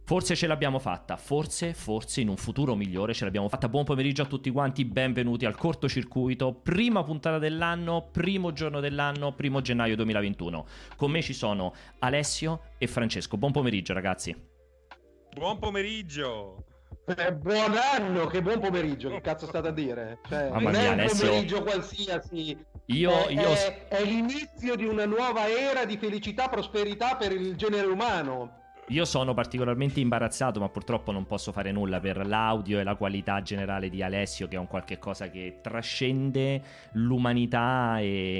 Forse ce l'abbiamo fatta, forse in un futuro migliore ce l'abbiamo fatta. Buon pomeriggio a tutti quanti, benvenuti al cortocircuito, prima puntata dell'anno, primo giorno dell'anno, 1 gennaio 2021. Con me ci sono Alessio e Francesco. Buon pomeriggio ragazzi. Buon pomeriggio. Buon anno, che buon pomeriggio, che cazzo state a dire? Cioè, Mamma non mia, è un Alessio. pomeriggio qualsiasi. È l'inizio di una nuova era di felicità, prosperità per il genere umano. Io sono particolarmente imbarazzato, ma purtroppo non posso fare nulla per l'audio e la qualità generale di Alessio, che è un qualche cosa che trascende l'umanità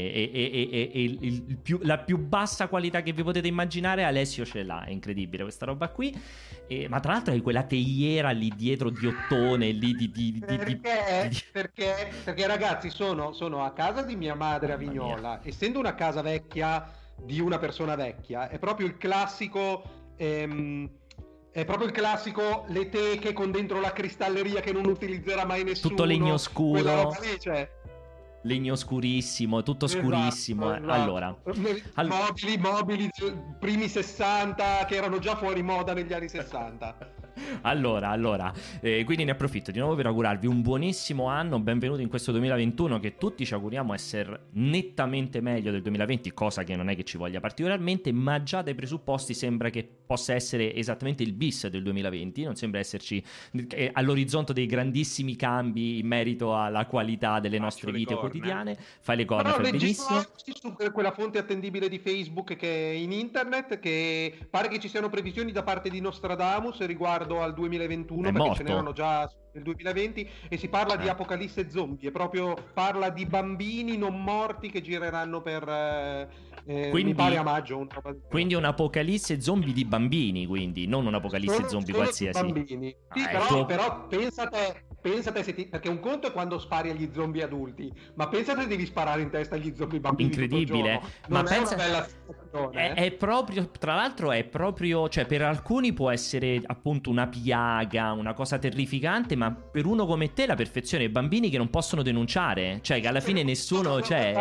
la più bassa qualità che vi potete immaginare. Alessio ce l'ha, è incredibile questa roba qui. Ma tra l'altro hai quella teiera lì dietro di ottone lì perché ragazzi sono a casa di mia madre a Vignola. Essendo una casa vecchia di una persona vecchia, è proprio il classico. È proprio il classico, le teche con dentro la cristalleria che non utilizzerà mai nessuno, tutto legno scuro, quella roba lì, cioè. Legno scurissimo, tutto scurissimo. Esatto. Allora, mobili primi 60 che erano già fuori moda negli anni 60. Allora, quindi ne approfitto di nuovo per augurarvi un buonissimo anno, benvenuti in questo 2021 che tutti ci auguriamo essere nettamente meglio del 2020, cosa che non è che ci voglia particolarmente, ma già dai presupposti sembra che possa essere esattamente il bis del 2020, non sembra esserci all'orizzonte dei grandissimi cambi in merito alla qualità delle nostre vite quotidiane. Fai le corna, fai benissimo. Su quella fonte attendibile di Facebook che è in internet, che pare che ci siano previsioni da parte di Nostradamus riguardo al 2021, perché morto. ce n'erano già nel 2020, e si parla di apocalisse zombie, e proprio parla di bambini non morti che gireranno per quindi, mi pare a maggio. Quindi un apocalisse zombie di bambini, quindi non un apocalisse zombie qualsiasi. Bambini. Sì, però pensate perché un conto è quando spari agli zombie adulti, ma pensate devi sparare in testa agli zombie bambini. Incredibile. Non ma è pensa, una bella situazione. È proprio, tra l'altro è proprio, cioè per alcuni può essere appunto una piaga, una cosa terrificante, ma per uno come te la perfezione. Bambini che non possono denunciare, cioè che alla fine nessuno,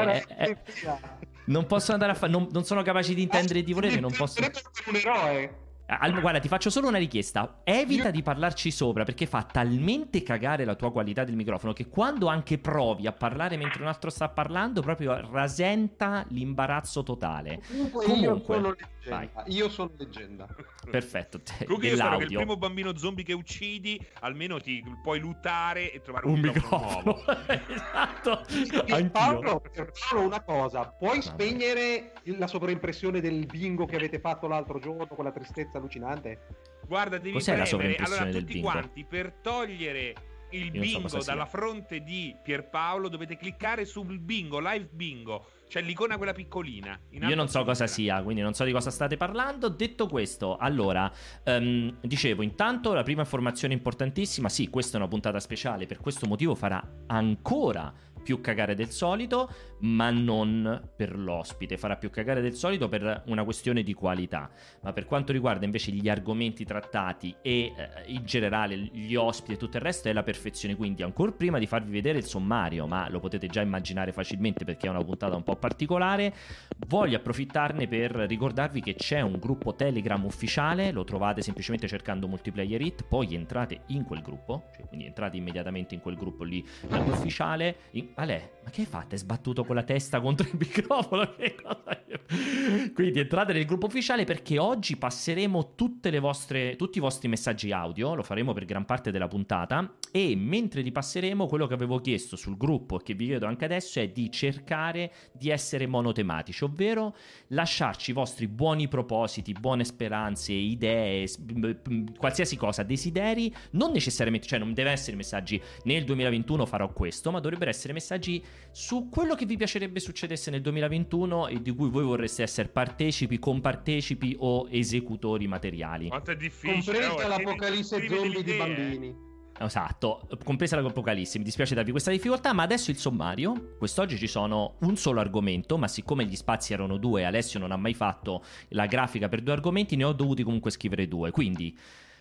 non possono andare a fare, non sono capaci di intendere e di volere, non possono. Un eroe. Guarda, ti faccio solo una richiesta: evita di parlarci sopra, perché fa talmente cagare la tua qualità del microfono che quando anche provi a parlare mentre un altro sta parlando proprio rasenta l'imbarazzo totale. Comunque io sono leggenda. Perfetto. Comunque io spero che il primo bambino zombie che uccidi almeno ti puoi lottare e trovare un microfono nuovo. Esatto. Paolo, una cosa: puoi spegnere la sovraimpressione del bingo che avete fatto l'altro giorno, quella tristezza allucinante? Guarda, devi premere allora tutti quanti per togliere il bingo dalla fronte di Pierpaolo. Dovete cliccare sul bingo, live bingo, cioè l'icona quella piccolina. Io non so cosa sia, quindi non so di cosa state parlando. Detto questo, allora, dicevo, intanto la prima informazione importantissima: sì, questa è una puntata speciale, per questo motivo farà ancora più cagare del solito, ma non per l'ospite, farà più cagare del solito per una questione di qualità. Ma per quanto riguarda invece gli argomenti trattati e in generale gli ospiti e tutto il resto è la perfezione. Quindi ancora prima di farvi vedere il sommario, ma lo potete già immaginare facilmente perché è una puntata un po' particolare, voglio approfittarne per ricordarvi che c'è un gruppo Telegram ufficiale, lo trovate semplicemente cercando Multiplayer It, poi entrate in quel gruppo, cioè quindi entrate immediatamente in quel gruppo lì ufficiale. Ale, ma che hai fatto? Hai sbattuto con la testa contro il microfono? Che cosa? Quindi entrate nel gruppo ufficiale perché oggi passeremo tutti i vostri messaggi audio, lo faremo per gran parte della puntata, e mentre li passeremo quello che avevo chiesto sul gruppo e che vi chiedo anche adesso è di cercare di essere monotematici, ovvero lasciarci i vostri buoni propositi, buone speranze, idee, qualsiasi cosa, desideri, non necessariamente, cioè non deve essere messaggi nel 2021 farò questo, ma dovrebbero essere messaggi su quello che vi piacerebbe succedesse nel 2021 e di cui voi vorreste essere partecipi, compartecipi o esecutori materiali. Quanto è difficile, compresa l'apocalisse zombie di bambini. Esatto, compresa l'apocalisse, mi dispiace darvi questa difficoltà, ma adesso il sommario. Quest'oggi ci sono un solo argomento, ma siccome gli spazi erano due, Alessio non ha mai fatto la grafica per due argomenti, ne ho dovuti comunque scrivere due, quindi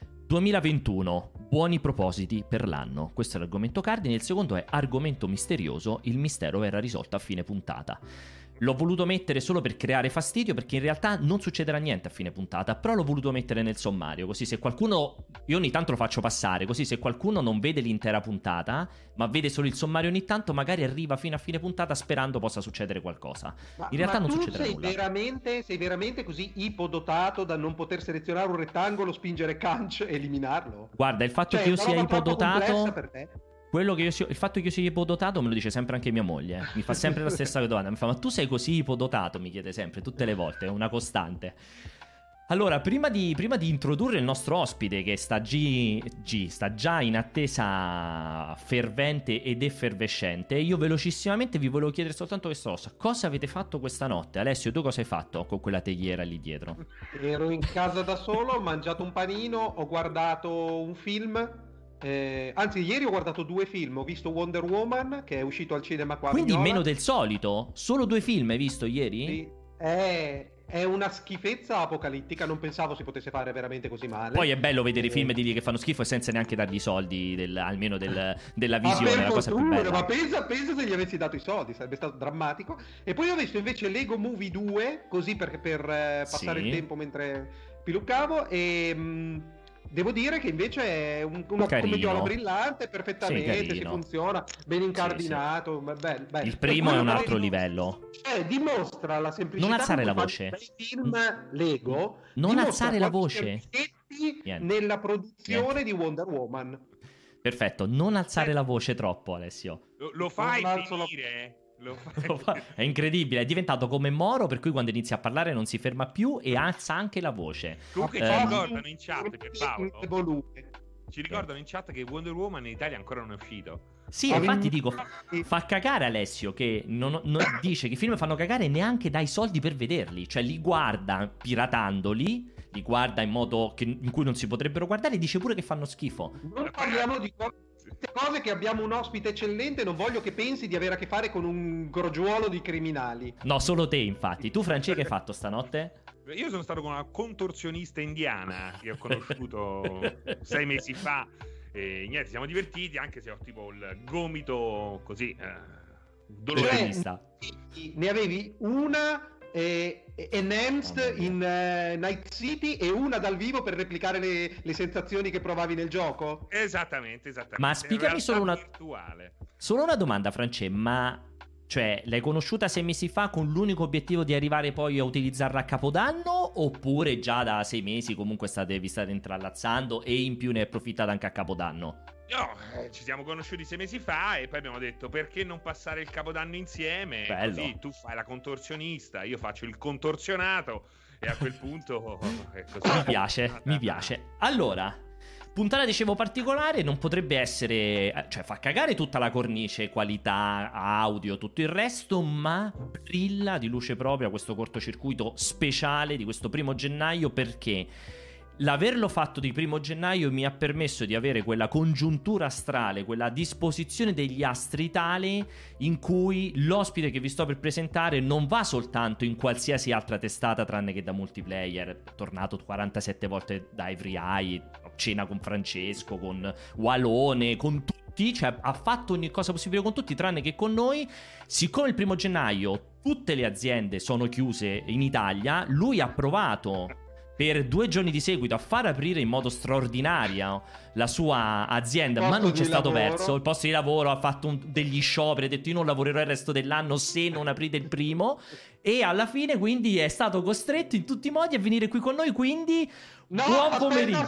2021, buoni propositi per l'anno. Questo è l'argomento cardine. Il secondo è argomento misterioso, il mistero verrà risolto a fine puntata. l'ho voluto mettere solo per creare fastidio, perché in realtà non succederà niente a fine puntata, però l'ho voluto mettere nel sommario, così se qualcuno, io ogni tanto lo faccio passare, così se qualcuno non vede l'intera puntata ma vede solo il sommario ogni tanto, magari arriva fino a fine puntata sperando possa succedere qualcosa. In realtà non succederà nulla. Sei veramente così ipodotato da non poter selezionare un rettangolo, spingere canc e eliminarlo? Guarda, il fatto che io sia ipodotato, il fatto che io sia ipodotato me lo dice sempre anche mia moglie. Mi fa sempre la stessa domanda. Mi fa: ma tu sei così ipodotato? Mi chiede sempre, tutte le volte, è una costante. Allora, prima di introdurre il nostro ospite, che sta già in attesa fervente ed effervescente, io velocissimamente vi volevo chiedere soltanto questa cosa: cosa avete fatto questa notte? Alessio, tu cosa hai fatto con quella tegliera lì dietro? Ero in casa da solo, ho mangiato un panino, ho guardato un film. Anzi, ieri ho guardato 2 film. Ho visto Wonder Woman, che è uscito al cinema qua a Quindi Vignola. meno del solito? Solo 2 film hai visto ieri? Sì. È una schifezza apocalittica, non pensavo si potesse fare veramente così male. Poi è bello vedere i film di lì che fanno schifo e senza neanche dargli i soldi, almeno della visione, la cosa più bella. Ma pensa se gli avessi dato i soldi, sarebbe stato drammatico. E poi ho visto invece Lego Movie 2, così per passare il tempo mentre piluccavo, e devo dire che invece è una commediola brillante, perfettamente, si funziona, ben incardinato, bello. Il primo è un altro livello. Dimostra la semplicità. Non alzare la voce. Dei film Lego. Non alzare la voce. Nella produzione di Wonder Woman. Perfetto, non alzare la voce troppo, Alessio. Lo fai finire? È incredibile, è diventato come Moro, per cui quando inizia a parlare non si ferma più e alza anche la voce. Comunque ci ricordano in chat, per Paolo, ci ricordano in chat che Wonder Woman in Italia ancora non è uscito. Sì, infatti dico, fa cagare Alessio che non dice che i film fanno cagare, neanche dai soldi per vederli, cioè li guarda piratandoli, li guarda in modo in cui non si potrebbero guardare, e dice pure che fanno schifo. Non parliamo di cose che abbiamo un ospite eccellente, non voglio che pensi di avere a che fare con un crogiuolo di criminali. No, solo te infatti. Tu, Francesco, che hai fatto stanotte? Io sono stato con una contorsionista indiana che ho conosciuto 6 mesi fa e niente, siamo divertiti, anche se ho tipo il gomito così doloroso. Ne avevi una enhanced in Night City e una dal vivo per replicare le sensazioni che provavi nel gioco? Esattamente. Ma spiegami solo una domanda, Francesco, ma cioè l'hai conosciuta 6 mesi fa con l'unico obiettivo di arrivare poi a utilizzarla a Capodanno, oppure già da 6 mesi comunque vi state intrallazzando e in più ne approfittate anche a Capodanno? No, ci siamo conosciuti 6 mesi fa e poi abbiamo detto: perché non passare il Capodanno insieme? Bello. Così tu fai la contorsionista, io faccio il contorsionato e a quel punto è così. Mi piace. Allora, puntata dicevo particolare, non potrebbe essere, cioè fa cagare tutta la cornice, qualità, audio, tutto il resto, ma brilla di luce propria questo cortocircuito speciale di questo 1° gennaio, perché l'averlo fatto di 1° gennaio mi ha permesso di avere quella congiuntura astrale, quella disposizione degli astri tale in cui l'ospite che vi sto per presentare non va soltanto in qualsiasi altra testata tranne che da multiplayer, è tornato 47 volte da Every Eye, cena con Francesco, con Walone, con tutti, cioè ha fatto ogni cosa possibile con tutti tranne che con noi. Siccome il 1° gennaio tutte le aziende sono chiuse in Italia, lui ha provato per 2 giorni di seguito a far aprire in modo straordinario la sua azienda, ma non c'è stato verso. Il posto di lavoro, ha fatto degli scioperi, ha detto: io non lavorerò il resto dell'anno se non aprite il 1°, e alla fine quindi è stato costretto in tutti i modi a venire qui con noi, quindi buon pomeriggio.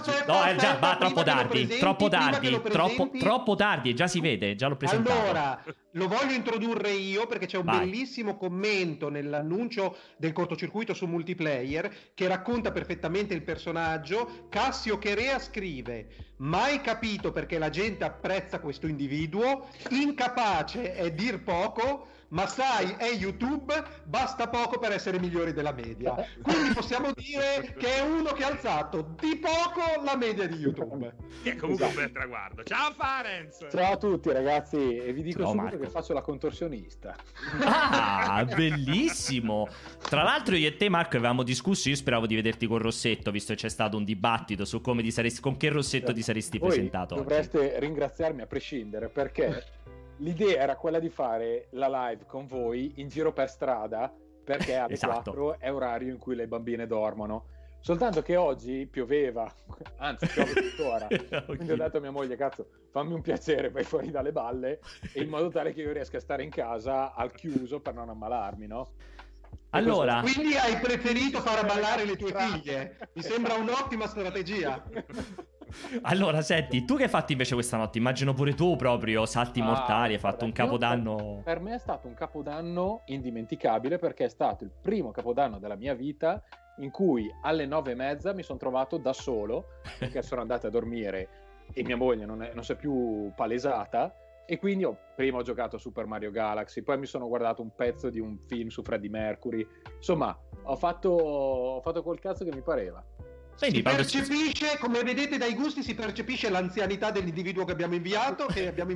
Troppo tardi, già si vede, già l'ho presentato. Allora, lo voglio introdurre io perché c'è un bellissimo commento nell'annuncio del cortocircuito su multiplayer che racconta perfettamente il personaggio. Cassio Cherea scrive: mai capito perché la gente apprezza questo individuo, incapace è dir poco, ma sai, è YouTube, basta poco per essere migliori della media. Quindi possiamo dire che è uno che ha alzato di poco la media di YouTube. Che è comunque un bel traguardo. Ciao Farenz! Ciao a tutti ragazzi, e vi dico subito Marco che faccio la contorsionista. Ah, bellissimo! Tra l'altro io e te, Marco, avevamo discusso, io speravo di vederti con Rossetto, visto che c'è stato un dibattito su come con che Rossetto ti saresti presentato. Dovreste ringraziarmi a prescindere, perché l'idea era quella di fare la live con voi in giro per strada, perché alle 4 è orario in cui le bambine dormono. Soltanto che oggi pioveva, anzi piove tuttora. Okay. Quindi ho detto a mia moglie, cazzo, fammi un piacere, vai fuori dalle balle, e in modo tale che io riesca a stare in casa al chiuso per non ammalarmi, no? Allora, quindi hai preferito far ballare le tue figlie? Mi sembra un'ottima strategia. Allora, senti, tu che hai fatto invece questa notte? Immagino pure tu proprio salti mortali, hai fatto un capodanno. Per me è stato un capodanno indimenticabile, perché è stato il primo capodanno della mia vita in cui alle 9:30 mi sono trovato da solo, perché sono andata a dormire e mia moglie non si è più palesata, e quindi prima ho giocato a Super Mario Galaxy, poi mi sono guardato un pezzo di un film su Freddie Mercury, insomma ho fatto quel cazzo che mi pareva. Si percepisce, come vedete dai gusti, si percepisce l'anzianità dell'individuo che abbiamo invitato.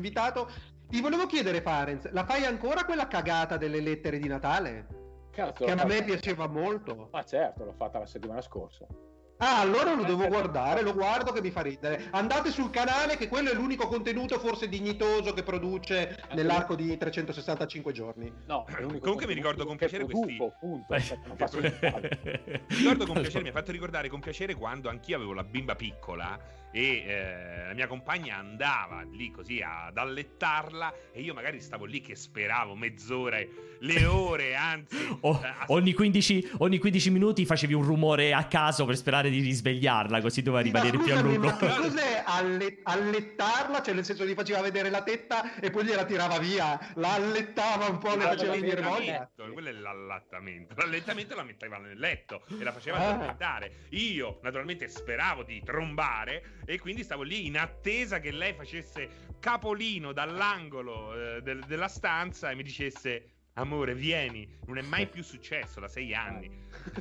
Ti volevo chiedere, Farenz, la fai ancora quella cagata delle lettere di Natale? Cazzo, che a me piaceva molto. Ma certo, l'ho fatta la settimana scorsa. Ah, allora lo devo guardare, lo guardo che mi fa ridere. Andate sul canale, che quello è l'unico contenuto forse dignitoso che produce nell'arco di 365 giorni. No, comunque mi ricordo con piacere questi punto. Ricordo con piacere, mi ha fatto ricordare con piacere quando anch'io avevo la bimba piccola e la mia compagna andava lì così ad allettarla e io magari stavo lì che speravo mezz'ora, le ore, anzi ogni 15 minuti facevi un rumore a caso per sperare di risvegliarla, così doveva rimanere più a lungo. Ma che cos'è allettarla? Cioè nel senso gli faceva vedere la tetta e poi gliela tirava via, la allettava un po', le faceva venire voglia. Quello è l'allettamento la metteva nel letto e la faceva addormentare. Io naturalmente speravo di trombare e quindi stavo lì in attesa che lei facesse capolino dall'angolo della stanza e mi dicesse: amore, vieni. Non è mai più successo da 6 anni.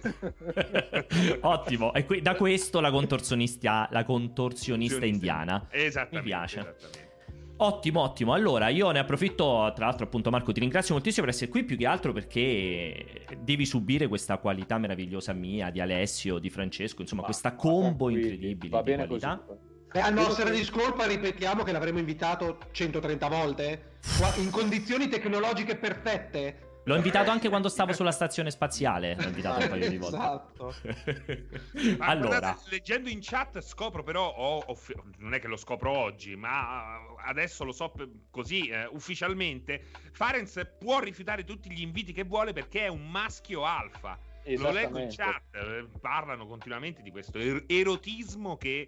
Ottimo. E da questo la contorsionista indiana. Esattamente. Mi piace. Esattamente. Ottimo. Allora, io ne approfitto. Tra l'altro, appunto, Marco, ti ringrazio moltissimo per essere qui. Più che altro perché devi subire questa qualità meravigliosa mia, di Alessio, di Francesco. Insomma, questa combo incredibile va di bene qualità. Così. A nostra discolpa ripetiamo che l'avremmo invitato 130 volte in condizioni tecnologiche perfette. L'ho invitato anche quando stavo sulla stazione spaziale. L'ho invitato un paio di volte. Esatto. Allora, guardate, leggendo in chat scopro però, non è che lo scopro oggi, ma adesso lo so così ufficialmente, Farenz può rifiutare tutti gli inviti che vuole perché è un maschio alfa. Lo leggo in chat, parlano continuamente di questo erotismo che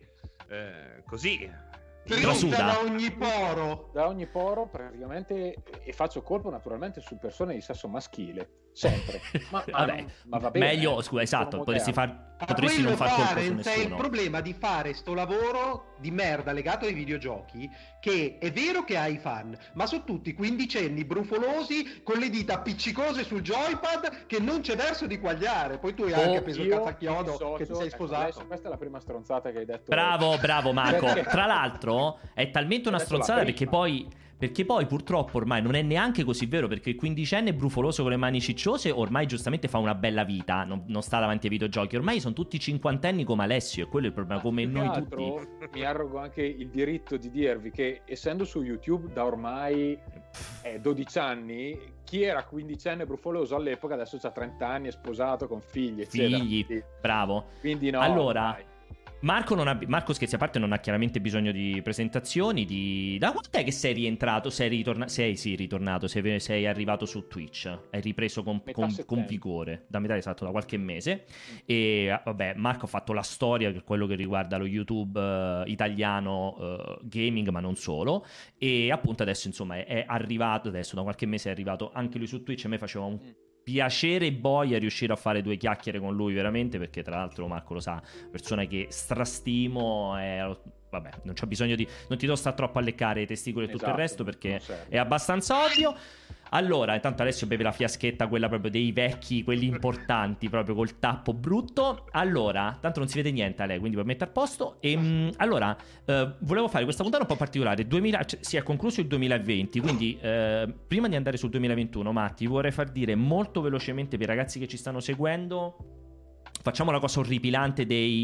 così da ogni poro praticamente, e faccio colpo naturalmente su persone di sesso maschile sempre. ma va bene, meglio, scusa, esatto, potresti non far colpo su nessuno. C'è il problema di fare sto lavoro di merda legato ai videogiochi, che è vero che hai fan, ma sono tutti quindicenni brufolosi con le dita appiccicose sul joypad che non c'è verso di quagliare. Poi tu hai anche appeso il cazzo a chiodo che ti sei sposato. Adesso, questa è la prima stronzata che hai detto. Bravo Marco. Tra l'altro è talmente una stronzata perché poi purtroppo ormai non è neanche così vero, perché il quindicenne brufoloso con le mani cicciose ormai giustamente fa una bella vita, non sta davanti ai videogiochi. Ormai sono tutti cinquantenni come Alessio, e quello è il problema, come noi tutti. Mi arrogo anche il diritto di dirvi che, essendo su YouTube da ormai 12 anni, chi era quindicenne brufoloso all'epoca adesso ha 30 anni, è sposato con figli, eccetera. Bravo. Quindi no. Allora, Marco, scherzi a parte, non ha chiaramente bisogno di presentazioni. Da quant'è che sei rientrato? Sei ritornato, sei arrivato su Twitch, hai ripreso con vigore da metà, esatto, da qualche mese. E vabbè, Marco ha fatto la storia per quello che riguarda lo YouTube italiano gaming, ma non solo. E appunto adesso insomma è arrivato, adesso da qualche mese è arrivato anche lui su Twitch. A me faceva un piacere e boia riuscire a fare 2 chiacchiere con lui, veramente, perché tra l'altro Marco lo sa, persona che strastimo, vabbè, non c'è bisogno non ti devo stare troppo a leccare i testicoli e tutto il resto, perché è abbastanza ovvio. Allora, intanto Alessio beve la fiaschetta, quella proprio dei vecchi, quelli importanti, proprio col tappo brutto. Allora, tanto non si vede niente a lei, quindi puoi mettere a posto. E allora, volevo fare questa puntata un po' particolare. Si è concluso il 2020, quindi prima di andare sul 2021, Matti, vorrei far dire molto velocemente per i ragazzi che ci stanno seguendo, facciamo la cosa orripilante dei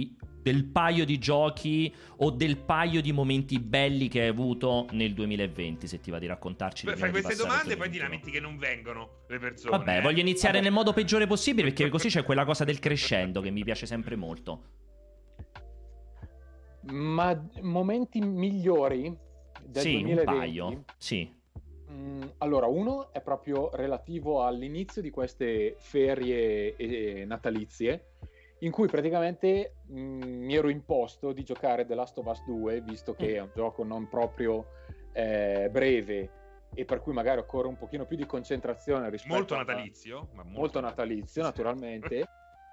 del paio di giochi o del paio di momenti belli che hai avuto nel 2020, se ti va di raccontarci. Fai queste domande e poi ti lamenti che non vengono le persone. Vabbè, voglio iniziare nel modo peggiore possibile, perché così c'è quella cosa del crescendo che mi piace sempre molto. Ma momenti migliori del Sì, 2020? un paio, sì. Allora, uno è proprio relativo all'inizio di queste ferie natalizie, in cui praticamente mi ero imposto di giocare The Last of Us 2, visto che è un gioco non proprio breve e per cui magari occorre un pochino più di concentrazione rispetto molto natalizio, ma molto natalizio naturalmente.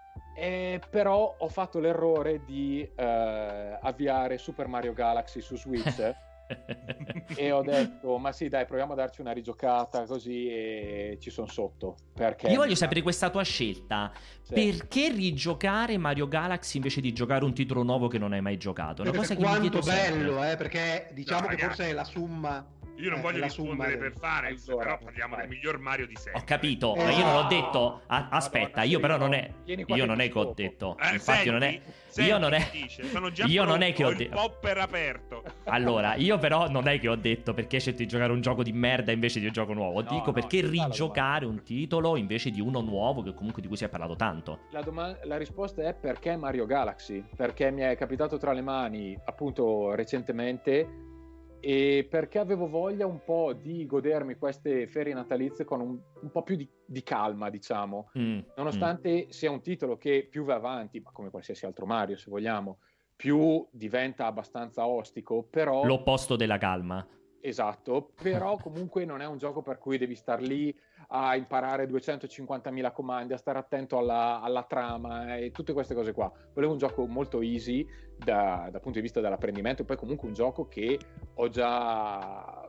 Però ho fatto l'errore di avviare Super Mario Galaxy su Switch e ho detto ma sì dai, proviamo a darci una rigiocata così, e ci sono sotto. Perché io voglio sapere questa tua scelta. Sì. Perché rigiocare Mario Galaxy invece di giocare un titolo nuovo che non hai mai giocato? Una cosa che mi quanto chiedo sempre. bello, perché diciamo che ragazzi, forse è la summa. io non voglio la rispondere summa per fare, allora, però parliamo del miglior Mario di sempre. Ho capito, ma io non ho detto. Aspetta, Madonna, io però Serino, non è. vieni qua Io che non ti è che ho scopo. detto. Infatti, Senti, non è. senti Io non che è. dice, sono già Io non è pronto, che ho il detto. popper aperto. Allora, io però non è che ho detto perché scelto di giocare un gioco di merda invece di un gioco nuovo. No, Dico no, perché ci sta la rigiocare un titolo invece di uno nuovo che comunque di cui si è parlato tanto. La risposta è perché Mario Galaxy, perché mi è capitato tra le mani appunto recentemente e perché avevo voglia un po' di godermi queste ferie natalizie con un po' più di calma, diciamo, nonostante sia un titolo che più va avanti, ma come qualsiasi altro Mario se vogliamo, più diventa abbastanza ostico, però L'opposto della calma. esatto, però comunque non è un gioco per cui devi star lì a imparare 250.000 comandi, a stare attento alla trama e tutte queste cose qua. Volevo un gioco molto easy dal punto di vista dell'apprendimento, e poi comunque un gioco che ho già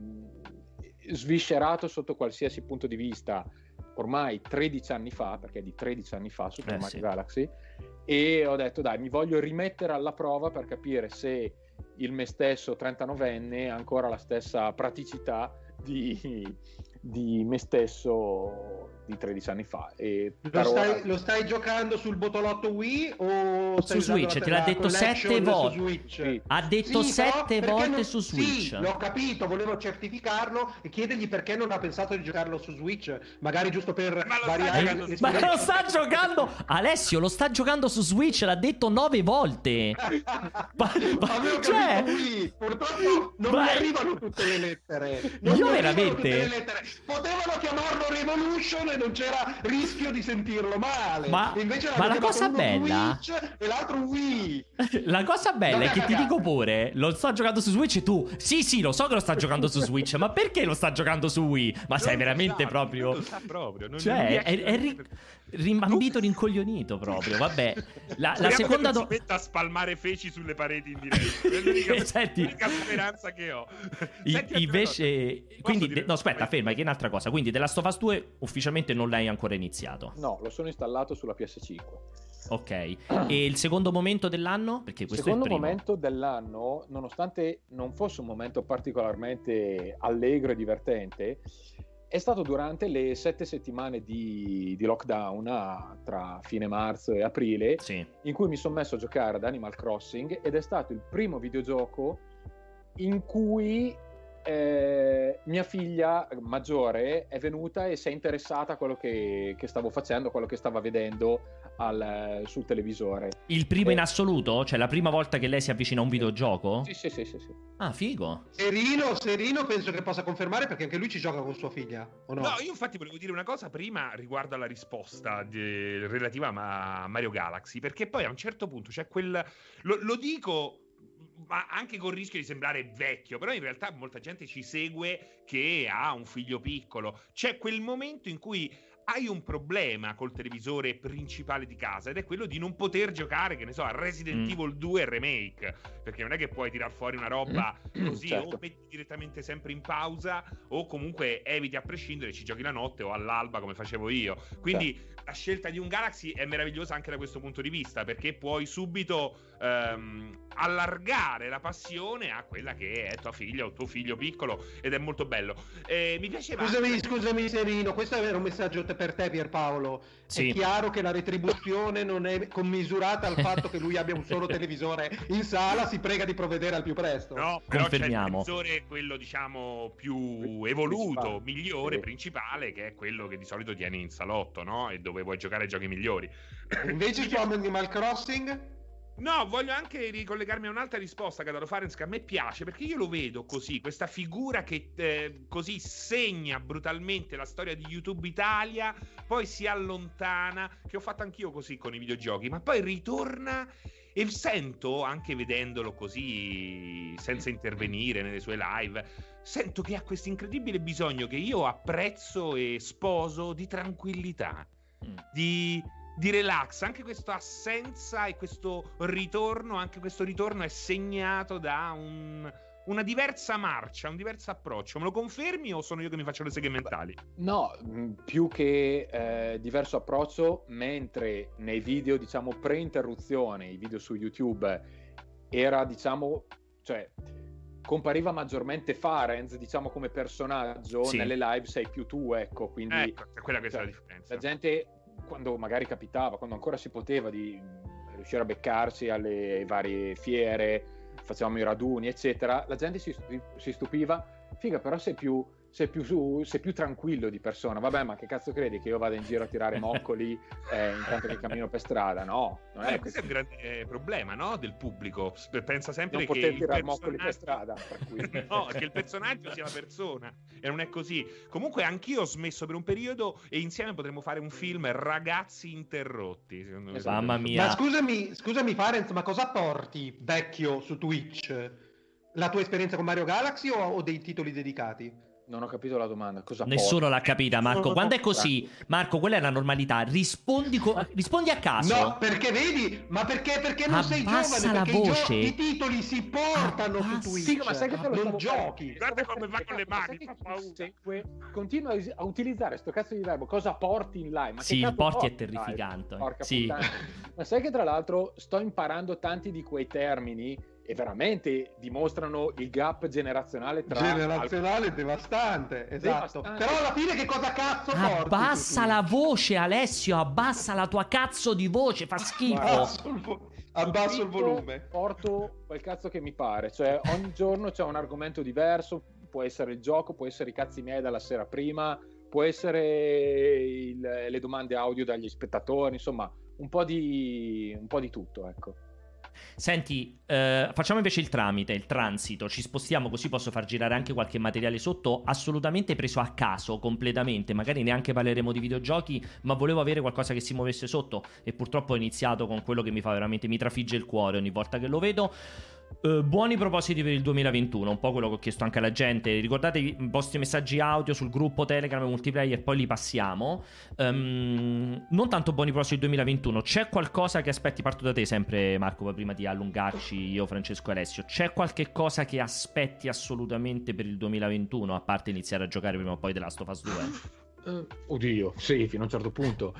sviscerato sotto qualsiasi punto di vista ormai 13 anni fa, perché è di 13 anni fa Super Mario Galaxy, e ho detto dai, mi voglio rimettere alla prova per capire se il me stesso 39enne ha ancora la stessa praticità di me stesso di 13 anni fa. E Lo stai giocando sul botolotto Wii o su Switch? Te l'ha detto 7 volte. Sì. Ha detto Sì, 7 però volte non... su Switch. Sì, l'ho capito, volevo certificarlo e chiedergli perché non ha pensato di giocarlo su Switch, magari giusto per variare Ma lo sta giocando Alessio, lo sta giocando su Switch, l'ha detto 9 volte. Avevo capito Wii. Purtroppo non mi arrivano tutte le lettere. Io veramente potevano chiamarlo Revolution e non c'era rischio di sentirlo male. Ma la cosa bella Switch e l'altro Wii. La cosa bella è che ti dico pure, lo sta giocando su Switch e tu sì, lo so che lo sta giocando su Switch, ma perché lo sta giocando su Wii? Ma sei veramente proprio... Cioè, è rimbambito, rincoglionito proprio. Vabbè, la seconda non si metta a spalmare feci sulle pareti in diretta. È l'unica speranza che ho. Invece, quindi, no, aspetta, ferma, che è un'altra cosa. Quindi The Last of Us 2 ufficialmente non l'hai ancora iniziato? No, lo sono installato sulla PS5. Ok, e il secondo momento dell'anno? Perché questo è il primo. Momento dell'anno, nonostante non fosse un momento particolarmente allegro e divertente, è stato durante le 7 settimane di lockdown tra fine marzo e aprile, sì, in cui mi sono messo a giocare ad Animal Crossing, ed è stato il primo videogioco in cui mia figlia maggiore è venuta e si è interessata a quello che stavo facendo, a quello che stava vedendo sul televisore. Il primo in assoluto? Cioè la prima volta che lei si avvicina a un videogioco? Sì. Ah, figo. Serino penso che possa confermare, perché anche lui ci gioca con sua figlia, o no? No, io infatti volevo dire una cosa prima riguardo alla risposta relativa a Mario Galaxy, perché poi a un certo punto c'è lo dico, ma anche con il rischio di sembrare vecchio, però in realtà molta gente ci segue che ha un figlio piccolo. C'è quel momento in cui hai un problema col televisore principale di casa, ed è quello di non poter giocare, che ne so, a Resident Evil 2 Remake, perché non è che puoi tirar fuori una roba così, certo. O metti direttamente sempre in pausa, o comunque eviti a prescindere, ci giochi la notte o all'alba come facevo io. Quindi la scelta di un Galaxy è meravigliosa anche da questo punto di vista, perché puoi subito allargare la passione a quella che è tua figlia o tuo figlio piccolo, ed è molto bello. Mi piaceva. Scusami Serino, questo era un messaggio per te, Pierpaolo. Sì. È chiaro che la retribuzione non è commisurata al fatto che lui abbia un solo televisore in sala, si prega di provvedere al più presto. No, però c'è il Confermiamo. televisore, quello diciamo più evoluto, migliore, principale, che è quello che di solito tieni in salotto, no? E dove vuoi giocare ai giochi migliori. Invece su Animal Crossing? No, voglio anche ricollegarmi a un'altra risposta che ha dato Farenz, che a me piace, perché io lo vedo così, questa figura che così segna brutalmente la storia di YouTube Italia, poi si allontana, che ho fatto anch'io così con i videogiochi, ma poi ritorna, e sento, anche vedendolo così, senza intervenire nelle sue live, sento che ha questo incredibile bisogno che io apprezzo e sposo di tranquillità, di relax. Anche questa assenza e questo ritorno, anche questo ritorno è segnato da una diversa marcia, un diverso approccio. Me lo confermi o sono io che mi faccio le seghe mentali? No, più che diverso approccio, mentre nei video, diciamo, pre-interruzione, i video su YouTube, era, diciamo, cioè compariva maggiormente Farenz, diciamo, come personaggio. Sì. Nelle live sei più tu, ecco, quindi ecco, è quella che è la differenza. La gente, quando magari capitava, quando ancora si poteva, di riuscire a beccarsi alle varie fiere, facevamo i raduni eccetera, la gente si stupiva, figa, però sei più tranquillo di persona. Vabbè, ma che cazzo credi, che io vada in giro a tirare moccoli intanto che cammino per strada? No, non è questo è un grande problema, no, del pubblico. Pensa sempre non che poter tirare moccoli per strada, no, che il personaggio sia la persona, e non è così. Comunque anch'io ho smesso per un periodo, e insieme potremmo fare un film, Ragazzi interrotti, secondo me. Mamma mia. Ma scusami Farenz, ma cosa porti vecchio su Twitch? La tua esperienza con Mario Galaxy o dei titoli dedicati? Non ho capito la domanda. Cosa Nessuno porti? l'ha capita, Marco. Quando è così, Marco, quella è la normalità. Rispondi a caso. No, perché vedi? Ma perché non sei giovane? La perché voce. I titoli si portano su Twitch. Sì, ma sai che te lo non giochi. Guarda come va con le mani. Fa paura. Continua a utilizzare sto cazzo di verbo. Cosa porti in live? Ma sì, che il porti è live? terrificante. Porca sì. puttana. Ma sai che tra l'altro sto imparando tanti di quei termini, e veramente dimostrano il gap generazionale devastante, esatto. Però alla fine che cosa cazzo porti? Abbassa la voce, Alessio, abbassa la tua cazzo di voce, fa schifo. Abbasso il volume. Porto quel cazzo che mi pare, cioè ogni giorno c'è un argomento diverso, può essere il gioco, può essere i cazzi miei dalla sera prima, può essere le domande audio dagli spettatori, insomma un po' di tutto, ecco. Senti, facciamo invece il transito, ci spostiamo, così posso far girare anche qualche materiale sotto, assolutamente preso a caso, completamente, magari neanche parleremo di videogiochi, ma volevo avere qualcosa che si muovesse sotto, e purtroppo ho iniziato con quello che mi fa veramente, mi trafigge il cuore ogni volta che lo vedo. Buoni propositi per il 2021, un po' quello che ho chiesto anche alla gente. Ricordate i vostri messaggi audio sul gruppo Telegram Multiplayer, poi li passiamo. Non tanto buoni propositi del 2021. C'è qualcosa che aspetti? Parto da te sempre, Marco, prima di allungarci io, Francesco e Alessio. C'è qualche cosa che aspetti assolutamente per il 2021, a parte iniziare a giocare prima o poi The Last of Us 2? Oddio, sì, fino a un certo punto.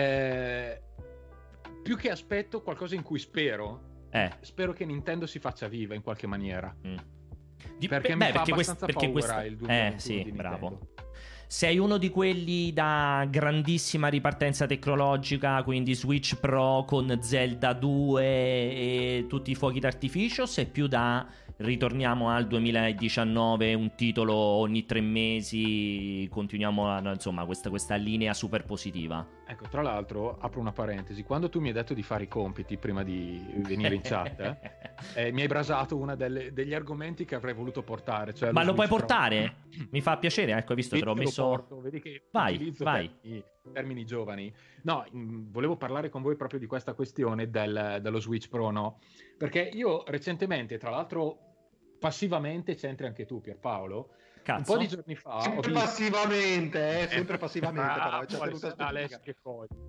Più che aspetto, qualcosa in cui spero che Nintendo si faccia viva in qualche maniera. Perché mi fa abbastanza paura il 2021 sì, di bravo. Nintendo. Sei uno di quelli da grandissima ripartenza tecnologica, quindi Switch Pro con Zelda 2 e tutti i fuochi d'artificio, sei più da ritorniamo al 2019, un titolo ogni 3 mesi, continuiamo insomma questa linea super positiva? Ecco, tra l'altro apro una parentesi, quando tu mi hai detto di fare i compiti prima di venire in chat mi hai brasato uno degli argomenti che avrei voluto portare, cioè ma lo puoi portare? Mi fa piacere, ecco, hai visto, te l'ho messo. Vedi che vai. Termini giovani. No, volevo parlare con voi proprio di questa questione dello Switch Pro, no? Perché io recentemente, tra l'altro passivamente, c'entri anche tu, Pierpaolo, cazzo, un po' di giorni fa sempre passivamente, però c'è tenuta Alessio, che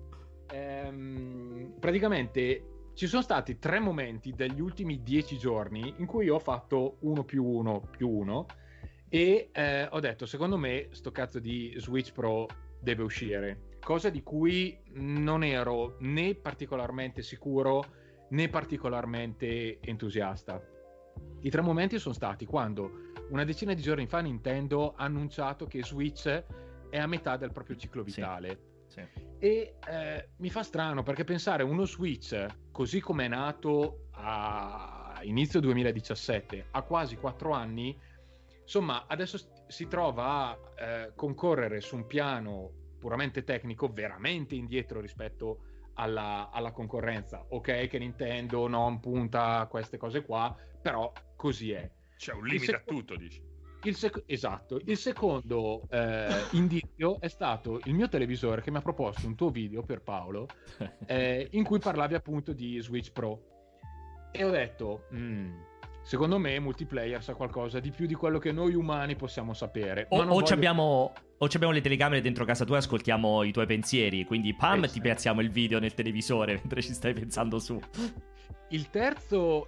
praticamente ci sono stati 3 momenti degli ultimi 10 giorni in cui ho fatto 1+1+1 e ho detto, secondo me sto cazzo di Switch Pro deve uscire, cosa di cui non ero né particolarmente sicuro né particolarmente entusiasta. I 3 momenti sono stati quando una decina di giorni fa Nintendo ha annunciato che Switch è a metà del proprio ciclo vitale. Sì. E mi fa strano, perché pensare uno Switch così come è nato a inizio 2017, a quasi 4 anni, insomma adesso si trova a concorrere su un piano puramente tecnico veramente indietro rispetto alla concorrenza. Ok che Nintendo non punta a queste cose qua, però così è. C'è un limite a tutto, dici. Esatto. Il secondo indizio è stato il mio televisore, che mi ha proposto un tuo video, per Paolo, in cui parlavi appunto di Switch Pro, e ho detto secondo me multiplayer sa qualcosa di più di quello che noi umani possiamo sapere. O abbiamo le telecamere dentro casa tua e ascoltiamo i tuoi pensieri, quindi ti piazziamo il video nel televisore mentre ci stai pensando su. Il terzo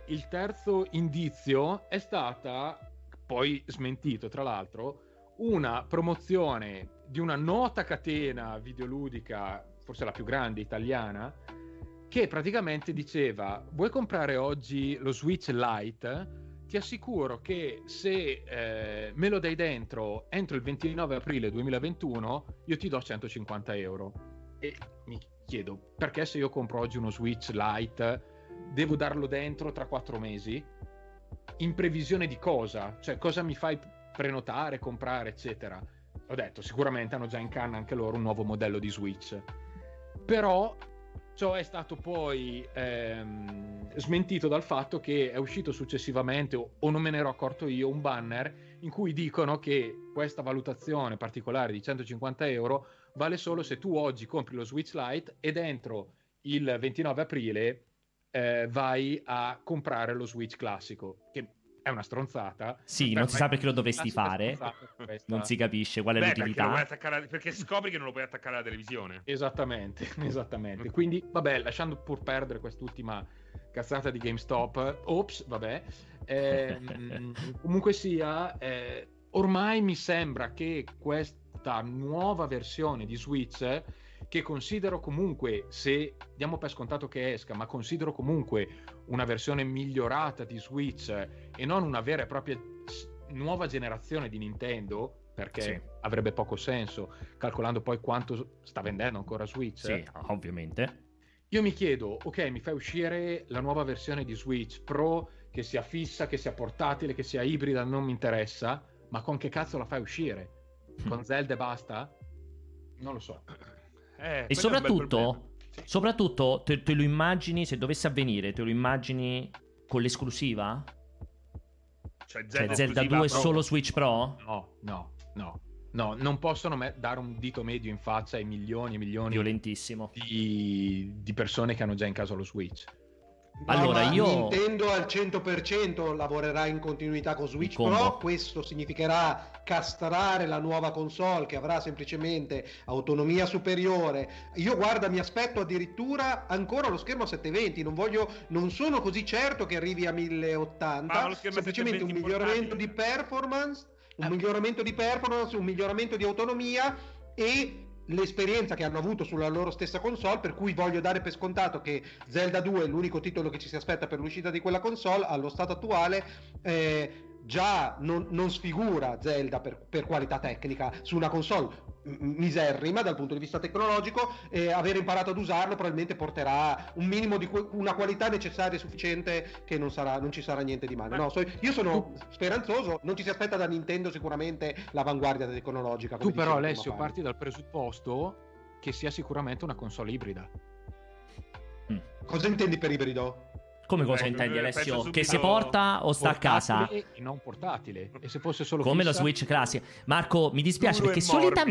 indizio è stata, poi smentito tra l'altro, una promozione di una nota catena videoludica, forse la più grande italiana, che praticamente diceva: vuoi comprare oggi lo Switch Lite? Ti assicuro che se me lo dai dentro entro il 29 aprile 2021 io ti do 150 euro. E mi chiedo, perché se io compro oggi uno Switch Lite devo darlo dentro tra 4 mesi? In previsione di cosa? Cioè, cosa mi fai prenotare, comprare, eccetera? Ho detto, sicuramente hanno già in canna anche loro un nuovo modello di Switch. Però ciò è stato poi smentito dal fatto che è uscito successivamente, o non me ne ero accorto io, un banner in cui dicono che questa valutazione particolare di 150 euro vale solo se tu oggi compri lo Switch Lite e dentro il 29 aprile vai a comprare lo Switch classico, che è una stronzata. Sì, non si sa perché lo dovresti fare, non si capisce qual è l'utilità. Perché scopri che non lo puoi attaccare alla televisione. Esattamente. Quindi, vabbè, lasciando pur perdere quest'ultima cazzata di GameStop, comunque sia, ormai mi sembra che questa nuova versione di Switch, che considero comunque, se diamo per scontato che esca, ma considero comunque una versione migliorata di Switch e non una vera e propria nuova generazione di Nintendo, perché avrebbe poco senso calcolando poi quanto sta vendendo ancora Switch. Sì, ovviamente. Io mi chiedo, ok, mi fai uscire la nuova versione di Switch Pro, che sia fissa, che sia portatile, che sia ibrida, non mi interessa, ma con che cazzo la fai uscire? Con Zelda e basta? Non lo so. E soprattutto te lo immagini, se dovesse avvenire, te lo immagini con l'esclusiva? Cioè Zelda 2 solo Switch Pro? No, non possono dare un dito medio in faccia ai milioni e milioni violentissimo di persone che hanno già in casa lo Switch. Allora, Nintendo al 100% lavorerà in continuità con Switch Pro. Questo significherà castrare la nuova console, che avrà semplicemente autonomia superiore. Io mi aspetto addirittura ancora lo schermo a 720. Non sono così certo che arrivi a 1080. Semplicemente un miglioramento di performance, un miglioramento di autonomia e l'esperienza che hanno avuto sulla loro stessa console, per cui voglio dare per scontato che Zelda 2 è l'unico titolo che ci si aspetta per l'uscita di quella console. Allo stato attuale già non sfigura Zelda per qualità tecnica su una console miserrima dal punto di vista tecnologico, e aver imparato ad usarlo probabilmente porterà un minimo di una qualità necessaria e sufficiente, che non ci sarà niente di male. Io sono speranzoso. Non ci si aspetta da Nintendo sicuramente l'avanguardia tecnologica. Tu però, Alessio, parti dal presupposto che sia sicuramente una console ibrida. Cosa intendi per ibrido? Come cosa intendi, Alessio? Che si porta o sta a casa? E non portatile. E se fosse solo come fissa... la Switch classica. Marco, mi dispiace perché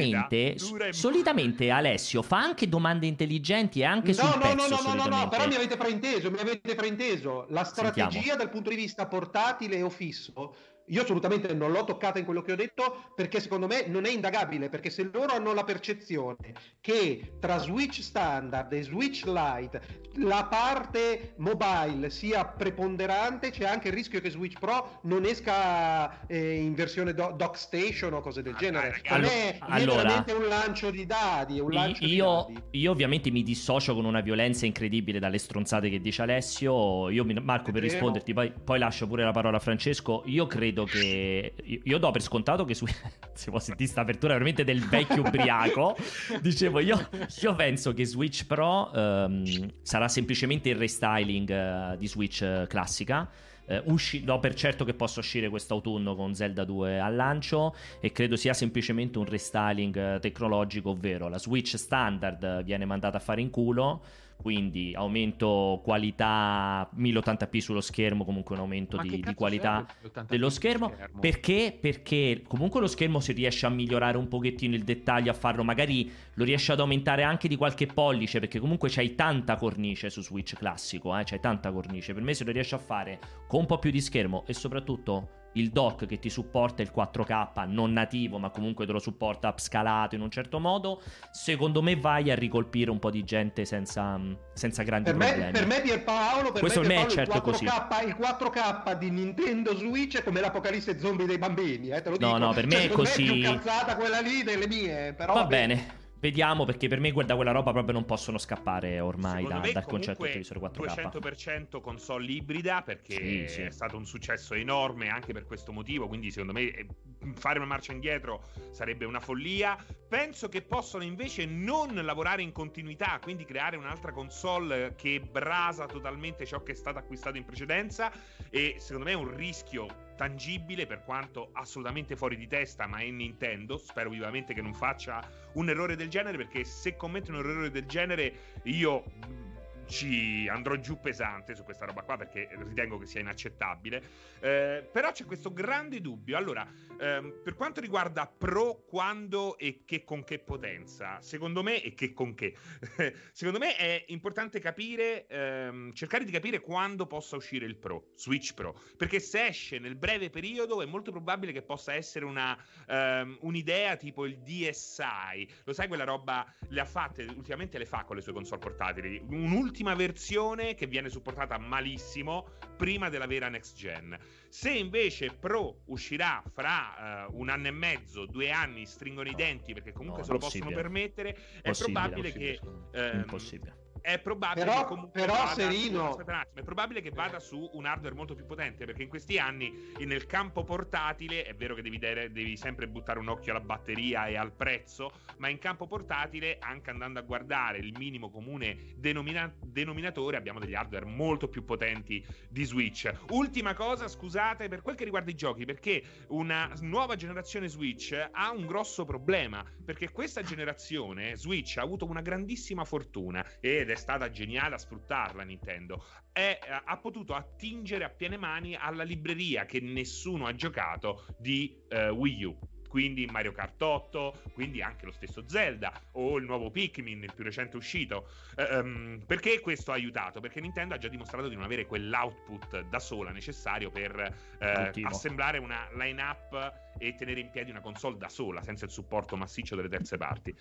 solitamente Alessio fa anche domande intelligenti e anche sul pezzo. No, però mi avete frainteso. La strategia dal punto di vista portatile o fisso, io assolutamente non l'ho toccata in quello che ho detto, perché secondo me non è indagabile, perché se loro hanno la percezione che tra Switch standard e Switch Lite la parte mobile sia preponderante, c'è anche il rischio che Switch Pro non esca in versione dock station o cose del genere. È veramente un lancio di dadi, io ovviamente mi dissocio con una violenza incredibile dalle stronzate che dice Alessio. Marco, per risponderti, poi lascio pure la parola a Francesco. Io credo che io do per scontato che si può sentire sta apertura veramente del vecchio ubriaco. Dicevo, io penso che Switch Pro sarà semplicemente il restyling di Switch classica. Do per certo che possa uscire quest'autunno con Zelda 2 al lancio, e credo sia semplicemente un restyling tecnologico, ovvero la Switch standard viene mandata a fare in culo, quindi aumento qualità 1080p sullo schermo, comunque un aumento di qualità dello schermo. Perché comunque lo schermo, si riesce a migliorare un pochettino il dettaglio, a farlo, magari lo riesce ad aumentare anche di qualche pollice, perché comunque c'hai tanta cornice su Switch classico, c'hai tanta cornice. Per me, se lo riesce a fare con un po' più di schermo e soprattutto il dock che ti supporta il 4K non nativo, ma comunque te lo supporta upscalato in un certo modo, secondo me vai a ricolpire un po' di gente senza grandi problemi. Per me Pierpaolo, questo per me è certo il 4K, così. Il 4K di Nintendo Switch è come l'apocalisse zombie dei bambini, te lo dico. No, per me è così. Me è più cazzata quella lì delle mie, però va bene. Vediamo, perché per me, guarda, quella roba proprio non possono scappare ormai dal concetto del televisore 4K. 200% console ibrida, perché sì. è stato un successo enorme anche per questo motivo, quindi secondo me fare una marcia indietro sarebbe una follia. Penso che possono invece non lavorare in continuità, quindi creare un'altra console che brasa totalmente ciò che è stato acquistato in precedenza, e secondo me è un rischio tangibile, per quanto assolutamente fuori di testa, ma è Nintendo. Spero vivamente che non faccia un errore del genere, perché se commette un errore del genere io ci andrò giù pesante su questa roba qua, perché ritengo che sia inaccettabile. Però c'è questo grande dubbio. Allora, per quanto riguarda Pro, quando e che con che potenza, secondo me, e che con che secondo me è importante capire, cercare di capire quando possa uscire il Pro, Switch Pro, perché se esce nel breve periodo è molto probabile che possa essere un'idea tipo il DSi, lo sai, quella roba le ha fatte ultimamente, le fa con le sue console portatili, un'ultima versione che viene supportata malissimo prima della vera next gen. Se invece Pro uscirà fra un anno e mezzo, 2 anni, stringono i denti, perché comunque se lo possono permettere, è probabile che impossibile. È probabile però, che comunque Serino, è probabile che vada su un hardware molto più potente, perché in questi anni nel campo portatile è vero che devi sempre buttare un occhio alla batteria e al prezzo, ma in campo portatile, anche andando a guardare il minimo comune denominatore, abbiamo degli hardware molto più potenti di Switch. Ultima cosa, scusate, per quel che riguarda i giochi, perché una nuova generazione Switch ha un grosso problema, perché questa generazione Switch ha avuto una grandissima fortuna, ed è stata geniale a sfruttarla Nintendo, ha potuto attingere a piene mani alla libreria che nessuno ha giocato di Wii U. Quindi Mario Kart 8, quindi anche lo stesso Zelda o il nuovo Pikmin, il più recente uscito. Perché questo ha aiutato? Perché Nintendo ha già dimostrato di non avere quell'output da sola necessario per assemblare una line-up e tenere in piedi una console da sola, senza il supporto massiccio delle terze parti.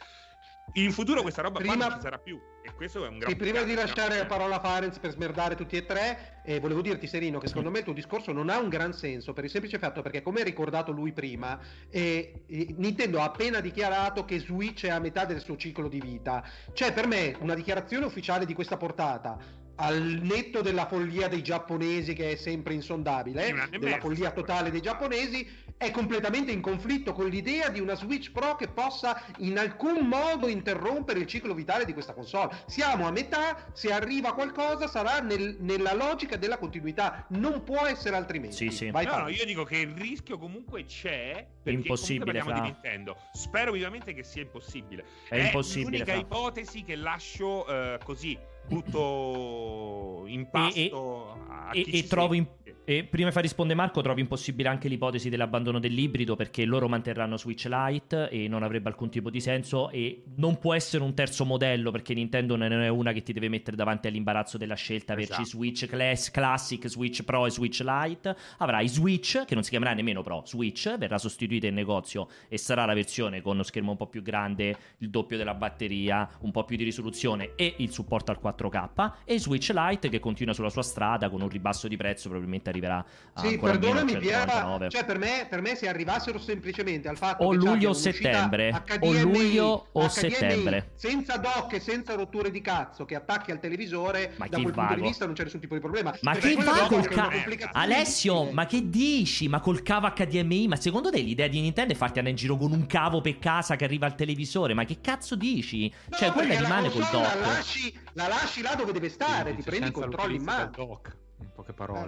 In futuro questa roba qua non ci sarà più, e questo è un grande prima di lasciare la parola a Farenz per smerdare tutti e tre, volevo dirti, Serino, che secondo me il tuo discorso non ha un gran senso, per il semplice fatto perché, come ha ricordato lui prima, Nintendo ha appena dichiarato che Switch è a metà del suo ciclo di vita. Cioè, per me una dichiarazione ufficiale di questa portata, al netto della follia dei giapponesi, che è sempre insondabile, della follia totale dei giapponesi, è completamente in conflitto con l'idea di una Switch Pro che possa in alcun modo interrompere il ciclo vitale di questa console. Siamo a metà, se arriva qualcosa sarà nella logica della continuità, non può essere altrimenti. Sì. No, io dico che il rischio comunque c'è, perché impossibile, comunque parliamo di Nintendo. Spero vivamente che sia impossibile. È impossibile, l'unica ipotesi che lascio così, butto in pasto a chi e trovo E prima di far rispondere Marco, trovo impossibile anche l'ipotesi dell'abbandono dell'ibrido, perché loro manterranno Switch Lite e non avrebbe alcun tipo di senso, e non può essere un terzo modello, perché Nintendo non è una che ti deve mettere davanti all'imbarazzo della scelta, averci Switch Classic, Switch Pro e Switch Lite. Avrai Switch, che non si chiamerà nemmeno Pro, Switch, verrà sostituita in negozio e sarà la versione con uno schermo un po' più grande, il doppio della batteria, un po' più di risoluzione e il supporto al 4K, e Switch Lite che continua sulla sua strada con un ribasso di prezzo, probabilmente arriverà a sì, ancora perdonami meno, Piera, cioè per me se arrivassero semplicemente al fatto o che luglio o settembre, HDMI, o luglio o HDMI, settembre, senza dock e senza rotture di cazzo, che attacchi al televisore, ma da quel punto di vista non c'è nessun tipo di problema. Ma perché che va col Alessio, ma che dici? Ma col cavo HDMI? Ma secondo te l'idea di Nintendo è farti andare in giro con un cavo per casa che arriva al televisore? Ma che cazzo dici? no, Cioè quella rimane col dock. La lasci là dove deve stare, ti prendi i controlli in mano. In poche parole.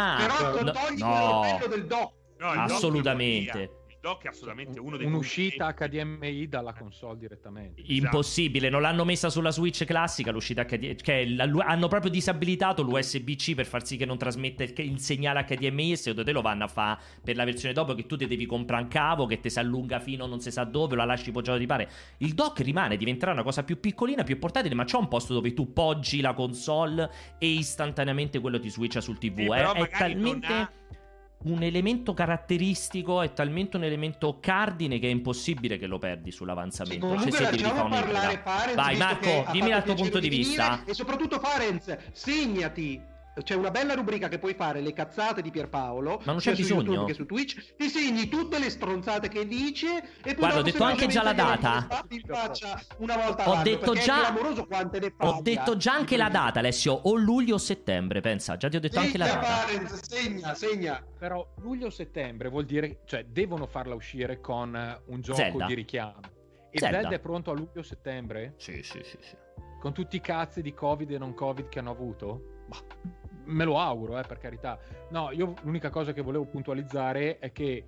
Però togli quello bello del dock. No, assolutamente. Il dock è assolutamente uno dei un'uscita HDMI dalla console direttamente. Impossibile, non l'hanno messa sulla Switch classica l'uscita HDMI, cioè hanno proprio disabilitato l'USB-C per far sì che non trasmetta il segnale HDMI, e secondo te lo vanno a fare per la versione dopo, che tu ti devi comprare un cavo che ti si allunga fino non si sa dove, la lasci poggiato di pare. Il dock rimane, diventerà una cosa più piccolina, più portatile, ma c'è un posto dove tu poggi la console e istantaneamente quello ti switcha sul TV. Sì, È talmente un elemento caratteristico, è talmente un elemento cardine che è impossibile che lo perdi sull'avanzamento. Sì, cioè, lasciamo parlare Farenz. Vai Marco, dimmi dal tuo punto di vista. E soprattutto Farenz, segnati. C'è una bella rubrica che puoi fare, le cazzate di Pierpaolo, ma non c'è bisogno, su YouTube che su Twitch, ti segni tutte le stronzate che dice e poi guarda, ho detto anche già la data. In faccia una volta ho detto già, ho detto già anche la data, Alessio, o luglio o settembre, pensa, già ti ho detto anche la data. Farenz, segna. Però luglio o settembre vuol dire, cioè devono farla uscire con un gioco Zelda di richiamo. E Zelda è pronto a luglio o settembre? Sì. Con tutti i cazzi di Covid e non Covid che hanno avuto? Me lo auguro, per carità. No, io l'unica cosa che volevo puntualizzare è che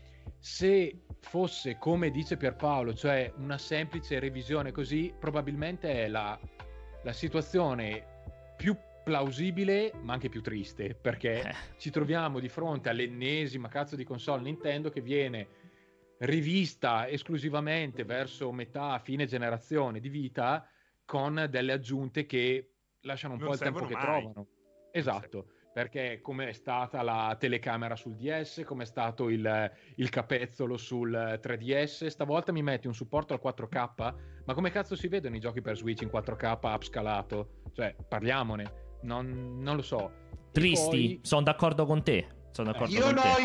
se fosse come dice Pierpaolo, cioè una semplice revisione così, probabilmente è la situazione più plausibile ma anche più triste, perché ci troviamo di fronte all'ennesima cazzo di console Nintendo che viene rivista esclusivamente verso metà, fine generazione di vita, con delle aggiunte che lasciano un po' il tempo che trovano. Esatto, perché come è stata la telecamera sul DS, come è stato il capezzolo sul 3DS, stavolta mi metti un supporto al 4K, ma come cazzo si vedono i giochi per Switch in 4K upscalato? Cioè, parliamone, non lo so. Tristi, poi... sono d'accordo con te. Io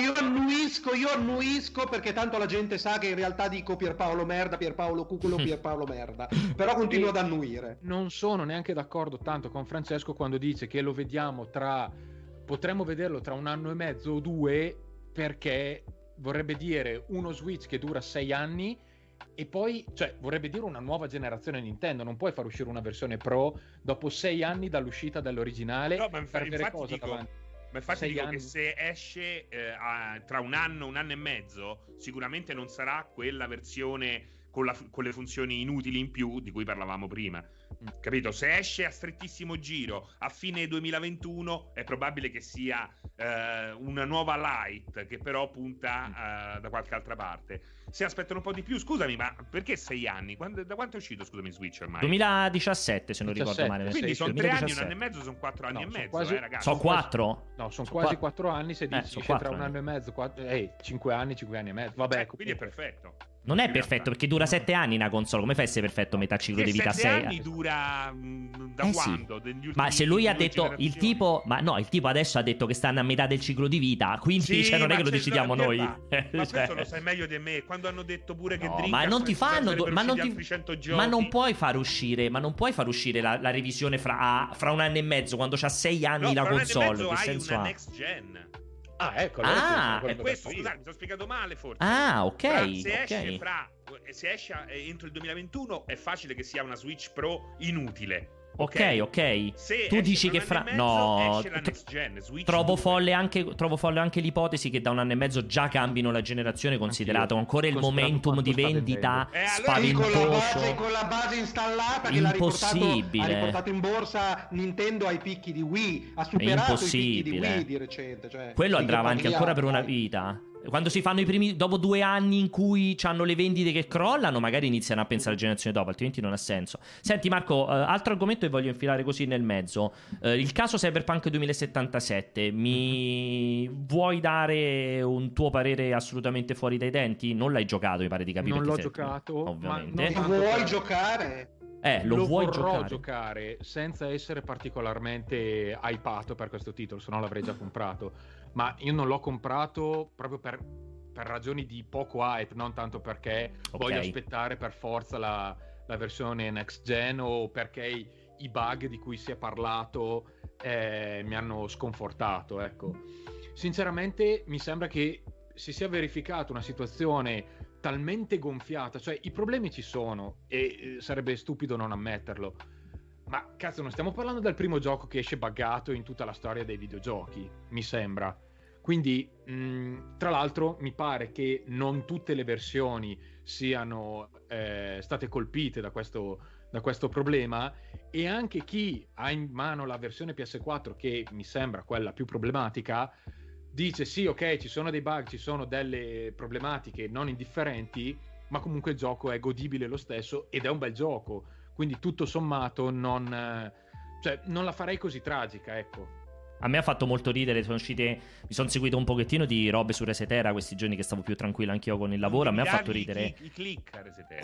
annuisco perché tanto la gente sa che in realtà dico Pierpaolo merda, Pierpaolo cuculo, Pierpaolo merda, però continuo ad annuire. Non sono neanche d'accordo tanto con Francesco quando dice che lo vediamo potremmo vederlo tra un anno e mezzo o 2, perché vorrebbe dire uno Switch che dura 6 anni e poi, cioè, vorrebbe dire una nuova generazione Nintendo. Non puoi far uscire una versione Pro dopo 6 anni dall'uscita dell'originale, no, ma per avere cosa davanti. Ma infatti dico che se esce tra un anno e mezzo, sicuramente non sarà quella versione con le funzioni inutili in più di cui parlavamo prima. Capito? Se esce a strettissimo giro a fine 2021 è probabile che sia una nuova Lite che però punta da qualche altra parte. Se aspettano un po' di più, scusami, ma perché 6 anni? Da quanto è uscito, scusami, Switch ormai? 2017, se non ricordo male. Quindi sono 3 anni, un anno e mezzo, sono 4 anni e mezzo, quasi, ragazzi. Sono 4? No, sono quasi 4 anni, se dici tra un anno e mezzo, 5 anni e mezzo. Vabbè, quindi è perfetto. Non è perfetto, perché dura 7 anni una console. Come fai a essere perfetto metà ciclo di vita? 7 anni dura da quando? Sì. Ma se lui ha detto il tipo, il tipo adesso ha detto che stanno a metà del ciclo di vita, quindi sì, cioè, non è che lo decidiamo noi. Ma questo lo sai meglio di me. Quando hanno detto pure che Dreamcast ma non ti fanno, ma non puoi far uscire la revisione fra un anno e mezzo quando c'ha 6 anni la console. Che senso ha? Una next gen. Ecco. È questo, scusate, mi sono spiegato male forse. Ok. Se esce entro il 2021 è facile che sia una Switch Pro inutile. Ok. Se Tu dici che fra un anno e mezzo esce la next gen, Switch trovo 2. folle anche l'ipotesi che da un anno e mezzo già cambino la generazione, considerato ancora il momentum di vendita spaventoso. Con la base installata che Impossibile. ha riportato in borsa Nintendo ai picchi di Wii, ha superato i picchi di Wii di recente, cioè, quello andrà avanti ancora per una dai. vita. Quando si fanno i primi, dopo 2 anni in cui hanno le vendite che crollano, magari iniziano a pensare alla generazione dopo, altrimenti non ha senso. Senti Marco, altro argomento che voglio infilare così nel mezzo, il caso Cyberpunk 2077. Mi vuoi dare un tuo parere assolutamente fuori dai denti? Non l'hai giocato, mi pare di capire. Non l'ho giocato, ovviamente. ma Vuoi giocare? Lo vuoi vorrò giocare senza essere particolarmente hypato per questo titolo, se no l'avrei già comprato. Ma io non l'ho comprato proprio per ragioni di poco hype, non tanto perché voglio aspettare per forza la versione next gen o perché i bug di cui si è parlato mi hanno sconfortato, ecco. Sinceramente mi sembra che si sia verificata una situazione talmente gonfiata, cioè i problemi ci sono e sarebbe stupido non ammetterlo, ma cazzo, non stiamo parlando del primo gioco che esce buggato in tutta la storia dei videogiochi, mi sembra. Quindi tra l'altro mi pare che non tutte le versioni siano state colpite da questo problema, e anche chi ha in mano la versione PS4, che mi sembra quella più problematica, dice sì, ok, ci sono dei bug, ci sono delle problematiche non indifferenti, ma comunque il gioco è godibile lo stesso ed è un bel gioco, quindi tutto sommato non la farei così tragica, ecco. A me ha fatto molto ridere, mi sono seguito un pochettino di robe su Resetera questi giorni che stavo più tranquillo anch'io con il lavoro. A me ha fatto ridere i click a Resetera.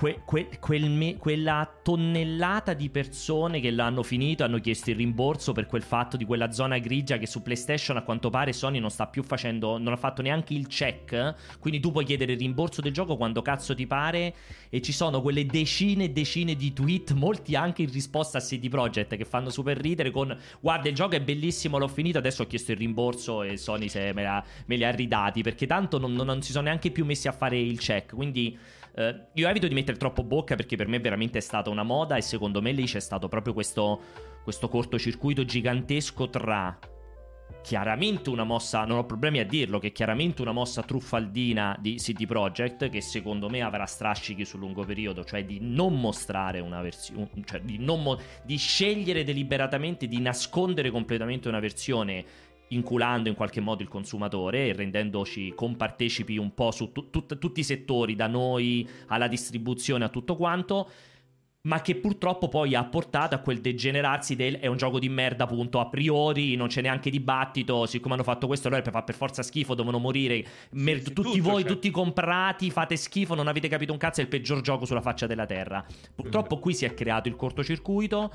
quella tonnellata di persone che l'hanno finito, hanno chiesto il rimborso per quel fatto di quella zona grigia che su PlayStation a quanto pare Sony non sta più facendo, non ha fatto neanche il check, quindi tu puoi chiedere il rimborso del gioco quando cazzo ti pare, e ci sono quelle decine e decine di tweet, molti anche in risposta a CD Projekt, che fanno super ridere con guarda il gioco è bellissimo, l'ho finito, adesso ho chiesto il rimborso e Sony me li ha ridati, perché tanto non si sono neanche più messi a fare il check. Quindi io evito di mettere troppo bocca, perché per me veramente è stata una moda, e secondo me lì c'è stato proprio questo cortocircuito gigantesco tra chiaramente una mossa, non ho problemi a dirlo, che è chiaramente una mossa truffaldina di CD Projekt, che secondo me avrà strascichi sul lungo periodo, cioè di non mostrare una versione, cioè di scegliere deliberatamente di nascondere completamente una versione, inculando in qualche modo il consumatore e rendendoci compartecipi un po' su tutti i settori, da noi alla distribuzione a tutto quanto, ma che purtroppo poi ha portato a quel degenerarsi del è un gioco di merda, punto, a priori, non c'è neanche dibattito, siccome hanno fatto questo allora fa per forza schifo, devono morire, tutti voi, tutti comprati, fate schifo, non avete capito un cazzo, è il peggior gioco sulla faccia della terra. Purtroppo qui si è creato il cortocircuito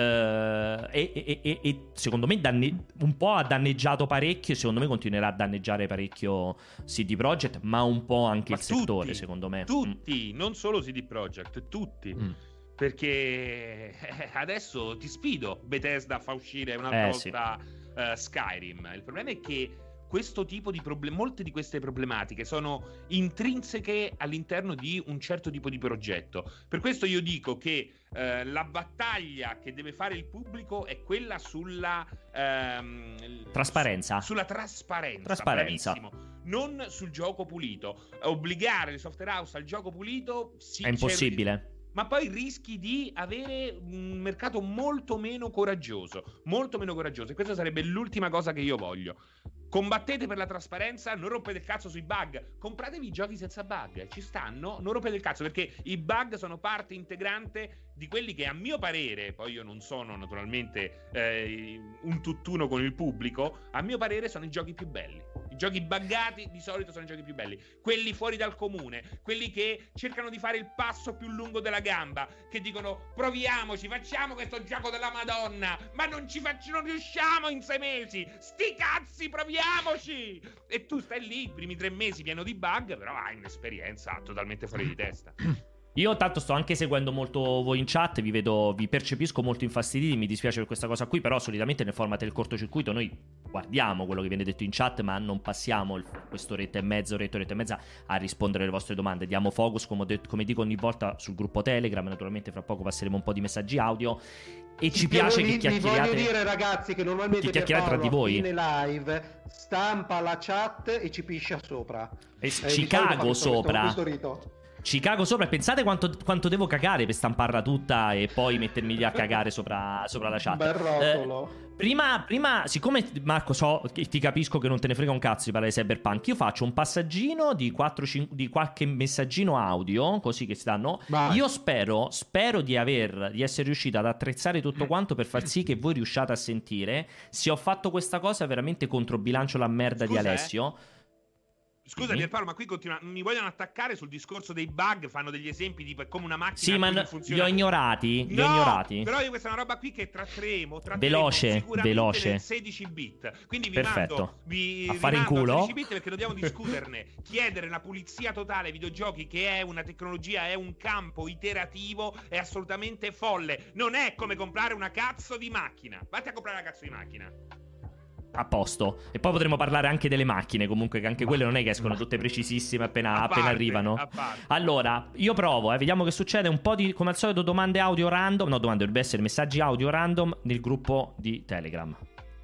e secondo me un po' ha danneggiato parecchio, secondo me continuerà a danneggiare parecchio CD Projekt, ma un po' anche il settore, secondo me. Tutti, non solo CD Projekt, tutti. Perché adesso ti sfido, Bethesda fa uscire un'altra volta Skyrim. Il problema è che questo tipo di molte di queste problematiche sono intrinseche all'interno di un certo tipo di progetto. Per questo io dico che la battaglia che deve fare il pubblico è quella sulla trasparenza. Sulla trasparenza. Bravissimo. Non sul gioco pulito. Obbligare le software house al gioco pulito è impossibile. Ma poi rischi di avere un mercato molto meno coraggioso, e questa sarebbe l'ultima cosa che io voglio. Combattete per la trasparenza, non rompete il cazzo sui bug, compratevi i giochi senza bug, ci stanno, non rompete il cazzo, perché i bug sono parte integrante di quelli che a mio parere, poi io non sono naturalmente un tutt'uno con il pubblico, a mio parere sono i giochi più belli. I giochi buggati di solito sono i giochi più belli, quelli fuori dal comune, quelli che cercano di fare il passo più lungo della gamba, che dicono proviamoci, facciamo questo gioco della Madonna, ma non riusciamo in 6 mesi, sti cazzi, proviamoci! E tu stai lì, i primi 3 mesi pieno di bug, però hai un'esperienza totalmente fuori di testa. Io tanto sto anche seguendo molto voi in chat, vi percepisco molto infastiditi, mi dispiace per questa cosa qui, però solitamente nel format del cortocircuito noi guardiamo quello che viene detto in chat, ma non passiamo quest'oretta e mezza a rispondere alle vostre domande. Diamo focus, come dico ogni volta, sul gruppo Telegram. Naturalmente fra poco passeremo un po' di messaggi audio. E ci piace che chiacchieriate. Vi voglio dire, ragazzi, che normalmente chiacchierate tra di voi. Fine live stampa la chat e ci piscia sopra. E Chicago sopra. Questo rito. Chicago sopra, e pensate quanto devo cagare per stamparla tutta e poi mettermi lì a cagare sopra la chat. Bel rotolo. Prima, siccome Marco so che ti capisco che non te ne frega un cazzo di parlare di Cyberpunk, io faccio un passaggino di qualche messaggino audio, così che si danno. Io spero di essere riuscito ad attrezzare tutto quanto per far sì che voi riusciate a sentire. Se ho fatto questa cosa veramente controbilancio la merda di Alessio. Scusa Pierpaolo, ma qui mi vogliono attaccare sul discorso dei bug, fanno degli esempi di come una macchina. Sì, ma li ho ignorati. Però io questa è una roba qui che tratteremo veloce nel 16 bit. Quindi vi perfetto. mando a fare in culo 16 bit perché dobbiamo discuterne. Chiedere una pulizia totale ai videogiochi, che è una tecnologia, è un campo iterativo, è assolutamente folle. Non è come comprare una cazzo di macchina. Vatti a comprare una cazzo di macchina. A posto. E poi potremo parlare anche delle macchine, comunque, che anche quelle non è che escono tutte precisissime appena arrivano. Allora, io provo, vediamo che succede. Un po' di, come al solito, domande audio random. No, dovrebbe essere messaggi audio random nel gruppo di Telegram.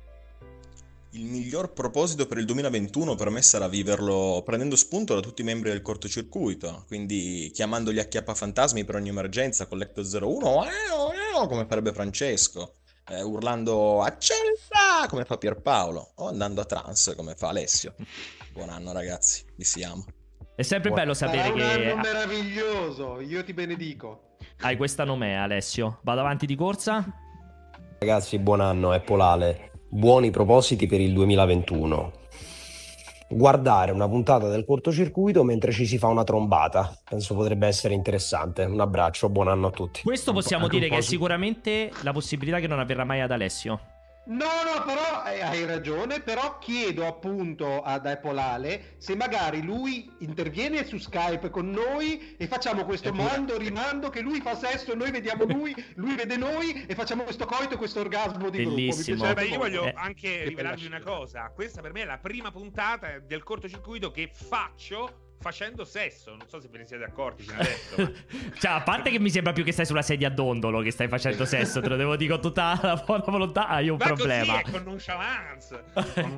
Il miglior proposito per il 2021 per me sarà viverlo prendendo spunto da tutti i membri del cortocircuito, quindi chiamando gli acchiappafantasmi per ogni emergenza con l'Ecto 01, come farebbe Francesco. Urlando accelera come fa Pierpaolo, o andando a trance come fa Alessio. Buon anno ragazzi, vi siamo. È sempre bello sapere che è un anno meraviglioso, io ti benedico. Hai questa nomea, Alessio. Vado avanti di corsa. Ragazzi, buon anno, è Polale. Buoni propositi per il 2021. Guardare una puntata del cortocircuito mentre ci si fa una trombata. Penso potrebbe essere interessante. Un abbraccio, buon anno a tutti. Questo possiamo dire che è sicuramente la possibilità che non avverrà mai ad Alessio. No, però hai ragione, però chiedo appunto ad Apple Ale se magari lui interviene su Skype con noi e facciamo questo rimando che lui fa sesso e noi vediamo lui vede noi e facciamo questo coito e questo orgasmo di bellissimo. gruppo. Io voglio anche rivelarvi una cosa. Questa per me è la prima puntata del cortocircuito che faccio facendo sesso. Non so se ve ne siete accorti fino adesso, ma... Cioè, a parte che mi sembra più che stai sulla sedia a dondolo che stai facendo sesso, te lo devo dire con tutta la buona volontà. Hai un problema. Così, con nonchalance. Con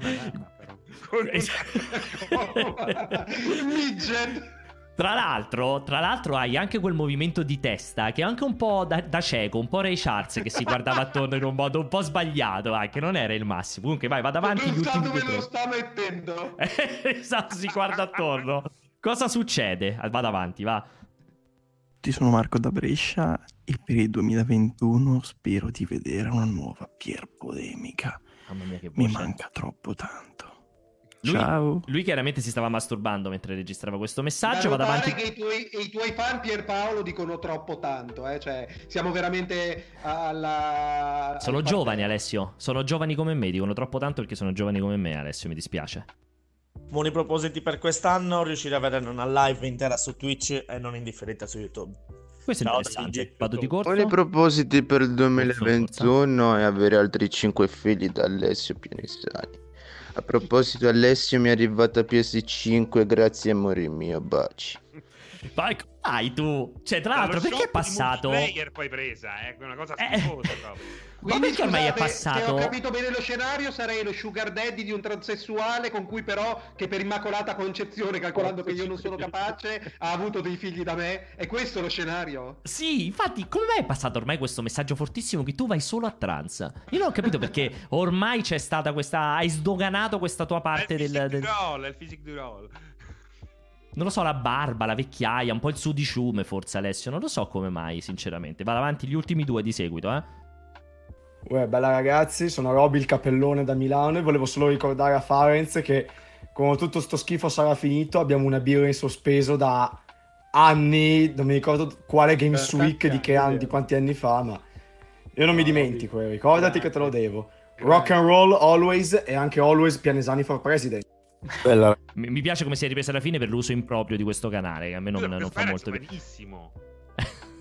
una midget. Tra l'altro hai anche quel movimento di testa che è anche un po' da cieco, un po' Ray Charles che si guardava attorno in un modo un po' sbagliato, che non era il massimo. Comunque vai, vado avanti. Non sa dove lo sta mettendo. Esatto, si guarda attorno. Cosa succede? Vado avanti, va. Sono Marco da Brescia e per il 2021 spero di vedere una nuova Pierpolemica. Mamma mia, che voce. Mi manca troppo tanto. Ciao. Lui chiaramente si stava masturbando mentre registrava questo messaggio. Vado avanti. Che i tuoi fan Pierpaolo dicono troppo tanto, cioè siamo veramente alla... Sono giovani, Alessio. Sono giovani come me. Dicono troppo tanto perché sono giovani come me, Alessio. Mi dispiace. Buoni propositi per quest'anno: riuscire a vedere una live intera su Twitch e non indifferita su YouTube. Questo è interessante. Vado di corso. Buoni propositi per il 2021 e avere altri 5 figli da Alessio Pianissani. A proposito, Alessio, mi è arrivata PS5, grazie amore mio, baci. Vai tu. Cioè, tra l'altro, perché è passato? Player poi presa, è una cosa schifosa proprio. Ma perché ormai è passato? Se ho capito bene lo scenario, sarei lo sugar daddy di un transessuale con cui però, che per immacolata concezione, calcolando che io non sono capace, ha avuto dei figli da me. È questo lo scenario? Sì, infatti, come mai è passato ormai questo messaggio fortissimo che tu vai solo a trans? Io non ho capito perché ormai c'è stata questa... Hai sdoganato questa tua parte È il physique du role. Non lo so, la barba, la vecchiaia, un po' il sudiciume forse, Alessio. Non lo so come mai, sinceramente. Vado avanti gli ultimi due di seguito, Uè, bella ragazzi, sono Roby il Capellone da Milano e volevo solo ricordare a Farenz che quando tutto sto schifo sarà finito abbiamo una birra in sospeso da anni, non mi ricordo quale Games Week di quanti anni fa, ma io non mi dimentico, ricordati che te lo devo. Rock and roll always e anche always Pianesani for President. Bella. Mi piace come si è ripresa alla fine per l'uso improprio di questo canale, che a me non fa molto benissimo.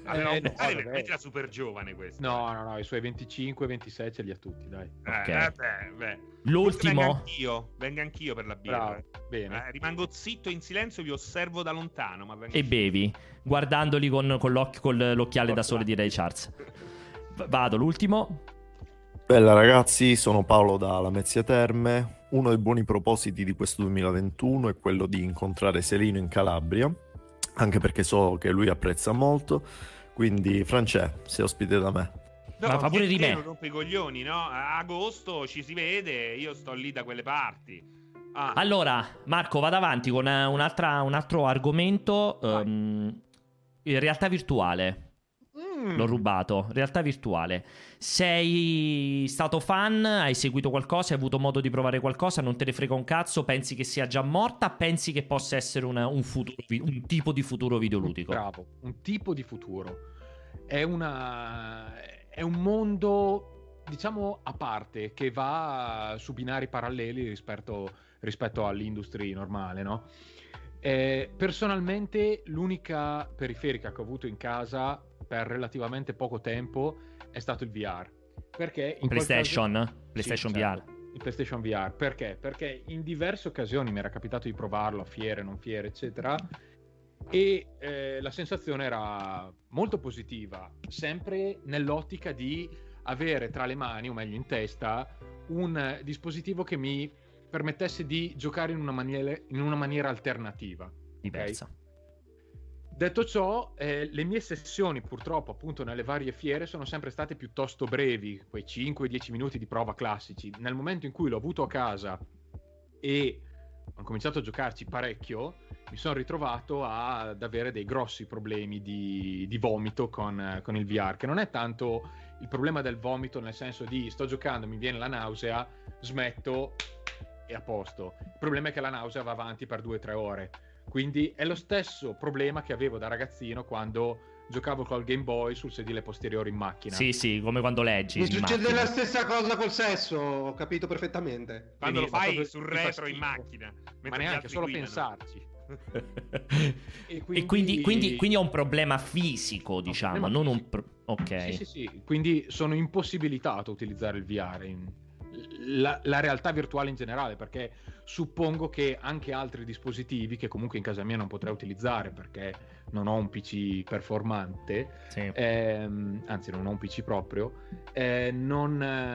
Mettila super giovane questa. No, i suoi 25-26 ce li ha tutti, dai. L'ultimo. Venga anch'io per la birra. Bravo, bene. Rimango zitto in silenzio, vi osservo da lontano. Ma e bevi, guardandoli con l'occhiale da sole di Ray Charles. Vado, l'ultimo. Bella ragazzi, sono Paolo da Lamezia Terme. Uno dei buoni propositi di questo 2021 è quello di incontrare Selino in Calabria, anche perché so che lui apprezza molto. Quindi Francè, sei ospite da me. No, ma fa pure di me. Non rompe i coglioni, no? A agosto ci si vede, io sto lì da quelle parti. Allora, Marco, vado avanti con un altro argomento. Realtà virtuale. L'ho rubato. Realtà virtuale. Sei stato fan? Hai seguito qualcosa? Hai avuto modo di provare qualcosa? Non te ne frega un cazzo? Pensi che sia già morta? Pensi che possa essere un tipo di futuro videoludico? Bravo, un tipo di futuro. È un mondo, diciamo, a parte, che va su binari paralleli rispetto all'industria normale, no? Personalmente l'unica periferica che ho avuto in casa per relativamente poco tempo è stato il VR. Perché in PlayStation VR. Il PlayStation VR. Perché? Perché in diverse occasioni mi era capitato di provarlo a fiere, non fiere, eccetera, e la sensazione era molto positiva, sempre nell'ottica di avere tra le mani, o meglio in testa, un dispositivo che mi permettesse di giocare in una maniera alternativa, diversa. Okay? Detto ciò, le mie sessioni purtroppo appunto nelle varie fiere sono sempre state piuttosto brevi, quei 5-10 minuti di prova classici. Nel momento in cui l'ho avuto a casa e ho cominciato a giocarci parecchio, mi sono ritrovato ad avere dei grossi problemi di vomito con il VR, che non è tanto il problema del vomito nel senso di sto giocando, mi viene la nausea, smetto e a posto. Il problema è che la nausea va avanti per 2-3 ore. Quindi è lo stesso problema che avevo da ragazzino quando giocavo col Game Boy sul sedile posteriore in macchina. Sì, come quando leggi. Mi succede la stessa cosa col sesso, ho capito perfettamente. Quando lo fai sul retro in macchina. Ma neanche solo pensarci. E quindi è un problema fisico, diciamo, non un ok. Sì, quindi sono impossibilitato a utilizzare il VR la realtà virtuale in generale, perché suppongo che anche altri dispositivi che comunque in casa mia non potrei utilizzare perché non ho un PC performante, anzi non ho un PC proprio, non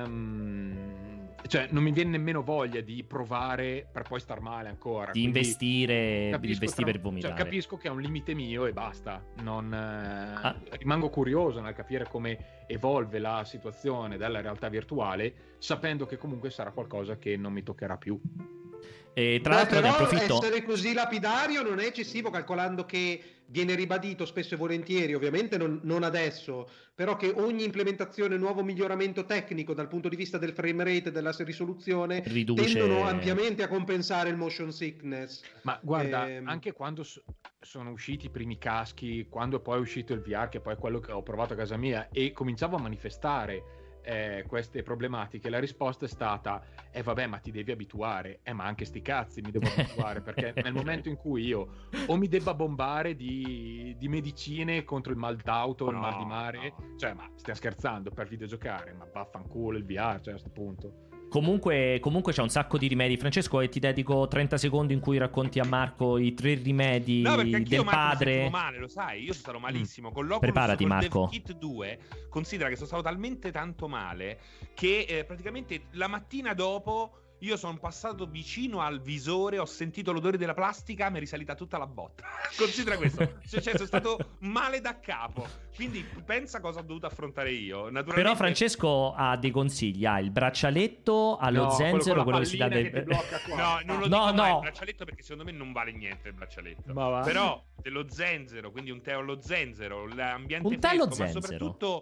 mi viene nemmeno voglia di provare per poi star male ancora, di investire per vomitare. Capisco che è un limite mio e basta, rimango curioso nel capire come evolve la situazione della realtà virtuale, sapendo che comunque sarà qualcosa che non mi toccherà più. E tra l'altro ne approfitto. Essere così lapidario non è eccessivo, calcolando che viene ribadito spesso e volentieri, ovviamente non adesso, però che ogni implementazione, nuovo miglioramento tecnico dal punto di vista del frame rate e della risoluzione tendono ampiamente a compensare il motion sickness. Ma guarda, anche quando sono usciti i primi caschi, quando poi è uscito il VR, che poi è quello che ho provato a casa mia, e cominciavo a manifestare queste problematiche, la risposta è stata vabbè, ma ti devi abituare. Ma anche sti cazzi mi devo abituare, perché nel momento in cui io o mi debba bombare di medicine contro il mal d'auto, il mal di mare, cioè, ma stiamo scherzando, per videgiocare? Ma vaffanculo il VR, cioè, a sto punto. Comunque c'è un sacco di rimedi, Francesco, e ti dedico 30 secondi in cui racconti a Marco i 3 rimedi del padre. Mi male, lo sai, io sono stato malissimo con l'Oculus. Preparati, Marco. Dev Kit 2, considera che sono stato talmente tanto male che praticamente la mattina dopo io sono passato vicino al visore, ho sentito l'odore della plastica, mi è risalita tutta la botta. Considera questo, cioè sono stato male da capo. Quindi pensa cosa ho dovuto affrontare io. Naturalmente... Però Francesco ha dei consigli, ha il braccialetto, ha lo zenzero, quello che si dà del... No, non lo dico mai il braccialetto, perché secondo me non vale niente il braccialetto. Però dello zenzero, quindi un tè allo zenzero, l'ambiente fresco, ma soprattutto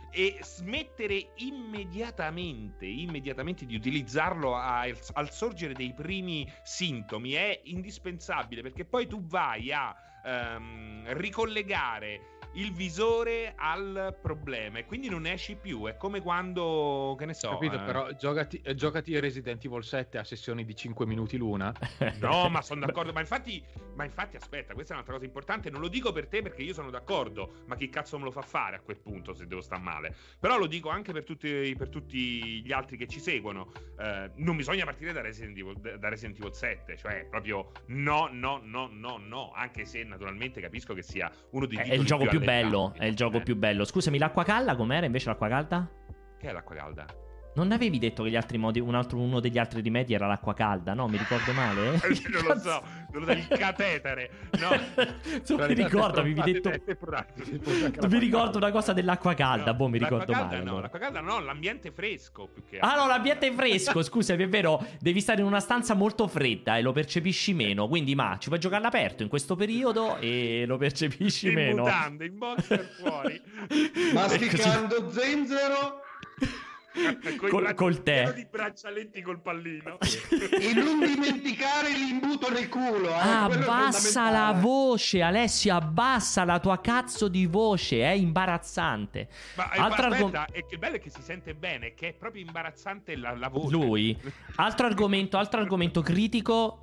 e smettere immediatamente di utilizzarlo al sorgere dei primi sintomi è indispensabile, perché poi tu vai a ricollegare il visore al problema e quindi non esci più. È come quando, che ne so, capito, però giocati Resident Evil 7 a sessioni di 5 minuti l'una. No, ma sono d'accordo, ma infatti aspetta, questa è un'altra cosa importante, non lo dico per te perché io sono d'accordo, ma chi cazzo me lo fa fare a quel punto se devo star male? Però lo dico anche per tutti gli altri che ci seguono, non bisogna partire da Resident Evil 7, cioè proprio no, anche se naturalmente capisco che sia uno dei titoli è il gioco più bello, allenati, è il gioco più bello. Scusami, l'acqua calda com'era invece l'acqua calda? Che è l'acqua calda? Non avevi detto che gli altri modi, uno degli altri rimedi era l'acqua calda, no? Mi ricordo male? Non lo so, non lo devi, il catetere, no? Non mi ricordo, avevi detto... Non mi ricordo una cosa dell'acqua calda, mi ricordo male. No, l'acqua calda no, l'ambiente fresco più che altro. Ah no, l'ambiente è fresco, scusami, è vero, devi stare in una stanza molto fredda e lo percepisci meno, quindi ci puoi giocare all'aperto in questo periodo e lo percepisci meno. In mutande, in boxer fuori. Masticando zenzero... col tè di braccialetti col pallino e non dimenticare l'imbuto nel culo. Abbassa la voce, Alessio, abbassa la tua cazzo di voce, è imbarazzante. Ma aspetta, è che il bello è che si sente bene, che è proprio imbarazzante la voce. Lui. Altro argomento critico,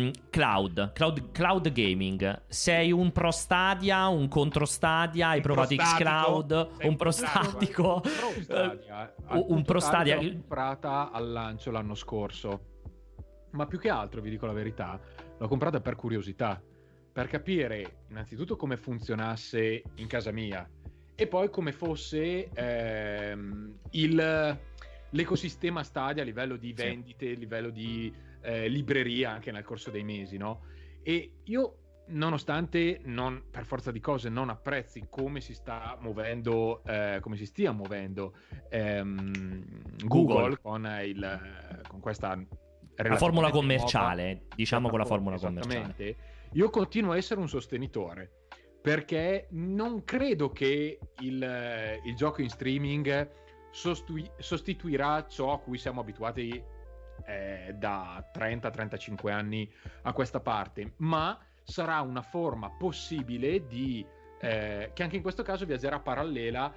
cloud gaming. Sei un pro Stadia, un contro Stadia, hai provato xCloud, un pro statico. Un pro Stadia. L'ho comprata al lancio l'anno scorso, ma più che altro, vi dico la verità, l'ho comprata per curiosità, per capire innanzitutto come funzionasse in casa mia e poi come fosse l'ecosistema Stadia a livello di vendite, a livello di libreria anche nel corso dei mesi, no? E io, nonostante per forza di cose non apprezzi come si sta muovendo, come si stia muovendo Google con questa la formula commerciale, diciamo, con la formula commerciale, io continuo a essere un sostenitore, perché non credo che il gioco in streaming sostituirà ciò a cui siamo abituati da 30-35 anni a questa parte, ma sarà una forma possibile che anche in questo caso viaggerà parallela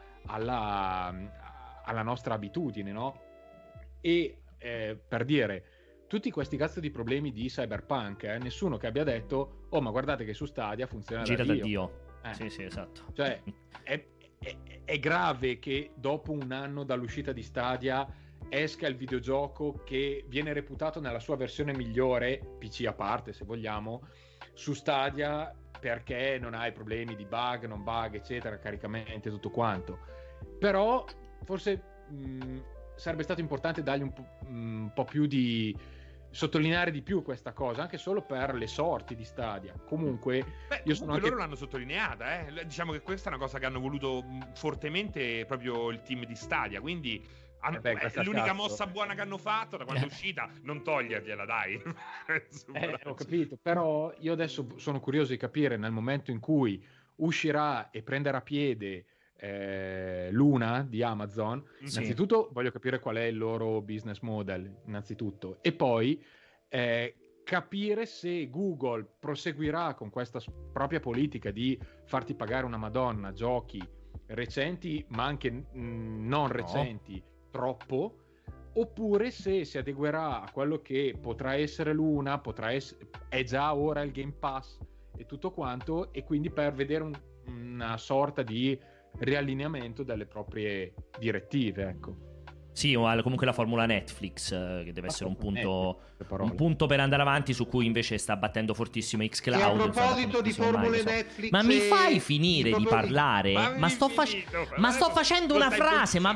alla nostra abitudine, no? E per dire, tutti questi cazzo di problemi di Cyberpunk, nessuno che abbia detto ma guardate che su Stadia funziona gira da Dio. Sì, esatto. Cioè è grave che dopo un anno dall'uscita di Stadia esca il videogioco che viene reputato nella sua versione migliore, PC a parte se vogliamo, su Stadia, perché non hai problemi di bug, non bug, eccetera, caricamenti e tutto quanto. Però forse sarebbe stato importante dargli un po' più di sottolineare di più questa cosa, anche solo per le sorti di Stadia. Comunque loro l'hanno sottolineata, diciamo che questa è una cosa che hanno voluto fortemente proprio il team di Stadia, quindi è l'unica mossa buona che hanno fatto da quando è uscita, non togliergliela, dai. Ho capito, però io adesso sono curioso di capire, nel momento in cui uscirà e prenderà piede Luna di Amazon, innanzitutto voglio capire qual è il loro business model, innanzitutto, e poi capire se Google proseguirà con questa propria politica di farti pagare una Madonna giochi recenti ma anche non recenti troppo, oppure se si adeguerà a quello che potrà essere Luna, è già ora il Game Pass e tutto quanto, e quindi per vedere una sorta di riallineamento delle proprie direttive, ecco. Sì, comunque la formula Netflix, che deve essere un punto per andare avanti, su cui invece sta battendo fortissimo xCloud. E a proposito di formule Netflix, ma mi fai finire di parlare? Ma sto facendo una frase,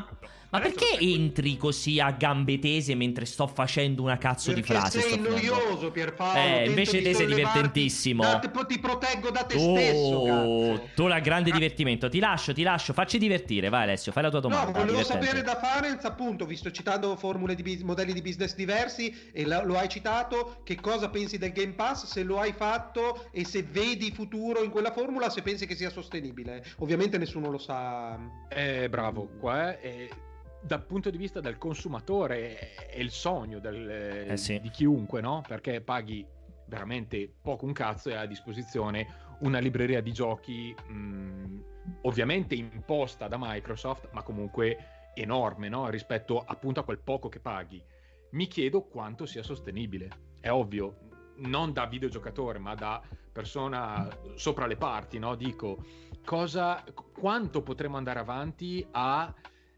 Ma perché entri così a gambe tese mentre sto facendo una cazzo di frase? Perché sei noioso, Pierpaolo. Invece te sei divertentissimo. Ti proteggo da te stesso, cazzo. Tu la grande divertimento. Ti lascio, facci divertire. Vai Alessio, fai la tua domanda. No, volevo divertente. sapere da Farenz, appunto, visto citando formule modelli di business diversi e lo hai citato, che cosa pensi del Game Pass, se lo hai fatto e se vedi futuro in quella formula, se pensi che sia sostenibile. Ovviamente nessuno lo sa. Bravo, qua dal punto di vista del consumatore è il sogno di chiunque, no? Perché paghi veramente poco un cazzo e hai a disposizione una libreria di giochi ovviamente imposta da Microsoft, ma comunque enorme, no? Rispetto appunto a quel poco che paghi. Mi chiedo quanto sia sostenibile. È ovvio, non da videogiocatore, ma da persona sopra le parti, no? Dico, quanto potremo andare avanti a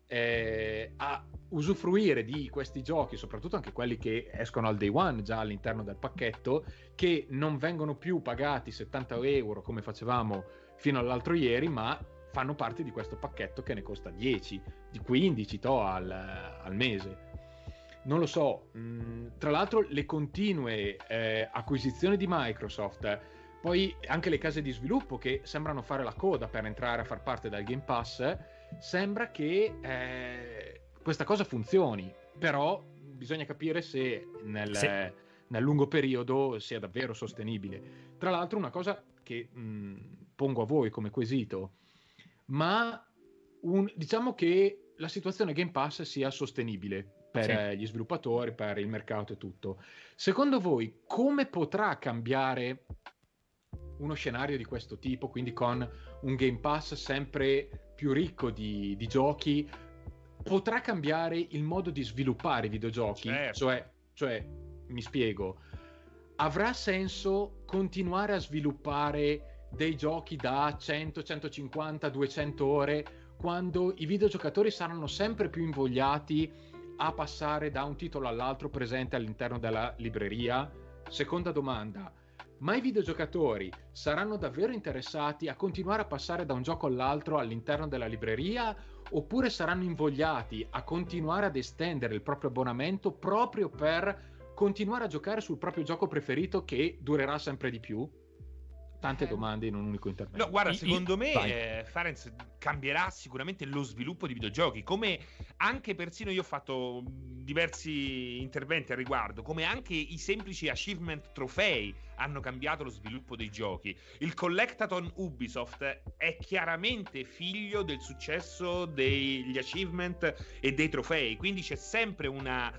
usufruire di questi giochi, soprattutto anche quelli che escono al day one già all'interno del pacchetto, che non vengono più pagati 70 euro come facevamo fino all'altro ieri, ma fanno parte di questo pacchetto che ne costa 10, di 15 al mese. Non lo so. Tra l'altro le continue acquisizioni di Microsoft, poi anche le case di sviluppo che sembrano fare la coda per entrare a far parte del Game Pass, sembra che questa cosa funzioni, però bisogna capire se nel lungo periodo sia davvero sostenibile. Tra l'altro una cosa che pongo a voi come quesito, ma diciamo che la situazione Game Pass sia sostenibile per gli sviluppatori, per il mercato e tutto. Secondo voi come potrà cambiare uno scenario di questo tipo, quindi con un Game Pass sempre più ricco di giochi? Potrà cambiare il modo di sviluppare i videogiochi? Cioè, mi spiego, avrà senso continuare a sviluppare dei giochi da 100, 150, 200 ore quando i videogiocatori saranno sempre più invogliati a passare da un titolo all'altro presente all'interno della libreria? Seconda domanda: ma i videogiocatori saranno davvero interessati a continuare a passare da un gioco all'altro all'interno della libreria, oppure saranno invogliati a continuare ad estendere il proprio abbonamento proprio per continuare a giocare sul proprio gioco preferito che durerà sempre di più? Tante domande in un unico intervento. No, guarda, secondo me Farenz cambierà sicuramente lo sviluppo di videogiochi, come anche persino io ho fatto diversi interventi al riguardo, come anche i semplici achievement trofei hanno cambiato lo sviluppo dei giochi. Il Collectathon Ubisoft è chiaramente figlio del successo degli achievement e dei trofei, quindi c'è sempre un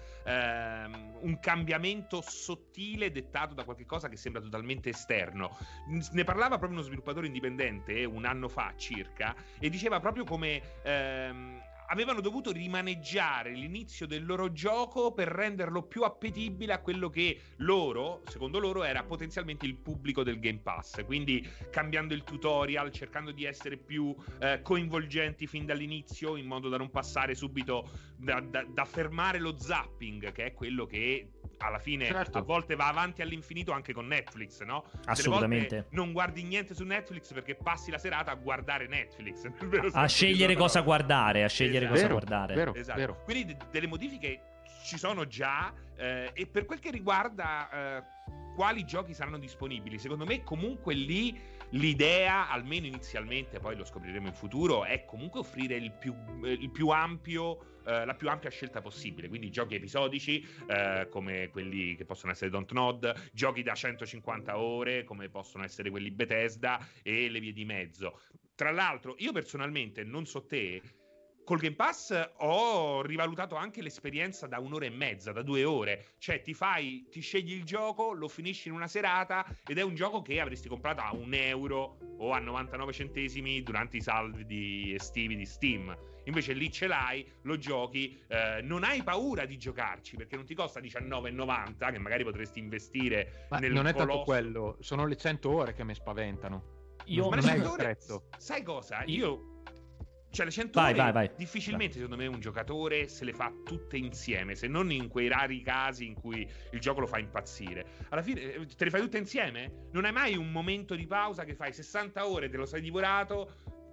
cambiamento sottile dettato da qualche cosa che sembra totalmente esterno. Ne parlava proprio uno sviluppatore indipendente un anno fa circa, e diceva proprio come avevano dovuto rimaneggiare l'inizio del loro gioco per renderlo più appetibile a quello che secondo loro era potenzialmente il pubblico del Game Pass, quindi cambiando il tutorial, cercando di essere più coinvolgenti fin dall'inizio, in modo da non passare subito da fermare lo zapping, che è quello che alla fine a volte va avanti all'infinito anche con Netflix, no? Assolutamente. Delle volte non guardi niente su Netflix perché passi la serata a guardare Netflix, a scegliere cosa guardare, cosa guardare. Vero. Quindi delle modifiche ci sono già, e per quel che riguarda quali giochi saranno disponibili, secondo me comunque lì l'idea, almeno inizialmente, poi lo scopriremo in futuro, è comunque offrire il più ampio, la più ampia scelta possibile, quindi giochi episodici come quelli che possono essere Dontnod, giochi da 150 ore come possono essere quelli Bethesda e le vie di mezzo. Tra l'altro io personalmente, non so te, col Game Pass ho rivalutato anche l'esperienza da 1 ora e mezza, da 2 ore. Cioè ti scegli il gioco, lo finisci in una serata ed è un gioco che avresti comprato a €1 o a 99 centesimi durante i saldi estivi di Steam. Invece lì ce l'hai, lo giochi, non hai paura di giocarci perché non ti costa €19,90, che magari potresti investire nel non è colosso. tanto quello, sono le 100 ore che mi spaventano. Ma non è il prezzo. Sai cosa? Cioè le 100 ore vai. difficilmente secondo me un giocatore se le fa tutte insieme, se non in quei rari casi in cui il gioco lo fa impazzire. Alla fine te le fai tutte insieme? Non hai mai un momento di pausa che fai 60 ore, te lo sei divorato,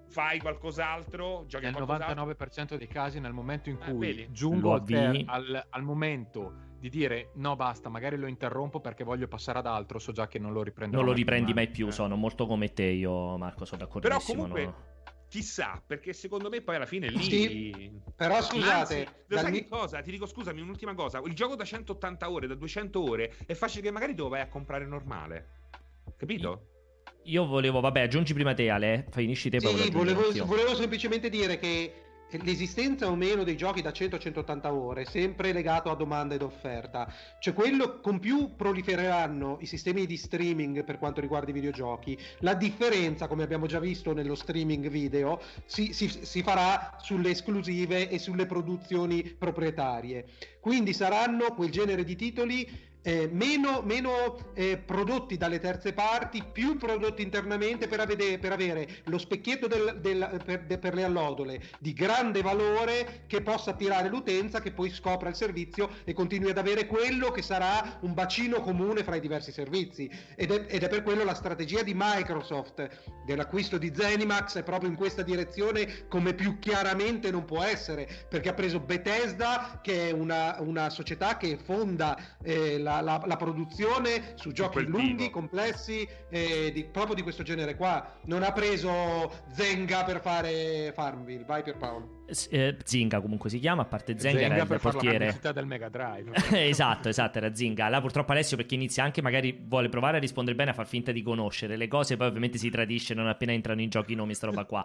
fai qualcos'altro, giochi nel a qualcos'altro. 99% dei casi, nel momento in cui vedi? giungo al momento di dire no basta, magari lo interrompo perché voglio passare ad altro, so già che non lo riprenderò. Non lo riprendi mai più, sono molto come te io, Marco, sono d'accordissimo. Però comunque chissà, perché secondo me poi alla fine lì... Sì, però scusate... Anzi, lo sai che cosa? Ti dico, scusami, un'ultima cosa. Il gioco da 180 ore, da 200 ore, è facile che magari te lo vai a comprare normale. Capito? Io volevo, vabbè, aggiungi prima te, Ale, finisci te. Sì, volevo semplicemente dire che l'esistenza o meno dei giochi da 100-180 ore è sempre legato a domanda ed offerta, cioè quello con più prolifereranno i sistemi di streaming per quanto riguarda i videogiochi, la differenza, come abbiamo già visto nello streaming video, si farà sulle esclusive e sulle produzioni proprietarie, quindi saranno quel genere di titoli meno prodotti dalle terze parti, più prodotti internamente per avere lo specchietto per le allodole di grande valore che possa attirare l'utenza, che poi scopra il servizio e continui ad avere quello che sarà un bacino comune fra i diversi servizi, ed è per quello la strategia di Microsoft dell'acquisto di Zenimax è proprio in questa direzione, come più chiaramente non può essere, perché ha preso Bethesda, che è una società che fonda la produzione su giochi lunghi, complessi, proprio di questo genere qua. Non ha preso Zynga per fare Farmville. Vai Pierpaolo. Zynga comunque si chiama, a parte Zynga era il per portiere. Fare la del Mega Drive. esatto, era Zynga. Là purtroppo Alessio, perché inizia anche, magari vuole provare a rispondere bene, a far finta di conoscere le cose, poi ovviamente si tradisce non appena entrano in giochi i nomi, sta roba qua.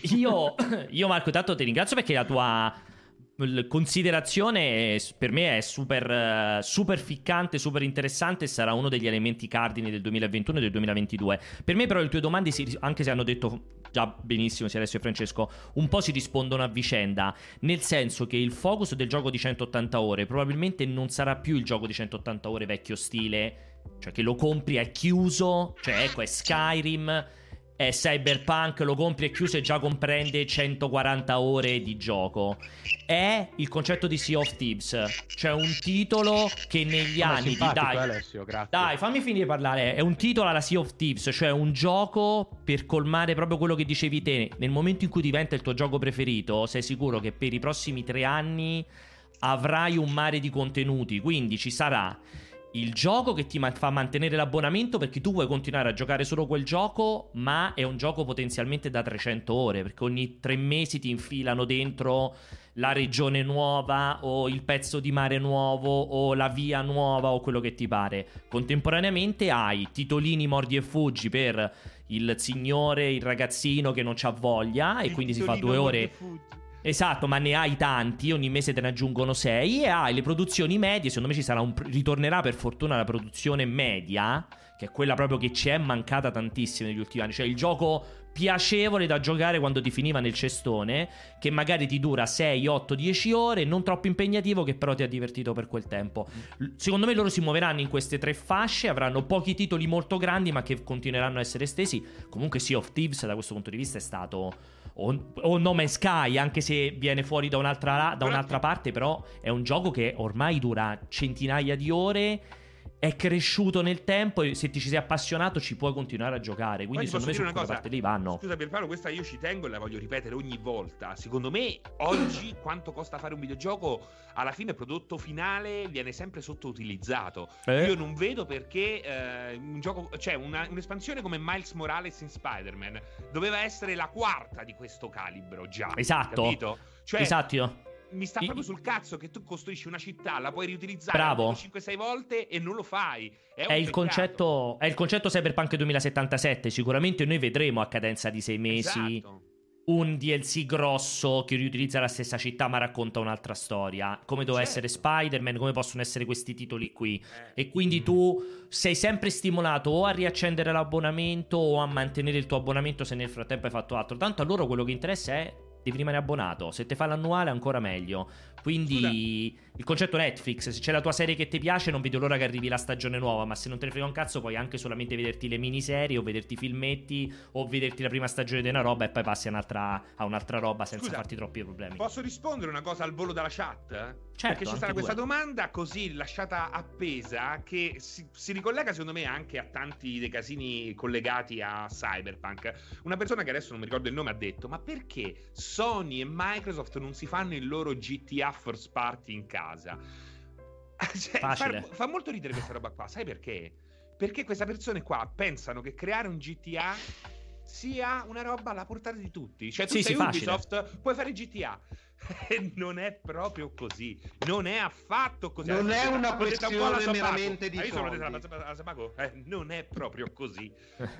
Io Marco, tanto ti ringrazio perché la tua considerazione per me è super ficcante, super interessante e sarà uno degli elementi cardini del 2021 e del 2022. Per me però le tue domande, anche se hanno detto già benissimo sia Alessio e Francesco, un po' si rispondono a vicenda, nel senso che il focus del gioco di 180 ore probabilmente non sarà più il gioco di 180 ore vecchio stile, cioè che lo compri è chiuso, cioè ecco è Skyrim, è Cyberpunk, lo compri è chiuso e già comprende 140 ore di gioco. È il concetto di Sea of Thieves, cioè un titolo che negli anni Alessio, grazie. Dai, fammi finire di parlare. È un titolo alla Sea of Thieves, cioè un gioco per colmare proprio quello che dicevi te. Nel momento in cui diventa il tuo gioco preferito, sei sicuro che per i prossimi 3 anni avrai un mare di contenuti, quindi ci sarà il gioco che ti fa mantenere l'abbonamento perché tu vuoi continuare a giocare solo quel gioco, ma è un gioco potenzialmente da 300 ore, perché ogni 3 mesi ti infilano dentro la regione nuova o il pezzo di mare nuovo o la via nuova o quello che ti pare. Contemporaneamente hai titolini mordi e fuggi per il signore, il ragazzino che non c'ha voglia e quindi si fa 2 ore. Esatto, ma ne hai tanti, ogni mese te ne aggiungono 6 e hai le produzioni medie. Secondo me ci sarà ritornerà per fortuna la produzione media, che è quella proprio che ci è mancata tantissimo negli ultimi anni, cioè il gioco piacevole da giocare quando ti finiva nel cestone, che magari ti dura 6, 8, 10 ore, non troppo impegnativo, che però ti ha divertito per quel tempo. Secondo me loro si muoveranno in queste 3 fasce, avranno pochi titoli molto grandi ma che continueranno a essere estesi. Comunque Sea of Thieves da questo punto di vista è stato o No Man's Sky, anche se viene fuori da un'altra parte, però è un gioco che ormai dura centinaia di ore, è cresciuto nel tempo e se ti ci sei appassionato ci puoi continuare a giocare. Quindi secondo me su quella parte lì vanno. Scusa Pierpaolo, questa io ci tengo e la voglio ripetere ogni volta. Secondo me oggi quando costa fare un videogioco, alla fine il prodotto finale viene sempre sottoutilizzato. Io non vedo perché un gioco, cioè un'espansione come Miles Morales in Spider-Man doveva essere la 4ª di questo calibro già. Esatto. Capito? Cioè, esatto. Mi sta proprio sul cazzo che tu costruisci una città, la puoi riutilizzare 5-6 volte e non lo fai. È il concetto Cyberpunk 2077. Sicuramente noi vedremo a cadenza di 6 mesi un DLC grosso che riutilizza la stessa città ma racconta un'altra storia, come doveva essere Spider-Man, come possono essere questi titoli qui. E quindi tu sei sempre stimolato o a riaccendere l'abbonamento o a mantenere il tuo abbonamento se nel frattempo hai fatto altro. Tanto a loro quello che interessa è devi rimanere abbonato. Se te fa l'annuale ancora meglio. Quindi il concetto Netflix, se c'è la tua serie che ti piace non vedo l'ora che arrivi la stagione nuova, ma se non te ne frega un cazzo puoi anche solamente vederti le miniserie o vederti i filmetti o vederti la prima stagione di una roba e poi passi a un'altra roba senza farti troppi problemi. Posso rispondere una cosa al volo dalla chat? Certo, perché c'è stata questa domanda così lasciata appesa che si ricollega secondo me anche a tanti dei casini collegati a Cyberpunk. Una persona che adesso non mi ricordo il nome ha detto: ma perché Sony e Microsoft non si fanno il loro GTA First Party in casa? Cioè, fa molto ridere questa roba qua. Sai perché? Perché queste persone qua pensano che creare un GTA sia una roba alla portata di tutti. Cioè tu sei Ubisoft, puoi fare GTA. Non è proprio così. Non è affatto così. Non è una questione meramente di soldi. Non è proprio così.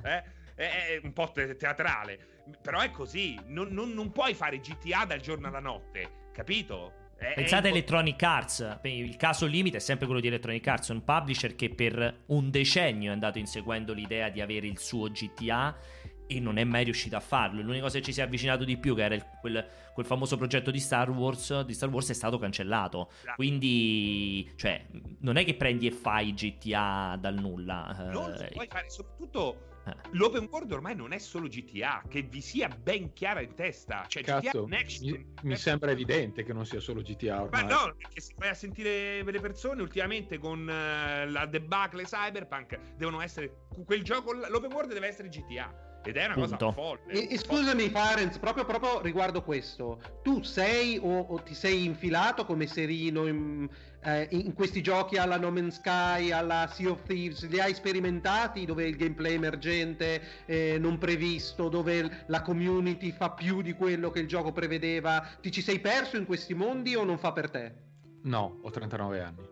È un po' teatrale, però è così. Non puoi fare GTA dal giorno alla notte, capito? Pensate a Electronic Arts. Il caso limite è sempre quello di Electronic Arts, un publisher che per un decennio è andato inseguendo l'idea di avere il suo GTA e non è mai riuscito a farlo. L'unica cosa che ci si è avvicinato di più, che era quel famoso progetto di Star Wars, è stato cancellato. Quindi, cioè, non è che prendi e fai GTA dal nulla. Non si puoi fare, soprattutto l'open world ormai non è solo GTA, che vi sia ben chiara in testa. Cioè, Cazzo, GTA Next mi sembra evidente che non sia solo GTA ormai. Ma no, perché se vai a sentire le persone ultimamente con la debacle Cyberpunk, devono essere quel gioco, l'open world deve essere GTA. Ed è una cosa folle. E scusami, Parents, proprio riguardo questo, tu sei o ti sei infilato come serino in questi giochi alla No Man's Sky, alla Sea of Thieves? Li hai sperimentati dove il gameplay emergente non previsto, dove la community fa più di quello che il gioco prevedeva? Ti ci sei perso in questi mondi o non fa per te? No, ho 39 anni.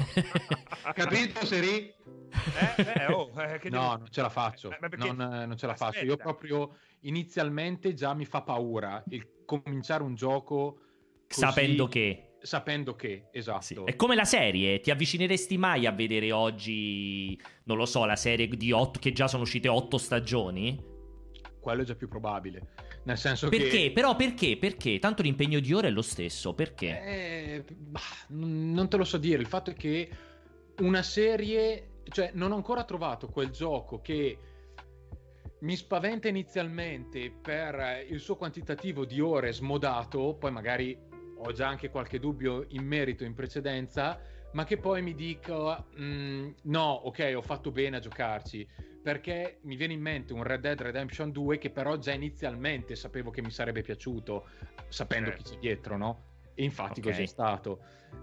Capito, Seri? No, non ce la faccio. Non ce la faccio. Io proprio inizialmente già mi fa paura il cominciare un gioco così, sapendo che, esatto. Sì. È come la serie, ti avvicineresti mai a vedere oggi, non lo so, la serie di 8, che già sono uscite 8 stagioni? Quello è già più probabile. Nel senso perché? Però perché? Perché? Tanto l'impegno di ore è lo stesso, perché? Non te lo so dire. Il fatto è che una serie, cioè non ho ancora trovato quel gioco che mi spaventa inizialmente per il suo quantitativo di ore smodato, poi magari ho già anche qualche dubbio in merito in precedenza, ma che poi mi dico no, ok, ho fatto bene a giocarci, perché mi viene in mente un Red Dead Redemption 2 che però già inizialmente sapevo che mi sarebbe piaciuto, sapendo chi c'è dietro, no? E infatti così è stato.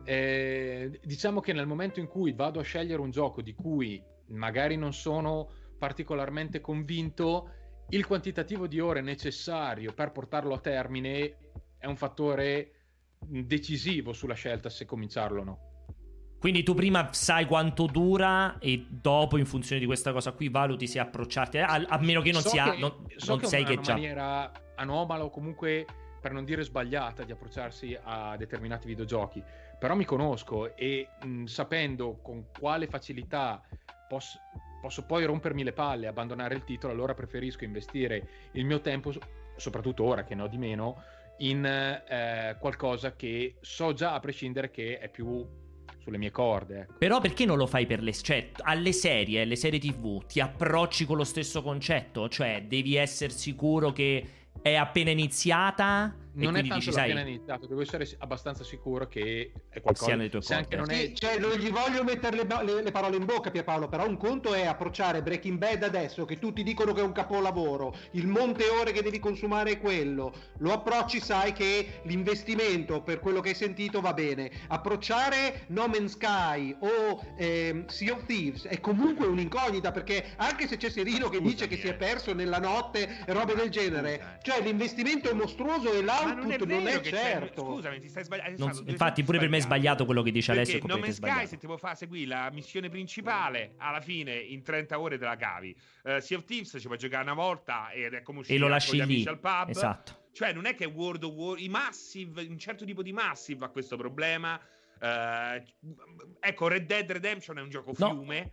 Diciamo che nel momento in cui vado a scegliere un gioco di cui magari non sono particolarmente convinto, il quantitativo di ore necessario per portarlo a termine è un fattore decisivo sulla scelta se cominciarlo o no. Quindi tu prima sai quanto dura e dopo, in funzione di questa cosa qui, valuti se approcciarti, a meno che non non sei che già... È una maniera anomala o comunque, per non dire sbagliata, di approcciarsi a determinati videogiochi, però mi conosco e sapendo con quale facilità posso poi rompermi le palle e abbandonare il titolo, allora preferisco investire il mio tempo, soprattutto ora che ne ho di meno, in qualcosa che so già a prescindere che è più sulle mie corde. Però perché non lo fai per cioè alle serie TV ti approcci con lo stesso concetto? Cioè devi essere sicuro che è appena iniziata? Non è tanto appena iniziato, devo essere abbastanza sicuro che è qualcosa nei tuoi anche non è... Cioè non gli voglio mettere le parole in bocca, Pierpaolo, però un conto è approcciare Breaking Bad adesso che tutti dicono che è un capolavoro, il monte ore che devi consumare è quello, lo approcci, sai che l'investimento per quello che hai sentito va bene. Approcciare No Man's Sky o Sea of Thieves è comunque un'incognita, perché anche se c'è Serino che dice che si è perso nella notte e robe del genere, cioè l'investimento è mostruoso e l'output non è certo. Scusami, ti stai sbagliando. Infatti pure per me è sbagliato quello che dice Alessio. No Man's Sky, se ti vuoi fare seguire la missione principale, alla fine in 30 ore te la cavi. Sea of Thieves ci puoi giocare una volta ed è come uscire e lo lasci con gli lì amici al pub. Esatto. Cioè non è che World of War, i Massive, un certo tipo di Massive ha questo problema. Ecco, Red Dead Redemption è un gioco fiume.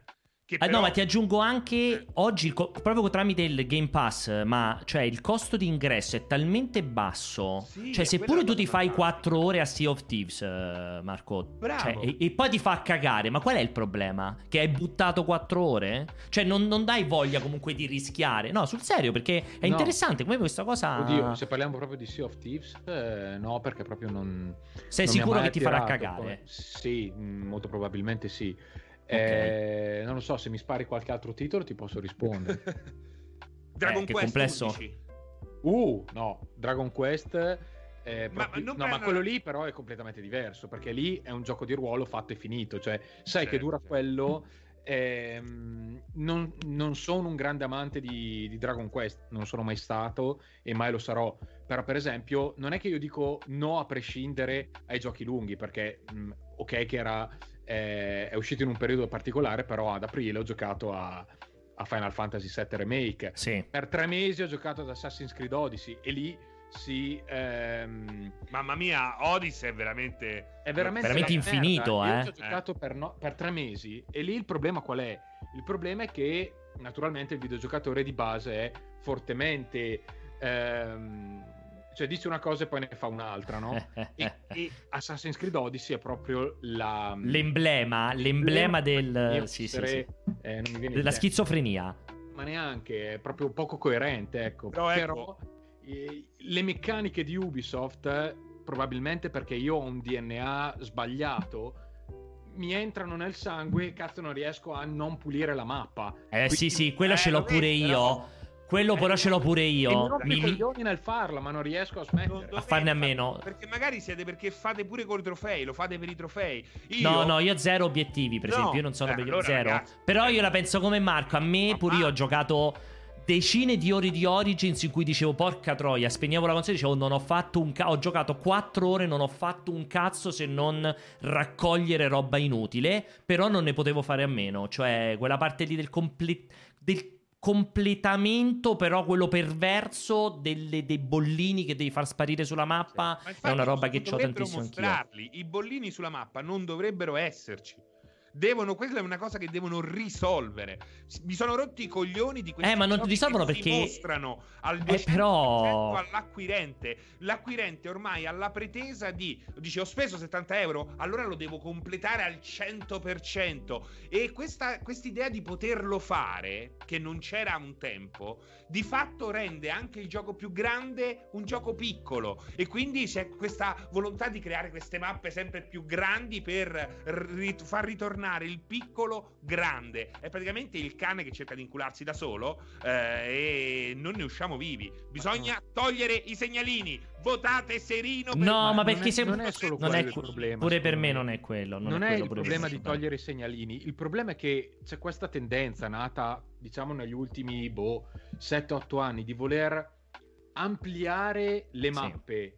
No, ma ti aggiungo anche oggi, proprio tramite il Game Pass, ma cioè il costo di ingresso è talmente basso. Cioè, seppure tu ti fai 4 ore a Sea of Thieves, Marco, Bravo. Cioè, e poi ti fa cagare, ma qual è il problema? Che hai buttato 4 ore? Cioè, non dai voglia comunque di rischiare? No, sul serio, perché è interessante come questa cosa. Oddio, se parliamo proprio di Sea of Thieves, no, perché proprio non. Sei non sicuro mi ha mai che ti farà attirato. cagare? Sì, molto probabilmente sì. Ok. Non lo so, se mi spari qualche altro titolo ti posso rispondere. Dragon che Quest complesso. 11. No, Dragon Quest ma quello lì però è completamente diverso, perché lì è un gioco di ruolo fatto e finito, cioè sai che dura quello. Non sono un grande amante di Dragon Quest, non sono mai stato e mai lo sarò, però per esempio non è che io dico no a prescindere ai giochi lunghi, perché ok che è uscito in un periodo particolare, però ad aprile ho giocato a Final Fantasy VII Remake, sì. Per 3 mesi ho giocato ad Assassin's Creed Odyssey e lì sì, mamma mia, Odyssey è veramente infinito. Io ci ho giocato per 3 mesi e lì il problema qual è? Il problema è che naturalmente il videogiocatore di base è fortemente cioè dice una cosa e poi ne fa un'altra, no? e Assassin's Creed Odyssey è proprio l'emblema del non mi viene della schizofrenia, ma neanche, è proprio poco coerente, ecco. Però le meccaniche di Ubisoft, probabilmente perché io ho un DNA sbagliato, mi entrano nel sangue e cazzo non riesco a non pulire la mappa. Quindi, sì, quello ce l'ho pure io. Quello però ce l'ho pure io. E mi rompo i coglioni nel farla, ma non riesco a smettere. A farne a meno. Perché magari perché fate pure con i trofei, lo fate per i trofei. No, io zero obiettivi, per esempio. Io non sono zero. Ragazzi, però io la penso come Marco. A me pure io ho giocato decine di ore di Origins in cui dicevo porca troia, spegnevo la console e dicevo non ho fatto ho giocato 4 ore, non ho fatto un cazzo se non raccogliere roba inutile, però non ne potevo fare a meno, cioè quella parte lì del completamento, però quello perverso dei bollini che devi far sparire sulla mappa, è una roba che c'ho tantissimo anch'io. I bollini sulla mappa non dovrebbero esserci. Questa è una cosa che devono risolvere. Mi sono rotti i coglioni di questi ma non giochi risolvono che perché si mostrano al 200% però all'acquirente. L'acquirente ormai ha la pretesa dice ho speso 70 euro, allora lo devo completare al 100%. E quest'idea di poterlo fare, che non c'era un tempo, di fatto rende anche il gioco più grande un gioco piccolo. E quindi c'è questa volontà di creare queste mappe sempre più grandi per far ritornare il piccolo grande. È praticamente il cane che cerca di incularsi da solo e non ne usciamo vivi. Bisogna togliere i segnalini. Votate Serino. Ma perché non è solo quello il problema. Pure per me non è quello. Non è il problema di togliere i segnalini. Il problema è che c'è questa tendenza nata, diciamo, negli ultimi 7-8 anni di voler ampliare le mappe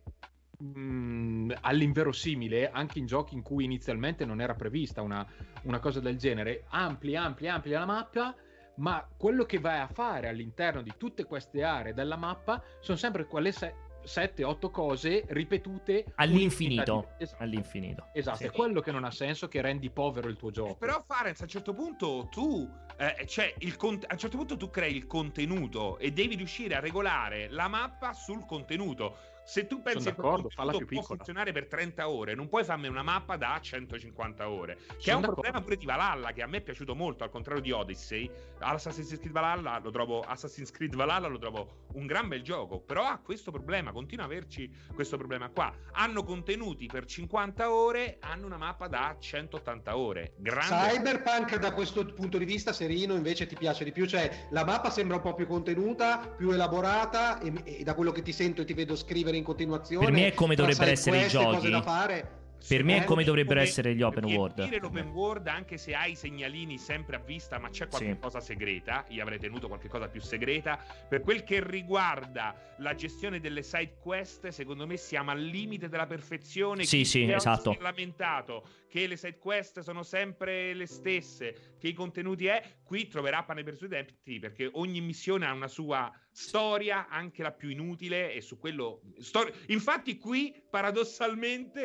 all'inverosimile, anche in giochi in cui inizialmente non era prevista una cosa del genere. Amplia la mappa, ma quello che vai a fare all'interno di tutte queste aree della mappa sono sempre quelle 7-8 cose ripetute all'infinito. Esatto, sì. È quello che non ha senso, che rendi povero il tuo gioco. Però Farenz, a un certo punto tu a un certo punto tu crei il contenuto e devi riuscire a regolare la mappa sul contenuto. Se tu pensi che può funzionare per 30 ore, non puoi farmi una mappa da 150 ore. Che è un problema pure di Valhalla, che a me è piaciuto molto, al contrario di Odyssey. Assassin's Creed Valhalla lo trovo un gran bel gioco, però ha questo problema, continua a averci questo problema qua. Hanno contenuti per 50 ore, hanno una mappa da 180 ore. Grande. Cyberpunk da questo punto di vista, Serino, invece ti piace di più? Cioè la mappa sembra un po' più contenuta, più elaborata e da quello che ti sento e ti vedo scrivere in continuazione. Per me è come dovrebbero essere i giochi. Cose da fare. Per me è come dovrebbero essere gli open world. L'open world, anche se hai i segnalini sempre a vista, ma c'è qualche cosa segreta. Io avrei tenuto qualche cosa più segreta. Per quel che riguarda la gestione delle side quest, secondo me siamo al limite della perfezione. Esatto. Si è lamentato che le side quest sono sempre le stesse, che i contenuti qui troverà pane per sui denti, perché ogni missione ha una sua storia, anche la più inutile, e su quello infatti qui paradossalmente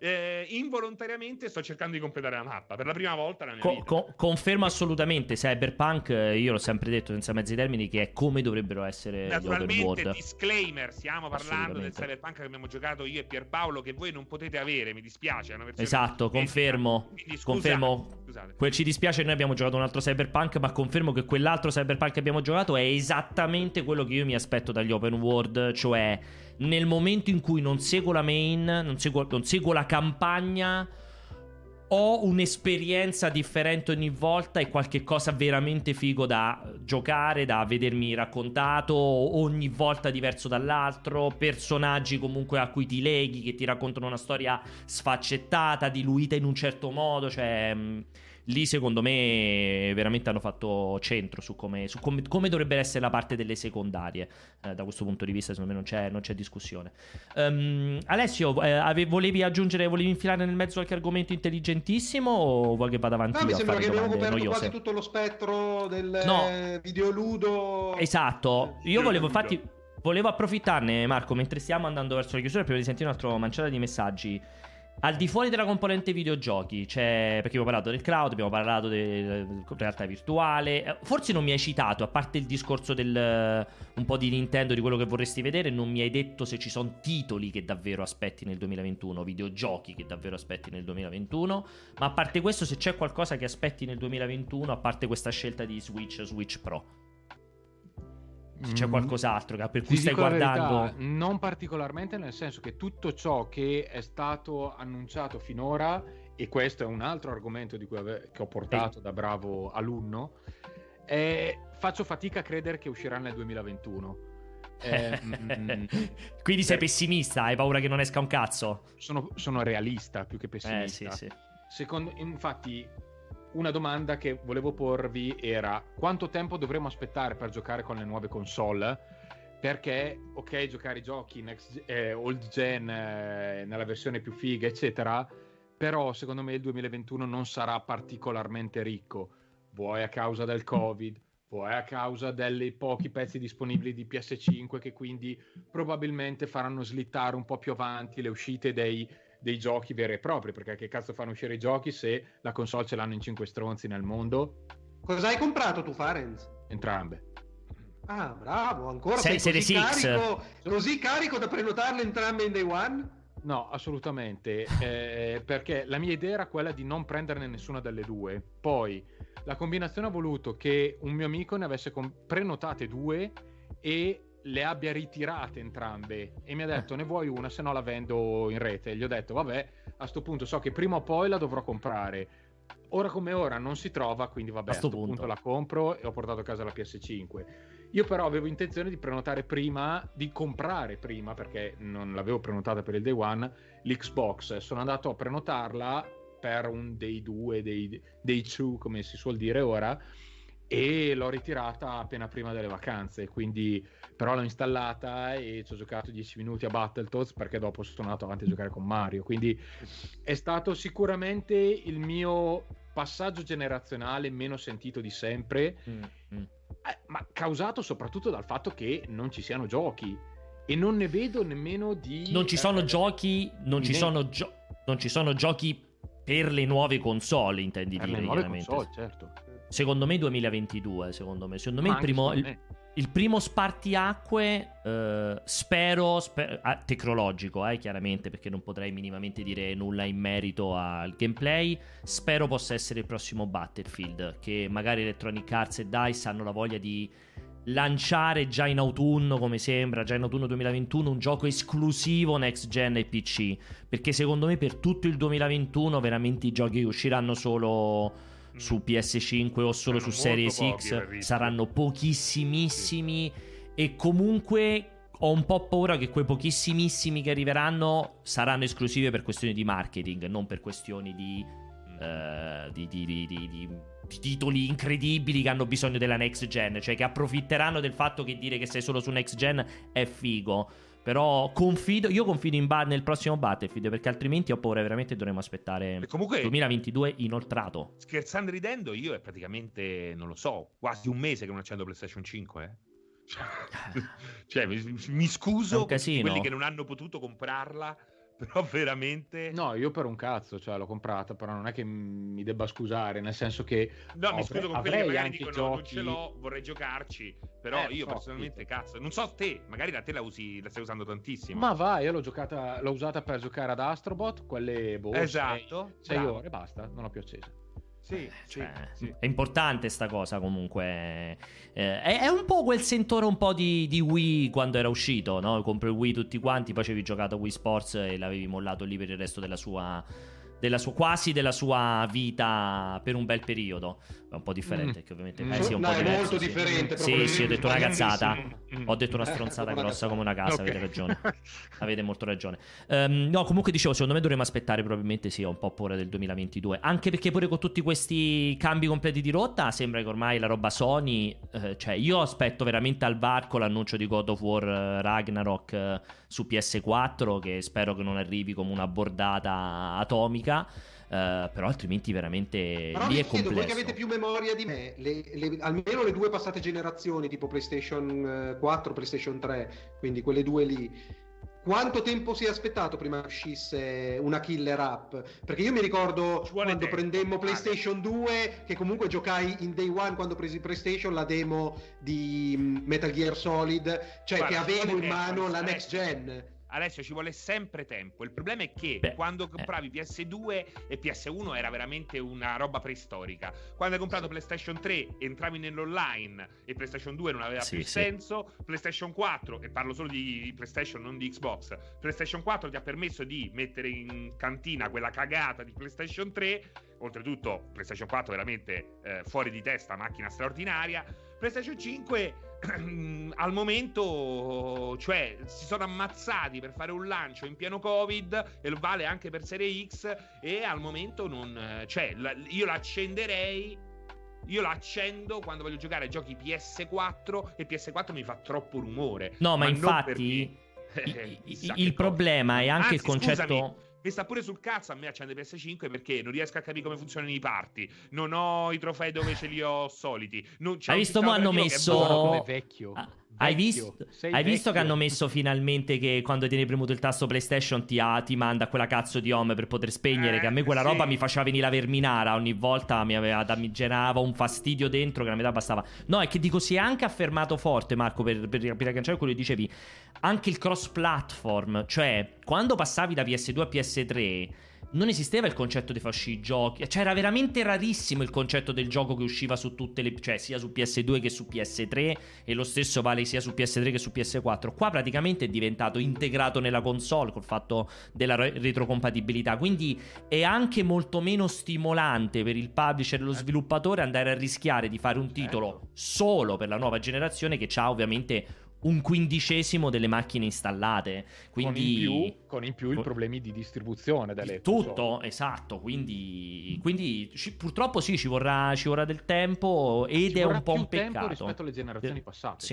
involontariamente sto cercando di completare la mappa per la prima volta nella mia vita. Confermo assolutamente. Cyberpunk, io l'ho sempre detto senza mezzi termini, che è come dovrebbero essere gli open naturalmente world. disclaimer, stiamo parlando del Cyberpunk che abbiamo giocato io e Pierpaolo, che voi non potete avere, mi dispiace, è una versione esatto, confermo. Quindi Confermo. Ci dispiace, noi abbiamo giocato un altro Cyberpunk, ma confermo che quell'altro Cyberpunk che abbiamo giocato è esattamente quello che io mi aspetto dagli open world, cioè nel momento in cui non seguo la main, non seguo la campagna, ho un'esperienza differente ogni volta e qualche cosa veramente figo da giocare, da vedermi raccontato, ogni volta diverso dall'altro, personaggi comunque a cui ti leghi, che ti raccontano una storia sfaccettata, diluita in un certo modo, cioè lì secondo me veramente hanno fatto centro su come dovrebbe essere la parte delle secondarie. Da questo punto di vista secondo me non c'è discussione. Alessio, volevi infilare nel mezzo qualche argomento intelligentissimo o vuoi che vada avanti? No, mi a sembra fare che abbiamo domande coperto noiose? quasi tutto lo spettro del videoludo. Esatto, io volevo approfittarne, Marco, mentre stiamo andando verso la chiusura, prima di sentire un'altra manciata di messaggi. Al di fuori della componente videogiochi, perché abbiamo parlato del cloud, abbiamo parlato della realtà virtuale. Forse non mi hai citato, a parte il discorso un po' di Nintendo, di quello che vorresti vedere, non mi hai detto se ci sono titoli che davvero aspetti nel 2021, videogiochi che davvero aspetti nel 2021. Ma a parte questo, se c'è qualcosa che aspetti nel 2021, a parte questa scelta di Switch Pro, se c'è qualcos'altro per cui stai guardando. Verità, non particolarmente, nel senso che tutto ciò che è stato annunciato finora, e questo è un altro argomento di cui che ho portato da bravo alunno, faccio fatica a credere che uscirà nel 2021. Quindi sei pessimista, hai paura che non esca un cazzo? Sono realista più che pessimista. Sì. Infatti, una domanda che volevo porvi era: quanto tempo dovremo aspettare per giocare con le nuove console? Perché, ok, giocare i giochi old gen nella versione più figa, eccetera, però secondo me il 2021 non sarà particolarmente ricco, vuoi a causa del Covid, vuoi a causa dei pochi pezzi disponibili di PS5, che quindi probabilmente faranno slittare un po' più avanti le uscite dei giochi veri e propri, perché che cazzo fanno uscire i giochi se la console ce l'hanno in 5 stronzi nel mondo? Cosa hai comprato tu, Farenz? Entrambe. Ah, bravo, ancora sei così carico da prenotarle entrambe in day one? No, assolutamente, perché la mia idea era quella di non prenderne nessuna delle due. Poi la combinazione ha voluto che un mio amico ne avesse prenotate due e le abbia ritirate entrambe, e mi ha detto: ne vuoi una, se no la vendo in rete. Gli ho detto: vabbè, a sto punto so che prima o poi la dovrò comprare, ora come ora non si trova, quindi vabbè, a sto punto la compro, e ho portato a casa la PS5. Io però avevo intenzione di comprare prima, perché non l'avevo prenotata per il day one, l'Xbox. Sono andato a prenotarla per un day 2, day 2 come si suol dire ora, e l'ho ritirata appena prima delle vacanze, quindi però l'ho installata e ci ho giocato 10 minuti a Battletoads, perché dopo sono andato avanti a giocare con Mario. Quindi è stato sicuramente il mio passaggio generazionale meno sentito di sempre, ma causato soprattutto dal fatto che non ci siano giochi, e non ne vedo nemmeno di... Non ci sono giochi, non ci sono giochi per le nuove console, intendi dire? Per le nuove console, certo. Secondo me 2022, secondo me il primo spartiacque, spero tecnologico, chiaramente, perché non potrei minimamente dire nulla in merito al gameplay. Spero possa essere il prossimo Battlefield, che magari Electronic Arts e DICE hanno la voglia di lanciare già in autunno, come sembra, già in autunno 2021, un gioco esclusivo next gen e PC, perché secondo me per tutto il 2021 veramente i giochi che usciranno solo su PS5 o solo su Series X saranno pochissimissimi, e comunque ho un po' paura che quei pochissimissimi che arriveranno saranno esclusive per questioni di marketing, non per questioni di titoli incredibili che hanno bisogno della next gen, cioè che approfitteranno del fatto che dire che sei solo su next gen è figo. Però confido nel prossimo Battlefield, perché altrimenti ho paura veramente dovremo aspettare comunque 2022 inoltrato. Scherzando e ridendo, io è praticamente, non lo so, quasi un mese che non accendo PlayStation 5, cioè mi scuso per quelli che non hanno potuto comprarla, Però veramente... No, io per un cazzo, cioè l'ho comprata, però non è che mi debba scusare, nel senso che No, mi scuso con quelli che magari anche dicono non giochi... ce l'ho, vorrei giocarci, però io so, personalmente cazzo, non so te, magari da te la stai usando tantissimo. Ma va, io l'ho usata per giocare ad Astrobot, quelle esatto, 6 ore, basta, non l'ho più accesa. Sì, È importante sta cosa comunque. È un po' quel sentore un po' di Wii quando era uscito, no? Compri il Wii tutti quanti, poi ci avevi giocato a Wii Sports e l'avevi mollato lì per il resto della sua vita per un bel periodo. È un po' differente, che ovviamente sì, è un po' diverso, molto differente. Sì, ho detto una cazzata. Ho detto una stronzata grossa come una casa, okay. Avete ragione. Avete molto ragione. No, comunque dicevo, secondo me dovremmo aspettare probabilmente ho un po' paura del 2022, anche perché pure con tutti questi cambi completi di rotta sembra che ormai la roba Sony, cioè io aspetto veramente al varco l'annuncio di God of War Ragnarok su PS4, che spero che non arrivi come una bordata atomica. Però altrimenti veramente però lì è chiedo, complesso. voi che avete più memoria di me, almeno le due passate generazioni, tipo PlayStation 4, PlayStation 3, quindi quelle due lì, quanto tempo si è aspettato prima che uscisse una killer app? Perché io mi ricordo quando prendemmo PlayStation 2, che comunque giocai in Day One quando presi PlayStation la demo di Metal Gear Solid, cioè che avevo in mano la next gen. Alessio, ci vuole sempre tempo. Il problema è che quando compravi PS2 e PS1 era veramente una roba preistorica. Quando hai comprato PlayStation 3 entravi nell'online e PlayStation 2 non aveva più senso. PlayStation 4, e parlo solo di PlayStation, non di Xbox, PlayStation 4 ti ha permesso di mettere in cantina quella cagata di PlayStation 3. Oltretutto PlayStation 4 veramente fuori di testa, macchina straordinaria. PlayStation 5 al momento, cioè, si sono ammazzati per fare un lancio in pieno Covid, e lo vale anche per Serie X, e al momento non, cioè, io l'accenderei. Io la accendo quando voglio giocare a giochi PS4 e PS4 mi fa troppo rumore. No, ma infatti il problema è anche il concetto. Scusami, mi sta pure sul cazzo a me accende PS5 perché non riesco a capire come funzionano i party. Non ho i trofei dove ce li ho soliti. Hai visto mo hanno messo come vecchio. Hai visto che hanno messo finalmente che quando tieni premuto il tasto PlayStation ti manda quella cazzo di home per poter spegnere, che a me quella roba mi faceva venire la verminara ogni volta, mi generava un fastidio dentro che a metà bastava. No, è che dico, si è anche affermato forte, Marco, per riagganciare quello che dicevi, anche il cross platform, cioè quando passavi da PS2 a PS3 non esisteva il concetto di far uscire i giochi, cioè era veramente rarissimo il concetto del gioco che usciva su tutte le, cioè sia su PS2 che su PS3, e lo stesso vale sia su PS3 che su PS4. Qua praticamente è diventato integrato nella console col fatto della retrocompatibilità, quindi è anche molto meno stimolante per il publisher e lo sviluppatore andare a rischiare di fare un titolo solo per la nuova generazione che ha ovviamente un quindicesimo delle macchine installate, quindi con in più i problemi di distribuzione delle tutto, esatto, quindi purtroppo sì, ci vorrà del tempo, ed è un po' un peccato rispetto alle generazioni passate.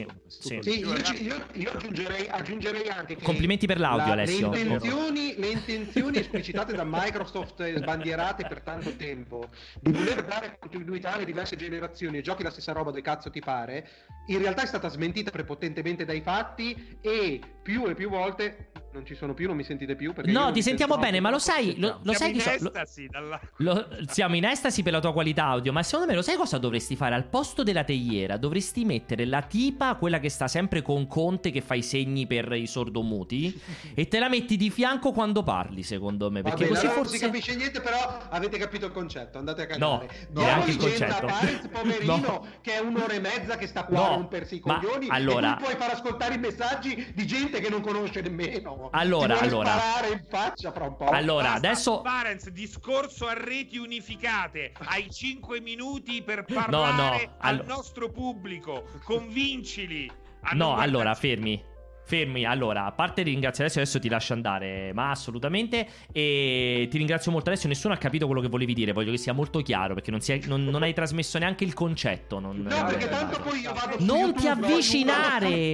Io aggiungerei anche che complimenti per l'audio, Alessio. Le intenzioni esplicitate da Microsoft e sbandierate per tanto tempo di voler dare continuità alle diverse generazioni e giochi la stessa roba dove cazzo ti pare, in realtà è stata smentita prepotentemente dai fatti, e più volte non ci sono più, non mi sentite più perché no, ti sentiamo bene, ma lo sai che siamo in estasi per la tua qualità audio, ma secondo me lo sai cosa dovresti fare? Al posto della teiera dovresti mettere la tipa, quella che sta sempre con Conte, che fa i segni per i sordomuti, e te la metti di fianco quando parli, secondo me, perché così forse non si capisce niente, però avete capito il concetto, andate a cagare. No, anche il concetto. Poverino, che è un'ora e mezza che sta qua a rompersi i coglioni, allora, e tu puoi far ascoltare i messaggi di gente che non conosce nemmeno. Allora, sparare in faccia fra un po'. Allora, adesso discorso a reti unificate. Hai 5 minuti per parlare al nostro pubblico. Convincili. Allora, fermi. Allora, a parte ringrazio adesso ti lascio andare, ma assolutamente, e ti ringrazio molto. Adesso nessuno ha capito quello che volevi dire, voglio che sia molto chiaro, perché non hai trasmesso neanche il concetto. Perché tanto poi io vado su non YouTube, ti avvicinare.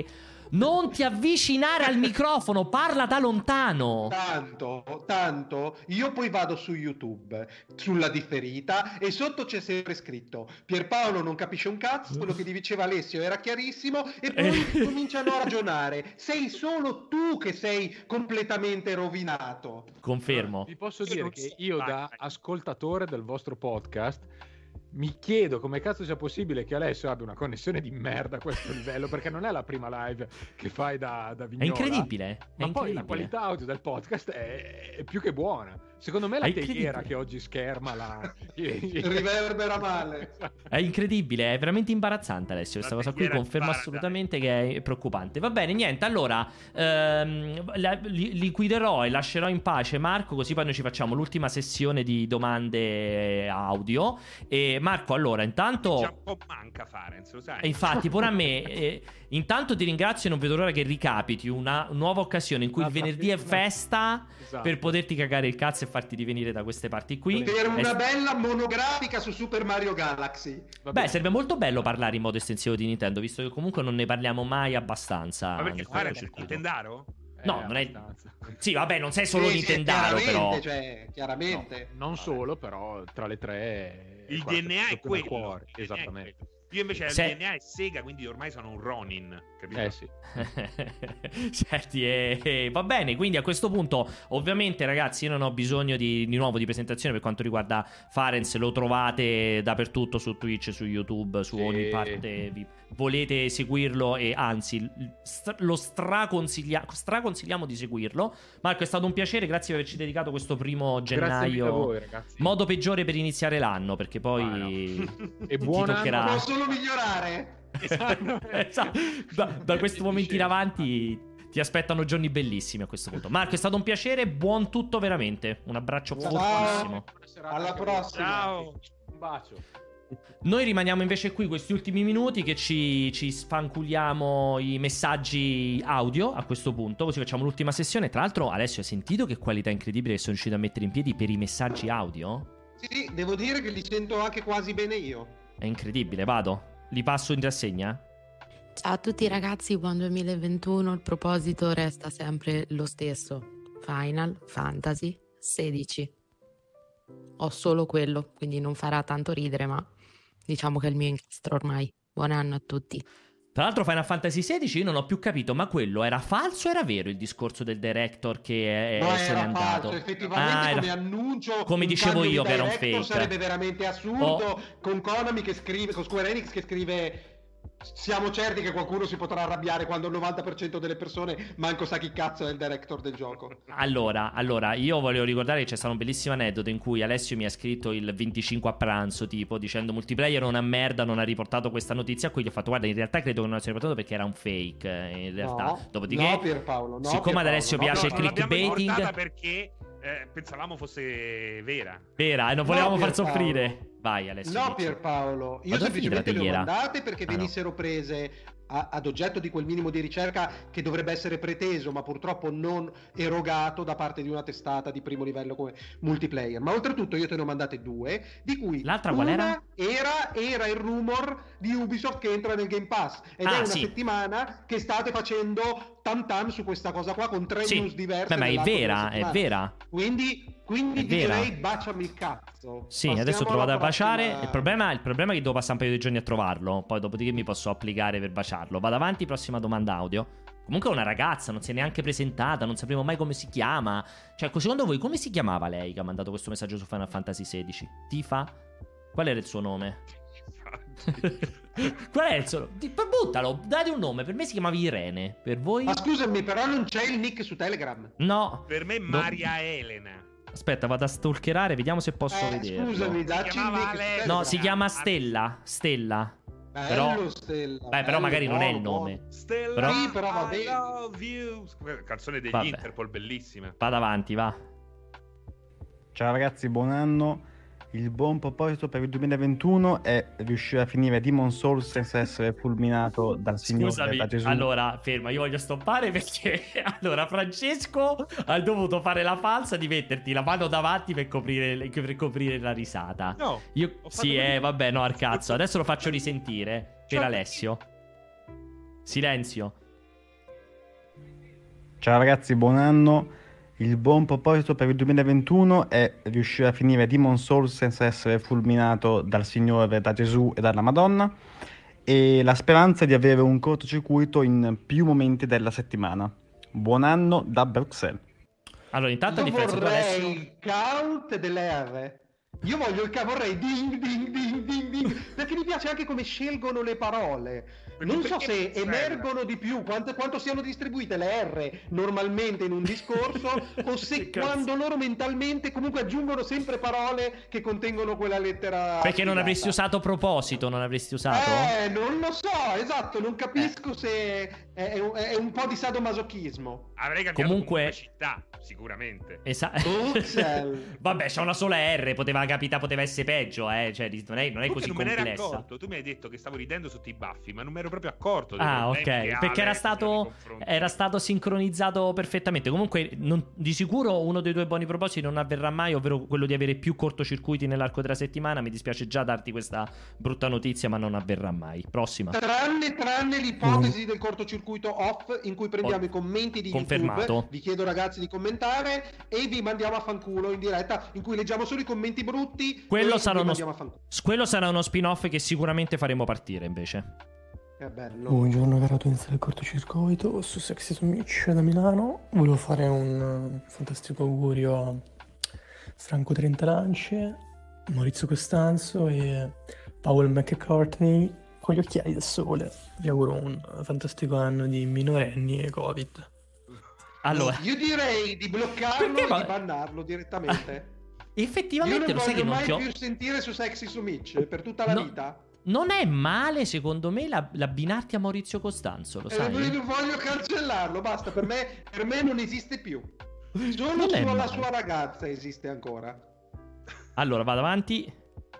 Non ti avvicinare al microfono, parla da lontano. Tanto, io poi vado su YouTube, sulla differita, e sotto c'è sempre scritto: Pierpaolo non capisce un cazzo, quello che diceva Alessio era chiarissimo, e poi cominciano a ragionare. Sei solo tu che sei completamente rovinato. Confermo. Vi posso dire che io, da ascoltatore del vostro podcast, mi chiedo come cazzo sia possibile che Alessio abbia una connessione di merda a questo livello, perché non è la prima live che fai da Vignola. È incredibile. Ma poi la qualità audio del podcast è più che buona. Secondo me la teiera che oggi scherma riverbera male. È incredibile, è veramente imbarazzante, Alessio. Questa cosa qui conferma assolutamente che è preoccupante. Va bene, niente, allora liquiderò e lascerò in pace Marco, così poi noi ci facciamo l'ultima sessione di domande audio. E Marco, allora, intanto già un po' manca Farenz, lo sai. Infatti, pure a me. Intanto ti ringrazio e non vedo l'ora che ricapiti una nuova occasione in cui il venerdì è festa, esatto, per poterti cagare il cazzo e farti divenire da queste parti qui. Per una bella monografica su Super Mario Galaxy. Beh, sarebbe molto bello parlare in modo estensivo di Nintendo, visto che comunque non ne parliamo mai abbastanza. Ma perché fare il Nintendaro? No, non è. Sì, vabbè, non sei solo Nintendaro, però. Chiaramente. No, non solo, però tra le tre. Il DNA è quello. Esattamente. Io invece il DNA è Sega, quindi ormai sono un Ronin, capito? Sì. Senti, va bene, quindi a questo punto ovviamente ragazzi io non ho bisogno di nuovo di presentazione per quanto riguarda Farenz, lo trovate dappertutto su Twitch, su YouTube, su ogni parte, volete seguirlo e anzi lo straconsigliamo di seguirlo. Marco, è stato un piacere, grazie per averci dedicato questo primo gennaio, a voi, ragazzi. Modo peggiore per iniziare l'anno, perché poi e buon toccherà... Può solo migliorare. Esatto. Da questo momento in avanti ti aspettano giorni bellissimi a questo punto. Marco, è stato un piacere, buon tutto veramente. Un abbraccio fortissimo. Alla prossima. Ciao. Un bacio. Noi rimaniamo invece qui questi ultimi minuti che ci sfanculiamo i messaggi audio a questo punto, così facciamo l'ultima sessione. Tra l'altro, Alessio, hai sentito che qualità incredibile che sono riuscito a mettere in piedi per i messaggi audio? Sì, devo dire che li sento anche quasi bene io. È incredibile, vado. Li passo in rassegna? Ciao a tutti ragazzi, buon 2021. Il proposito resta sempre lo stesso: Final Fantasy 16. Ho solo quello, quindi non farà tanto ridere, ma diciamo che è il mio incastro ormai. Buon anno a tutti. Tra l'altro Final Fantasy XVI io non ho più capito, ma quello era falso o era vero il discorso del director che se n'è andato? Falso, effettivamente come annuncio, come dicevo io che era un fake. Sarebbe veramente assurdo con Konami che scrive, con Square Enix che scrive: siamo certi che qualcuno si potrà arrabbiare quando il 90% delle persone manco sa chi cazzo è il director del gioco. Allora, io volevo ricordare che c'è stato un bellissimo aneddoto in cui Alessio mi ha scritto il 25 a pranzo, tipo, dicendo multiplayer è una merda, non ha riportato questa notizia. Qui gli ho fatto: guarda, in realtà credo che non sia riportato perché era un fake. In realtà, no, dopodiché, no, Pierpaolo, no, siccome ad Alessio piace il clickbaiting, perché pensavamo fosse vera e non volevamo far soffrire. Vai Alessio. No, Pierpaolo, io semplicemente le ho mandate perché venissero prese ad oggetto di quel minimo di ricerca che dovrebbe essere preteso ma purtroppo non erogato da parte di una testata di primo livello come multiplayer. Ma oltretutto io te ne ho mandate due, di cui l'altra qual era? Era il rumor di Ubisoft che entra nel Game Pass ed è una settimana che state facendo tam su questa cosa qua con 3 news diverse. Beh, ma è vera. Quindi direi baciami il cazzo. Sì, adesso ho trovato a baciare. Il problema è che devo passare un paio di giorni a trovarlo. Poi dopodiché mi posso applicare per baciarlo. Vado avanti, prossima domanda audio. Comunque è una ragazza, non si è neanche presentata, non sapremo mai come si chiama. Cioè, secondo voi come si chiamava lei che ha mandato questo messaggio su Final Fantasy XVI? Tifa? Qual era il suo nome? Qual è il suo nome? Buttalo, date un nome. Per me si chiamava Irene. Per voi? Ma scusami, però non c'è il nick su Telegram. No. Per me Maria Elena. Aspetta, vado a stalkerare, vediamo se posso vederlo. Scusami, dacci il nick. No, si chiama Stella. Però, Stella. Però magari non è il nome. Stella, però... Sì, però va bene. I love you. Canzone degli Interpol, bellissima. Vado avanti, va. Ciao ragazzi, buon anno. Il buon proposito per il 2021 è riuscire a finire Demon Souls senza essere fulminato dal Signore, da Gesù. Allora, ferma, io voglio stoppare perché allora Francesco ha dovuto fare la falsa di metterti la mano davanti per coprire la risata. No. Vabbè, no, al cazzo. Adesso lo faccio risentire per Alessio. Silenzio. Ciao ragazzi, buon anno. Il buon proposito per il 2021 è riuscire a finire Demon Souls senza essere fulminato dal Signore, da Gesù e dalla Madonna, e la speranza di avere un cortocircuito in più momenti della settimana. Buon anno da Bruxelles. Allora, intanto Io vorrei il count delle R. Io vorrei ding ding ding ding ding, perché mi piace anche come scelgono le parole. Non so se emergono di più, quanto siano distribuite le R normalmente in un discorso, o se quando loro mentalmente comunque aggiungono sempre parole che contengono quella lettera. Perché non avresti usato proposito, non avresti usato? Non lo so, esatto, non capisco se è un po' di sadomasochismo. Avrei cambiato comunque città, sicuramente. Vabbè, c'è una sola R, poteva essere peggio, cioè non è così non me ne ero complessa. accorto. Tu mi hai detto che stavo ridendo sotto i baffi, ma non mi ero proprio accorto. Ah, ok, perché era stato sincronizzato perfettamente. Comunque, di sicuro uno dei tuoi buoni propositi non avverrà mai, ovvero quello di avere più cortocircuiti nell'arco della settimana. Mi dispiace già darti questa brutta notizia, ma non avverrà mai. Prossima. Tranne l'ipotesi del cortocircuito off, in cui prendiamo i commenti di confermato. YouTube. Vi chiedo ragazzi di commentare e vi mandiamo a fanculo in diretta, in cui leggiamo solo i commenti brutti. Quello sarà uno spin-off che sicuramente faremo partire invece. Che bello. Buongiorno caro Twins del cortocircuito, su Sexy su Mitch da Milano. Volevo fare un fantastico augurio a Franco Trentalance, Maurizio Costanzo e Paul McCartney con gli occhiali da sole. Vi auguro un fantastico anno di minorenni e Covid. Allora, io direi di bloccarlo e di bannarlo direttamente. Effettivamente io non voglio mai più sentire su Sexy su Mitch per tutta la vita. Non è male, secondo me, l'abbinarti a Maurizio Costanzo, lo sai? Voglio cancellarlo, basta, per me non esiste più. Solo la sua ragazza esiste ancora. Allora, vado avanti.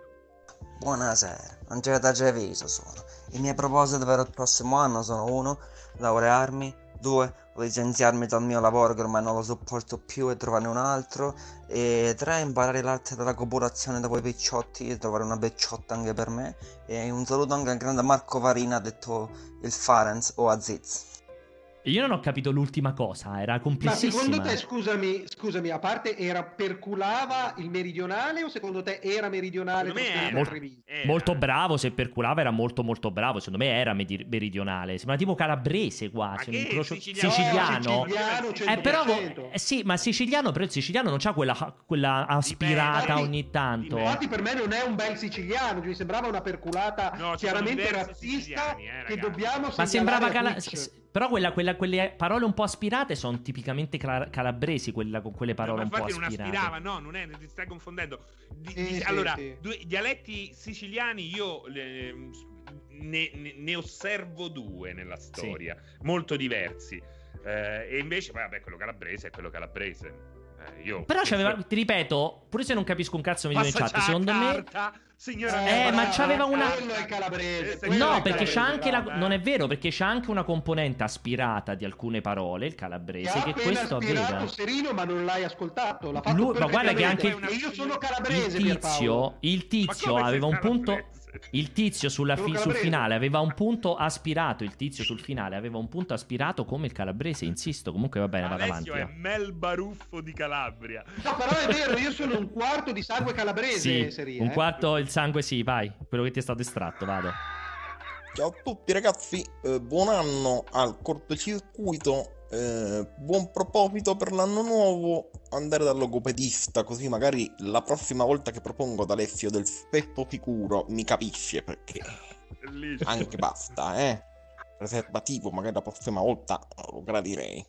Buonasera, non c'è da Treviso sono. I miei propositi per il prossimo anno sono: 1. Laurearmi, 2. Licenziarmi dal mio lavoro che ormai non lo sopporto più e trovarne un altro, e 3. Imparare l'arte della copulazione dopo i picciotti e trovare una becciotta anche per me. E un saluto anche al grande Marco Varina, detto il Farenz o Aziz. Io non ho capito l'ultima cosa, era complessissima. Ma secondo te, scusami, a parte perculava il meridionale o secondo te era meridionale? Molto bravo, se perculava era molto molto bravo, secondo me era meridionale, sembra tipo calabrese quasi, un incrocio siciliano. Però sì, ma siciliano, però il siciliano non c'ha quella aspirata ogni tanto. Infatti per me non è un bel siciliano, mi sembrava una perculata chiaramente razzista che dobbiamo ma sembrava però quelle parole un po' aspirate sono tipicamente calabresi, quella con quelle parole un po' aspirate. Non aspirava, no, non è, ti stai confondendo. Allora, dialetti siciliani io ne osservo due nella storia, molto diversi. E invece, vabbè, quello calabrese è quello calabrese. Però ti ripeto, pure se non capisco un cazzo mi dico in chat, secondo me ma c'aveva una no, perché c'ha anche non è vero, perché c'ha anche una componente aspirata di alcune parole, il calabrese, che questo aveva Serino, ma non l'hai ascoltato, l'ha fatto ma guarda che anche io sono calabrese, il tizio aveva un punto. Il tizio sul finale aveva un punto aspirato. Il tizio sul finale aveva un punto aspirato come il calabrese, insisto. Comunque va bene, vado avanti. Alessio è Mel Baruffo di Calabria. No, però è vero, io sono un quarto di sangue calabrese. Sì, un quarto il sangue, sì, vai. Quello che ti è stato estratto, vado. Ciao a tutti ragazzi, buon anno al cortocircuito. Buon proposito per l'anno nuovo, andare dal logopedista, così magari la prossima volta che propongo ad Alessio del stesso sicuro mi capisce, perché anche basta, preservativo, magari la prossima volta lo gradirei.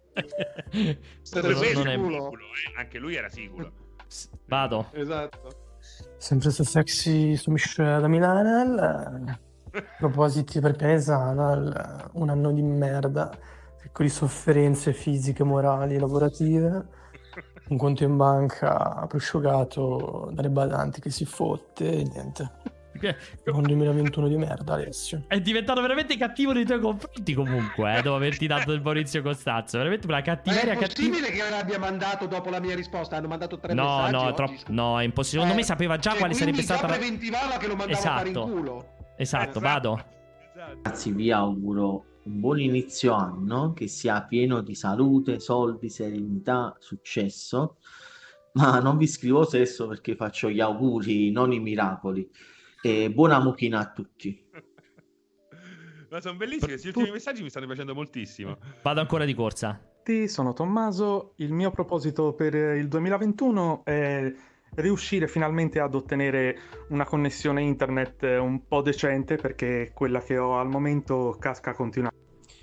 Non è anche lui era sicuro. Vado. Esatto. Sempre su Sexy su Mish da Milano. Propositi per Pianesana, un anno di merda, piccoli sofferenze fisiche, morali, lavorative, un conto in banca prosciugato dalle badanti che si fotte e niente. Un 2021 di merda, Alessio. È diventato veramente cattivo nei tuoi confronti comunque, dopo averti dato il Maurizio Costanzo. Veramente una cattiveria. Ma è possibile che l'abbia mandato dopo la mia risposta? Hanno mandato 3 messaggi no, è impossibile. Secondo me sapeva già quale sarebbe stata preventivava che lo mandava a fare in culo. Esatto, vado. Ragazzi, vi auguro un buon inizio anno, che sia pieno di salute, soldi, serenità, successo, ma non vi scrivo sesso perché faccio gli auguri, non i miracoli. E buona mucchina a tutti. Ma sono bellissimi, questi ultimi messaggi mi stanno piacendo moltissimo. Vado ancora di corsa. Sono Tommaso, il mio proposito per il 2021 è riuscire finalmente ad ottenere una connessione internet un po' decente, perché quella che ho al momento casca continuamente.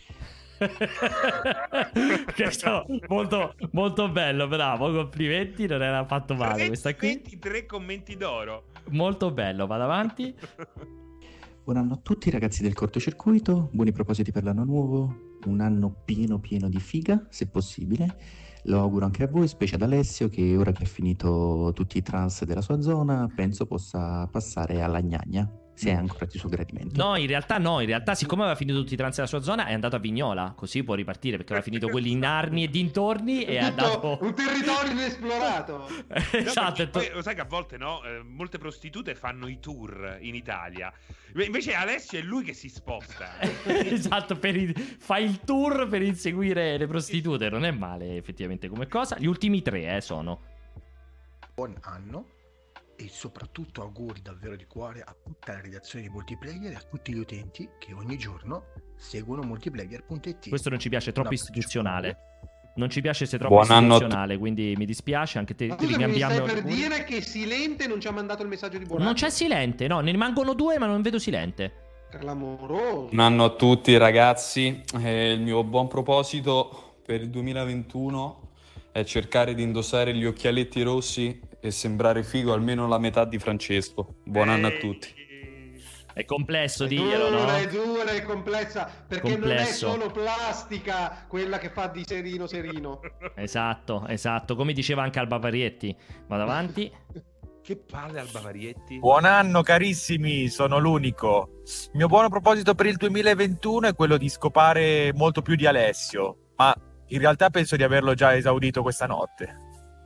molto, molto bello, bravo, complimenti, non era affatto male questa qui. 23 commenti d'oro. Molto bello, vado avanti. Buon anno a tutti ragazzi del cortocircuito, buoni propositi per l'anno nuovo, un anno pieno di figa, se possibile. Lo auguro anche a voi, specie ad Alessio, che ora che ha finito tutti i trans della sua zona, penso possa passare alla gnagna, se è ancora di suo gradimento. No, in realtà siccome aveva finito tutti i trans della sua zona è andato a Vignola, così può ripartire, perché aveva finito quelli in Arni e dintorni e è andato... Un territorio inesplorato. Esatto. No, poi, lo sai che a volte molte prostitute fanno i tour in Italia, invece Alessio è lui che si sposta. Esatto, fa il tour per inseguire le prostitute, non è male effettivamente come cosa. Gli ultimi 3 sono: buon anno e soprattutto auguri davvero di cuore a tutta la redazione di Multiplayer e a tutti gli utenti che ogni giorno seguono multiplayer.it. Questo non ci piace, è troppo istituzionale. Non ci piace se è troppo istituzionale, quindi mi dispiace, anche te. Mi stai per dire che Silente non ci ha mandato il messaggio di buon anno? Non c'è Silente, no, ne rimangono 2 ma non vedo Silente. Clamoroso. Un anno a tutti ragazzi, il mio buon proposito per il 2021 è cercare di indossare gli occhialetti rossi e sembrare figo almeno la metà di Francesco. Buon anno a tutti. È complesso dirglielo, no? È dura, è complessa, perché non è solo plastica quella che fa di Serino. Esatto, come diceva anche Alba Varietti. Vado avanti. Che palle Alba Varietti. Buon anno carissimi, sono l'unico. Il mio buono proposito per il 2021 è quello di scopare molto più di Alessio, ma in realtà penso di averlo già esaudito questa notte.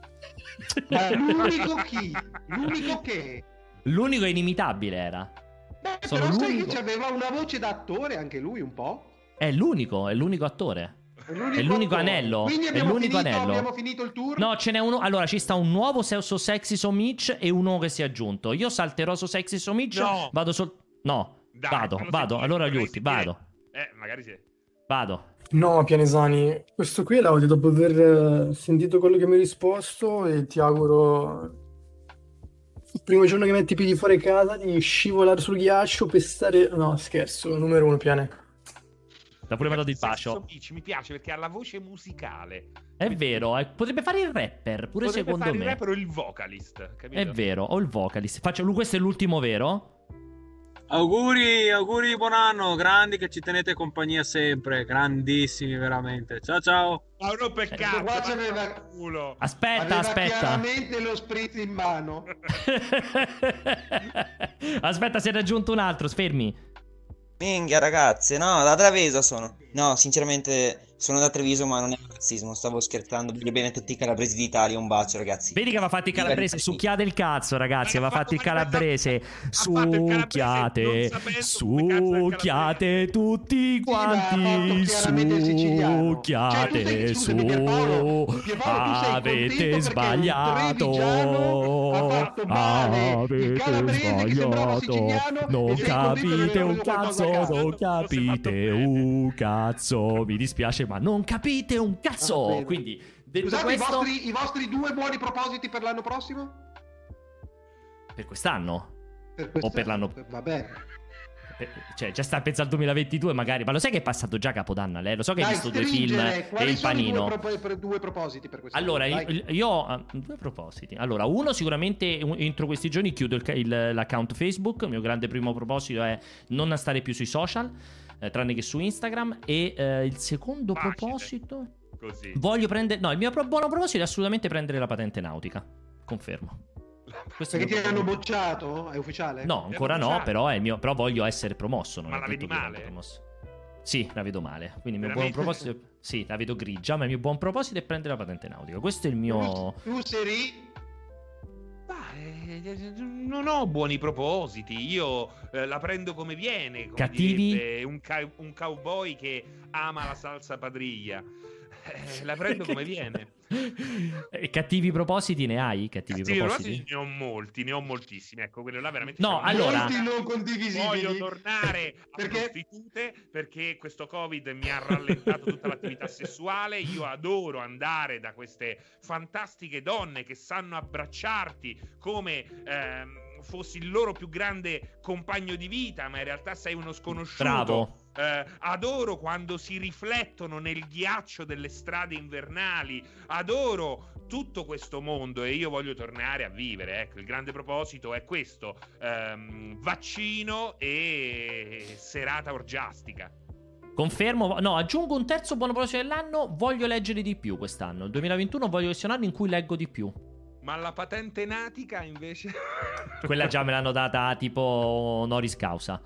Ma l'unico chi? L'unico che? L'unico inimitabile era. Sono però sai che aveva una voce da attore anche lui un po'? È l'unico attore. È l'unico anello. Quindi abbiamo finito il tour? No, ce n'è uno. Allora, ci sta un nuovo So Sexy So Mitch e uno che si è aggiunto. Io salterò So Sexy So Mitch. No. Vado vado. Allora gli ultimi, vado. Magari sì. Vado. No, Pianesani, questo qui è l'audio dopo aver sentito quello che mi hai risposto e ti auguro il primo giorno che metti i piedi fuori casa di scivolare sul ghiaccio, pestare... No, scherzo, numero 1 Piane. Da pure mandato il bacio. Mi piace perché ha la voce musicale. È vero, potrebbe fare il rapper, pure potrebbe secondo fare me. Il rapper o il vocalist, capito? È vero, o il vocalist. Questo è l'ultimo, vero? Auguri di buon anno, grandi che ci tenete compagnia sempre, grandissimi veramente. Ciao. Ma non per cazzo, qua c'aveva culo. Aspetta. Chiaramente lo spritz in mano. Aspetta, si è raggiunto un altro, fermi. Minchia ragazzi, no, da Treviso sono. No, sinceramente sono da Treviso, ma non è razzismo, stavo scherzando. Voglio bene a tutti i calabresi d'Italia, un bacio ragazzi. Vedi che aveva fatto il calabrese, succhiate il cazzo ragazzi, aveva fatto il calabrese. Succhiate tutti quanti, succhiate su. Avete sbagliato, non capite un cazzo. Non capite un cazzo, mi dispiace, ma non capite un cazzo. Quindi, detto Scusate, questo, i vostri 2 buoni propositi per l'anno prossimo? Per quest'anno? Per quest'anno. O per l'anno? Vabbè. Cioè, già sta pensando al 2022 magari. Ma lo sai che è passato già Capodanno, lei? Lo so che hai visto 2 film e il panino. Due propositi per quest'anno? Allora, io ho 2 propositi. Allora, uno sicuramente entro questi giorni chiudo l'account Facebook. Il mio grande primo proposito è non stare più sui social, tranne che su Instagram. E il secondo proposito... Così. Voglio prendere... No, il mio buono proposito è assolutamente prendere la patente nautica. Confermo. Perché ti hanno bocciato? È ufficiale? No, ancora no, però è il mio. Però voglio essere promosso. Non ma è la vedi male? Promosso. Sì, la vedo male. Quindi il mio veramente? buon proposito. Sì, la vedo grigia. Ma il mio buon proposito è prendere la patente nautica. Questo è il mio. Tu sei non ho buoni propositi, io la prendo come viene, come Cattivi? direbbe un cowboy che ama la salsa padriglia. La prendo come viene. Cattivi propositi ne hai? Cattivi propositi? Ne ho moltissimi. Ecco, quello là veramente. No, allora. Molti non condivisibili. Voglio tornare a prostitute perché questo Covid mi ha rallentato tutta l'attività sessuale. Io adoro andare da queste fantastiche donne che sanno abbracciarti come fossi il loro più grande compagno di vita, ma in realtà sei uno sconosciuto. Bravo. Adoro quando si riflettono nel ghiaccio delle strade invernali. Adoro tutto questo mondo e io voglio tornare a vivere. Ecco, il grande proposito è questo: vaccino e serata orgiastica. Confermo, no, aggiungo un terzo buon proposito dell'anno: voglio leggere di più quest'anno. Il 2021 voglio che sia un anno in cui leggo di più. Ma la patente natica invece? Quella già me l'hanno data tipo honoris causa.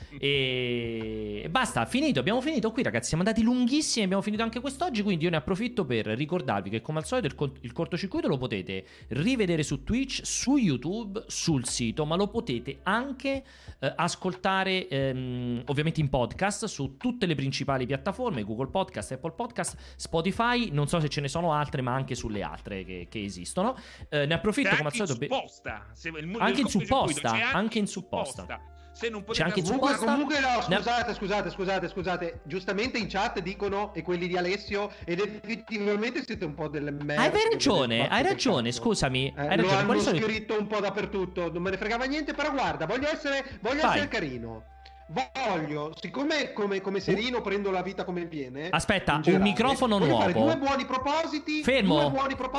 E basta, finito, abbiamo finito qui, ragazzi. Siamo andati lunghissimi, abbiamo finito anche quest'oggi. Quindi io ne approfitto per ricordarvi che, come al solito, il cortocircuito lo potete rivedere su Twitch, su YouTube, sul sito, ma lo potete anche ascoltare ovviamente in podcast su tutte le principali piattaforme: Google Podcast, Apple Podcast, Spotify. Non so se ce ne sono altre, ma anche sulle altre che esistono. Ne approfitto, come al solito, anche in supposta, anche in supposta. Se non c'è anche comunque no, scusate, giustamente in chat dicono, e quelli di Alessio, ed effettivamente siete un po' delle merde. Hai ragione, scusami. Hai lo ragione. hanno scritto un po' dappertutto, non me ne fregava niente, però guarda, voglio essere carino. Voglio, siccome come Serino prendo la vita come viene. Aspetta, un microfono nuovo. Fare due buoni propositi. Fermo,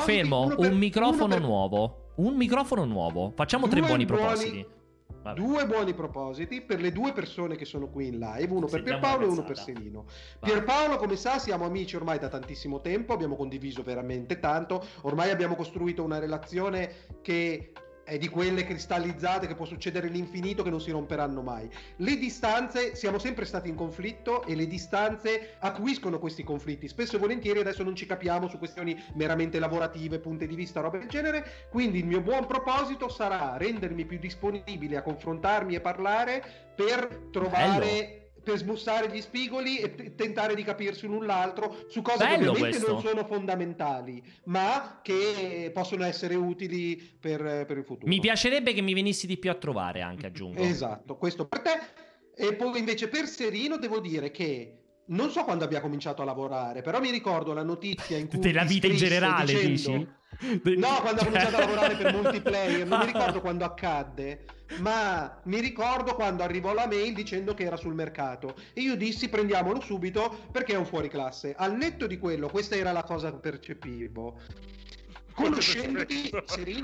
un microfono nuovo. Un microfono nuovo. Facciamo 3 buoni propositi. Vabbè. 2 buoni propositi per le 2 persone che sono qui in live, uno per Pierpaolo e uno per Serino. Pierpaolo, come sa, siamo amici ormai da tantissimo tempo, abbiamo condiviso veramente tanto, ormai abbiamo costruito una relazione che è di quelle cristallizzate, che può succedere all'infinito, che non si romperanno mai. Le distanze, siamo sempre stati in conflitto e le distanze acuiscono questi conflitti. Spesso e volentieri adesso non ci capiamo su questioni meramente lavorative, punti di vista, robe del genere. Quindi il mio buon proposito sarà rendermi più disponibile a confrontarmi e parlare per trovare... per smussare gli spigoli e tentare di capirsi l'un l'altro su cose che ovviamente non sono fondamentali, ma che possono essere utili per il futuro. Mi piacerebbe che mi venissi di più a trovare, anche, aggiungo. Esatto, questo per te. E poi invece per Serino devo dire che non so quando abbia cominciato a lavorare, però mi ricordo la notizia in cui della vita in generale, dicendo... dici? No, quando ha cominciato a lavorare per multiplayer, non mi ricordo quando accadde, ma mi ricordo quando arrivò la mail dicendo che era sul mercato e io dissi prendiamolo subito perché è un fuoriclasse. Al netto di quello, questa era la cosa che percepivo. Conoscendoti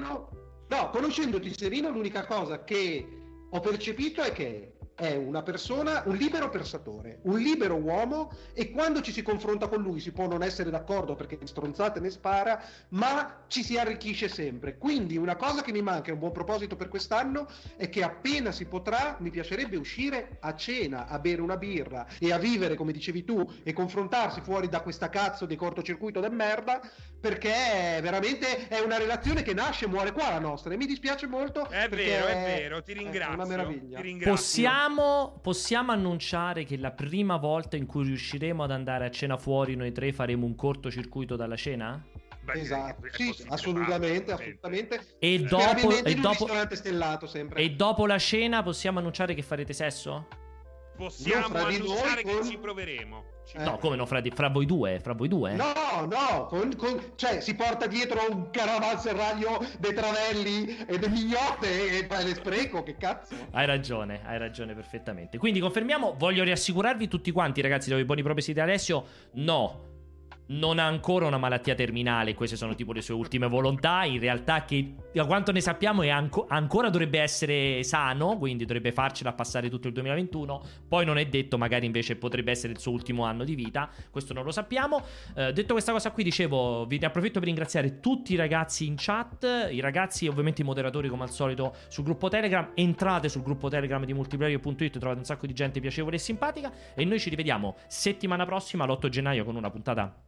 Serino, l'unica cosa che ho percepito è che è una persona, un libero pensatore, un libero uomo, e quando ci si confronta con lui si può non essere d'accordo perché stronzate ne spara, ma ci si arricchisce sempre. Quindi una cosa che mi manca, un buon proposito per quest'anno, è che appena si potrà mi piacerebbe uscire a cena, a bere una birra e a vivere, come dicevi tu, e confrontarsi fuori da questa cazzo di cortocircuito de merda, perché veramente è una relazione che nasce e muore qua la nostra, e mi dispiace molto. È vero, ti ringrazio. È una meraviglia. Ti ringrazio. Possiamo annunciare che la prima volta in cui riusciremo ad andare a cena fuori noi 3 faremo un cortocircuito dalla cena? Esatto, sì, assolutamente. E dopo stellato sempre. E dopo la cena possiamo annunciare che farete sesso? Possiamo annunciare che ci proveremo. No, come no, fra voi due? No, cioè si porta dietro un caravanserraglio dei travelli e dei mignotte e le spreco, che cazzo. Hai ragione perfettamente. Quindi confermiamo, voglio rassicurarvi tutti quanti, ragazzi, dopo i buoni propositi di Alessio, no, non ha ancora una malattia terminale, queste sono tipo le sue ultime volontà. In realtà, che da quanto ne sappiamo è ancora dovrebbe essere sano, quindi dovrebbe farcela passare tutto il 2021. Poi non è detto, magari invece potrebbe essere il suo ultimo anno di vita, questo non lo sappiamo. Detto questa cosa qui, dicevo, vi ne approfitto per ringraziare tutti i ragazzi in chat, i ragazzi, ovviamente i moderatori come al solito sul gruppo Telegram. Entrate sul gruppo Telegram di multiplayer.it, trovate un sacco di gente piacevole e simpatica, e noi ci rivediamo settimana prossima l'8 gennaio con una puntata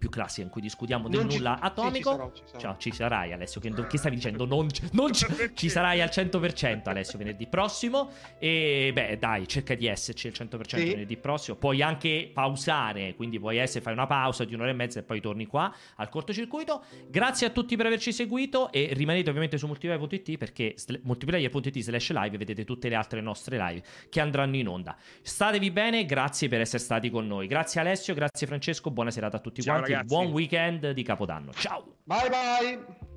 più classica in cui discutiamo del nulla atomico. Ci sarò. Ciao, ci sarai Alessio, che stavi dicendo? Non ci sarai al 100% Alessio venerdì prossimo, e beh dai, cerca di esserci al 100% venerdì prossimo. Puoi anche pausare, quindi fai una pausa di un'ora e mezza e poi torni qua al cortocircuito. Grazie a tutti per averci seguito, e rimanete ovviamente su multiplayer.it, perché multiplayer.it/live vedete tutte le altre nostre live che andranno in onda. Statevi bene, grazie per essere stati con noi. Grazie Alessio, grazie Francesco, buona serata a tutti quanti. Ragazzi. Buon weekend di Capodanno. Ciao. Bye bye.